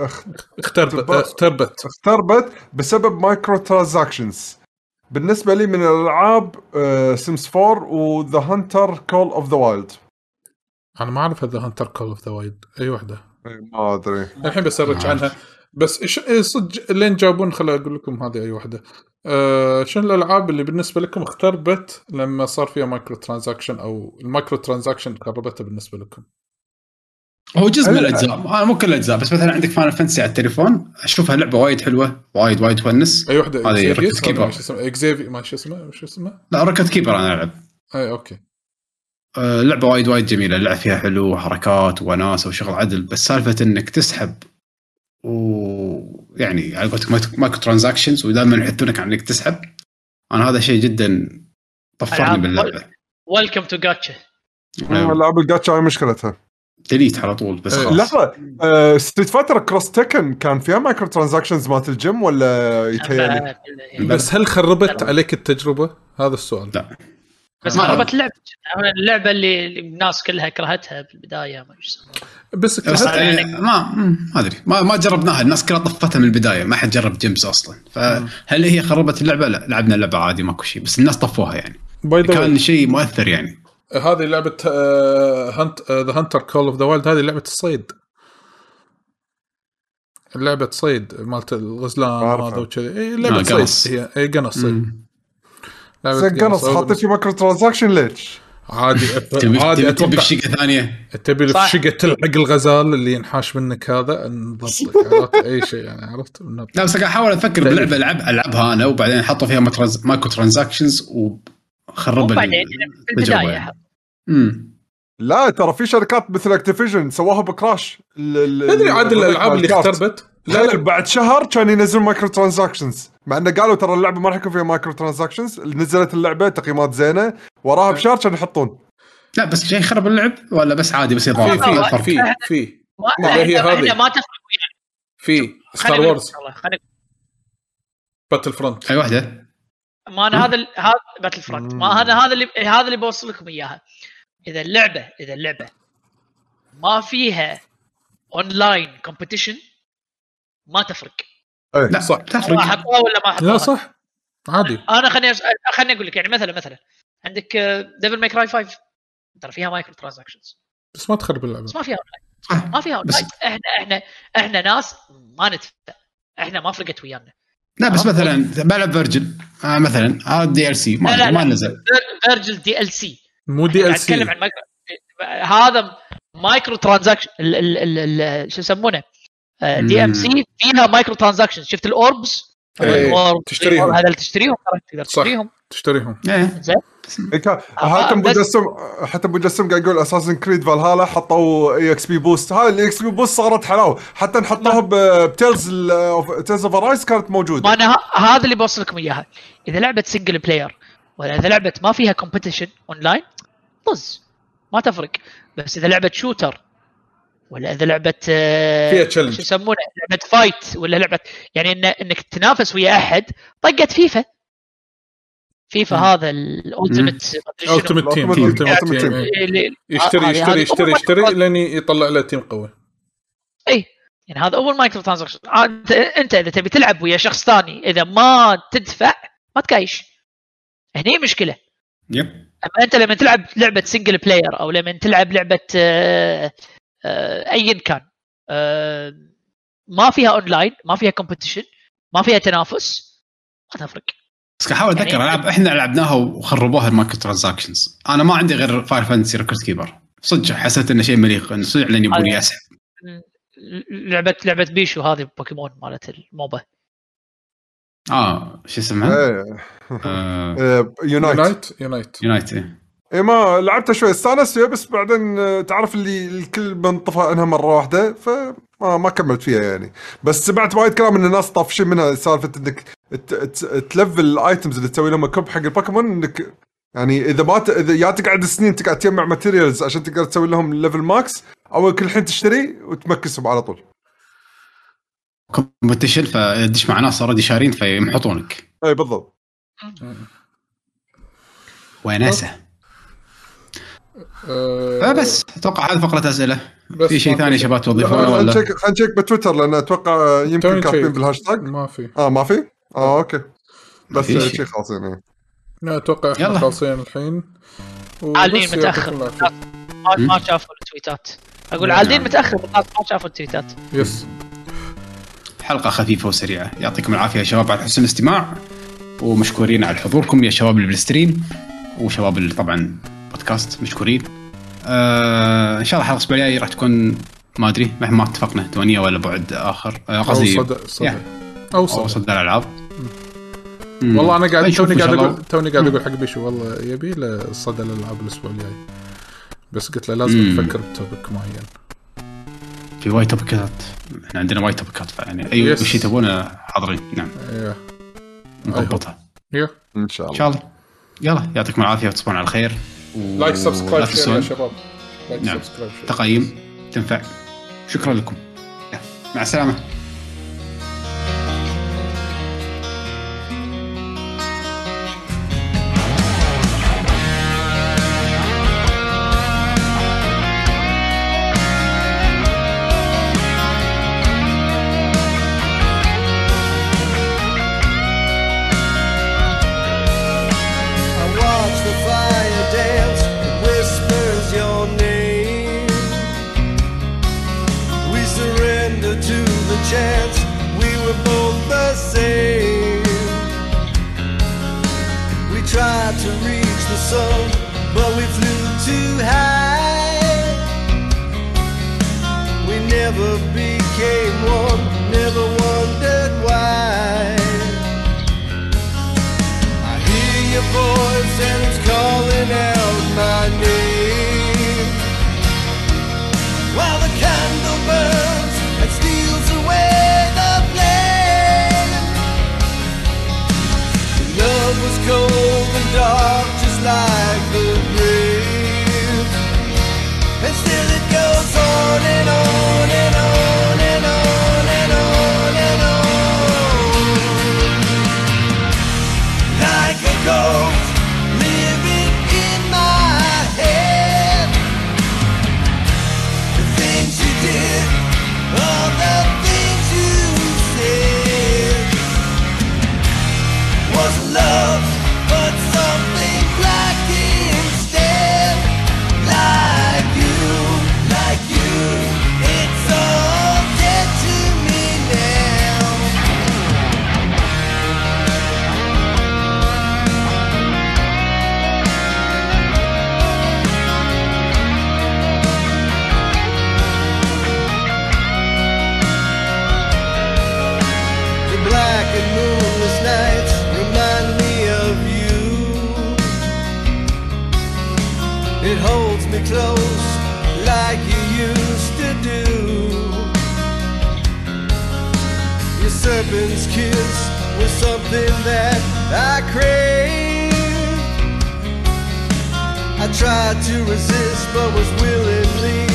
اختربت بسبب مايكرو ترانزاكشنز. بالنسبه لي من الالعاب سيمز 4 وذا هانتر كول اوف ذا وايلد. انا ما اعرف ذا هانتر كول اوف ذا وايلد اي وحده ما ادري الحين بسرج عنها. بس ايش صدق لين جابون خليني اقول لكم هذه اي وحده. شنو الالعاب اللي بالنسبه لكم اختربت لما صار فيها مايكرو ترانزاكشن او المايكرو ترانزاكشن خربتها بالنسبه لكم؟ هو جزء من الاجزاء انا مو كل الاجزاء بس مثلا عندك فاينل فانتسي على التليفون اشوفها لعبه وايد حلوه وايد تونس. اي وحده هذه ركض كيبر اكزيفي ما شو اسمه لا ركض كيبر انا العب. اي اوكي لعبه وايد جميله اللعب فيها حلو وحركات وناسه وشغل عدل. بس سالفه انك تسحب ويعني على قولتك مايكرو ترانزاكشنز ودائما يحثونك على انك تسحب. انا هذا شيء جدا طفرني باللعبه. ويلكم تو جاتشا. العاب الجاتشا هاي مشكلتها ديليت على طول بس خلاص. لحظه ستريت فايتر كروس تكن كان فيها مايكرو ترانزاكشنز مالت الجيم ولا يتهيألي؟ بس هل خربت عليك التجربه؟ هذا السؤال. لا بس خربت اللعبه اللي الناس كلها كرهتها بالبدايه ما يسمى. بس يعني ما ادري ما جربناها. الناس كلها طفتها من البدايه ما حد جرب جيمس اصلا. فهل هي خربت اللعبه؟ لا لعبنا اللعبه عادي ماكو شيء بس الناس طفوها يعني كان شيء مؤثر يعني. هذه لعبه ذا هانتر كول اوف ذا وايلد. هذه لعبه الصيد. لعبه صيد مالت الغزلان هذا وكذا. لعبه صيد هي قنص صيد. قنص حاطين في مايكرو ترانزاكشن ليش عادي تبي بشقه ثانيه تبي بشقه تلحق الغزال اللي ينحاش منك هذا نضبط اي شيء يعني عرفت. لا بس احاول افكر بلعبه العبها انا وبعدين حطوا فيها مايكرو ترانزاكشنز وخرب البدايه. لا ترى في شركات مثل اكتيفيجن سواها بكراش. تدري عاد الالعاب اللي اختربت لا بعد شهر كان ينزل مايكرو ترانزاكشنز مع انه قالوا ترى اللعبه ما راح يكون فيها مايكرو ترانزاكشنز. نزلت اللعبه تقييمات زينه وراها بشهر كانوا يحطون. لا بس شيء خرب اللعب ولا بس عادي بس اضافه في هي هذه ما تفرق يعني في ستار وورز باتل فرونت اي واحده. ما انا هذا باتل فرونت ما هذا اللي بوصل لكم اياها. اذا اللعبه ما فيها اونلاين كومبيتيشن ما تفرق. لا صح تفرق حطوها ولا ما حطوها. لا صح عادي. انا خليني اقول لك يعني مثلا عندك ديفل ماي كراي 5 ترى فيها مايكرو ترانزاكشنز بس ما تخرب اللعبه. بس ما فيها اونلاين. ما فيها اونلاين. احنا ناس ما ندفع. احنا ما فرقت ويانا. لا بس مثلا بلعب فيرجل مثلا هذا دي ال سي ما نزل. فيرجل دي ال سي مو دي ال سي. اتكلم عن هذا مايكرو ترانزاكشن شو يسمونه دي ام سي فيها مايكرو ترانزاكشن. شفت الاوربس تشتريهم هذا اللي تشتريهم تقدر تشتريهم زين. حتى بجسم قاعد يقول اساسن كريد فالهالا حطوا اي اكس بي بوست. هاي الاكس بي بوست صارت حلاوه حتى نحطوها بتيلز اوف رايس كانت موجوده. ما انا هذا اللي بوصل لكم اياها. اذا لعبه سنجل بلاير ولا اذا لعبه ما فيها كومبيتيشن اونلاين طز ما تفرق. بس اذا لعبه شوتر ولا اذا لعبه فيها تشالنج شو يسمونه لعبه فايت ولا لعبه يعني انك تنافس ويا احد طقت فيفا هذا الالتيميت تيم يشتري لين يطلع له تيم قوي. اي يعني هذا اول مايكرو ترانزاكشن. انت اذا تبي تلعب ويا شخص ثاني اذا ما تدفع ما تكايش هني مشكله. اما انت لما تلعب لعبه سنجل بلاير او لما تلعب لعبه ايا كان ما فيها اونلاين ما فيها كومبيتيشن ما فيها تنافس ما تفرق. بس احاول اتذكر يعني العاب احنا لعبناها وخربوها المايكرو ترانزاكشنز. انا ما عندي غير فاير فانتسي ريكورد كيبر صدق حسيت انه شيء مليق انه صدق لين يبوني اسحب. لعبه بيشو هذه بوكيمون مالت الموبا شو اسمها؟ يونايت. إيه ما لعبتها شوي استانست فيها بس بعدين تعرف اللي الكل بنطفى عنها مرة واحدة فما كملت فيها يعني. بس سمعت وايد كلام ان الناس طافشين منها سالفة انك تلفل الايتمز اللي تسوي لهم كوب حق البوكيمون انك يعني اذا يا تقعد سنين تقعد تجمع ماتيريالز عشان تقدر تسوي لهم ليفل ماكس او كل حين تشتري وتمكسهم على طول كومبيتيشن فدش مع ناس اوريدي شارين فيمحطونك. اي بالضبط. وناسه. بس اتوقع هذه فقره اسئله. في شيء ثاني شباب توظفونه ولا خلينا نشيك بتويتر لان اتوقع يمكن كاتبين بالهاشتاج ما في ما في اوكي بس شيء خاصين لا اتوقع احنا خالصين الحين عالين متاخر ما شافوا التويتات. اقول عالين متاخر ما شافوا التويتات. يس حلقه خفيفه وسريعه. يعطيكم العافيه يا شباب على حسن الاستماع ومشكورين على حضوركم يا شباب اللي بالستريم وشباب اللي طبعا بودكاست مشكورين. ان شاء الله الحلقه الاسبوع الجاي راح تكون ما ادري ما اتفقنا دونيه ولا بعد اخر قصدي او صدى الالعاب. والله انا قاعد توني قاعد اقول حق بيشو والله يبي له صدى الالعاب الاسبوع الجاي بس قلت له لازم نفكر بتوبك معين. في وايد توبكات احنا عندنا وايد توبكات يعني اي شيء تبونه حاضرين. نعم نضبطها ان شاء الله. يلا يعطيكم العافيه وتصبحون على خير لايك سبسكرايب يا شباب. نعم. تقييم تنفع. شكرا لكم. مع السلامه. chance we were both the same. We tried to reach the sun, but we flew too high. We never became one, never wondered why. I hear your voice and it's calling out my name, while the candle burns and steals away the flame. Love was cold and dark, just like the grave, and still it goes on and on and on and on and on and on, like a ghost living in my head. The things you did, all the things you said, wasn't love, but something black instead. Like you, it's all dead to me now. The black and moonless nights remind me of you. It holds me close like you used to do. Your serpent's kiss was something that I craved. I tried to resist but was willingly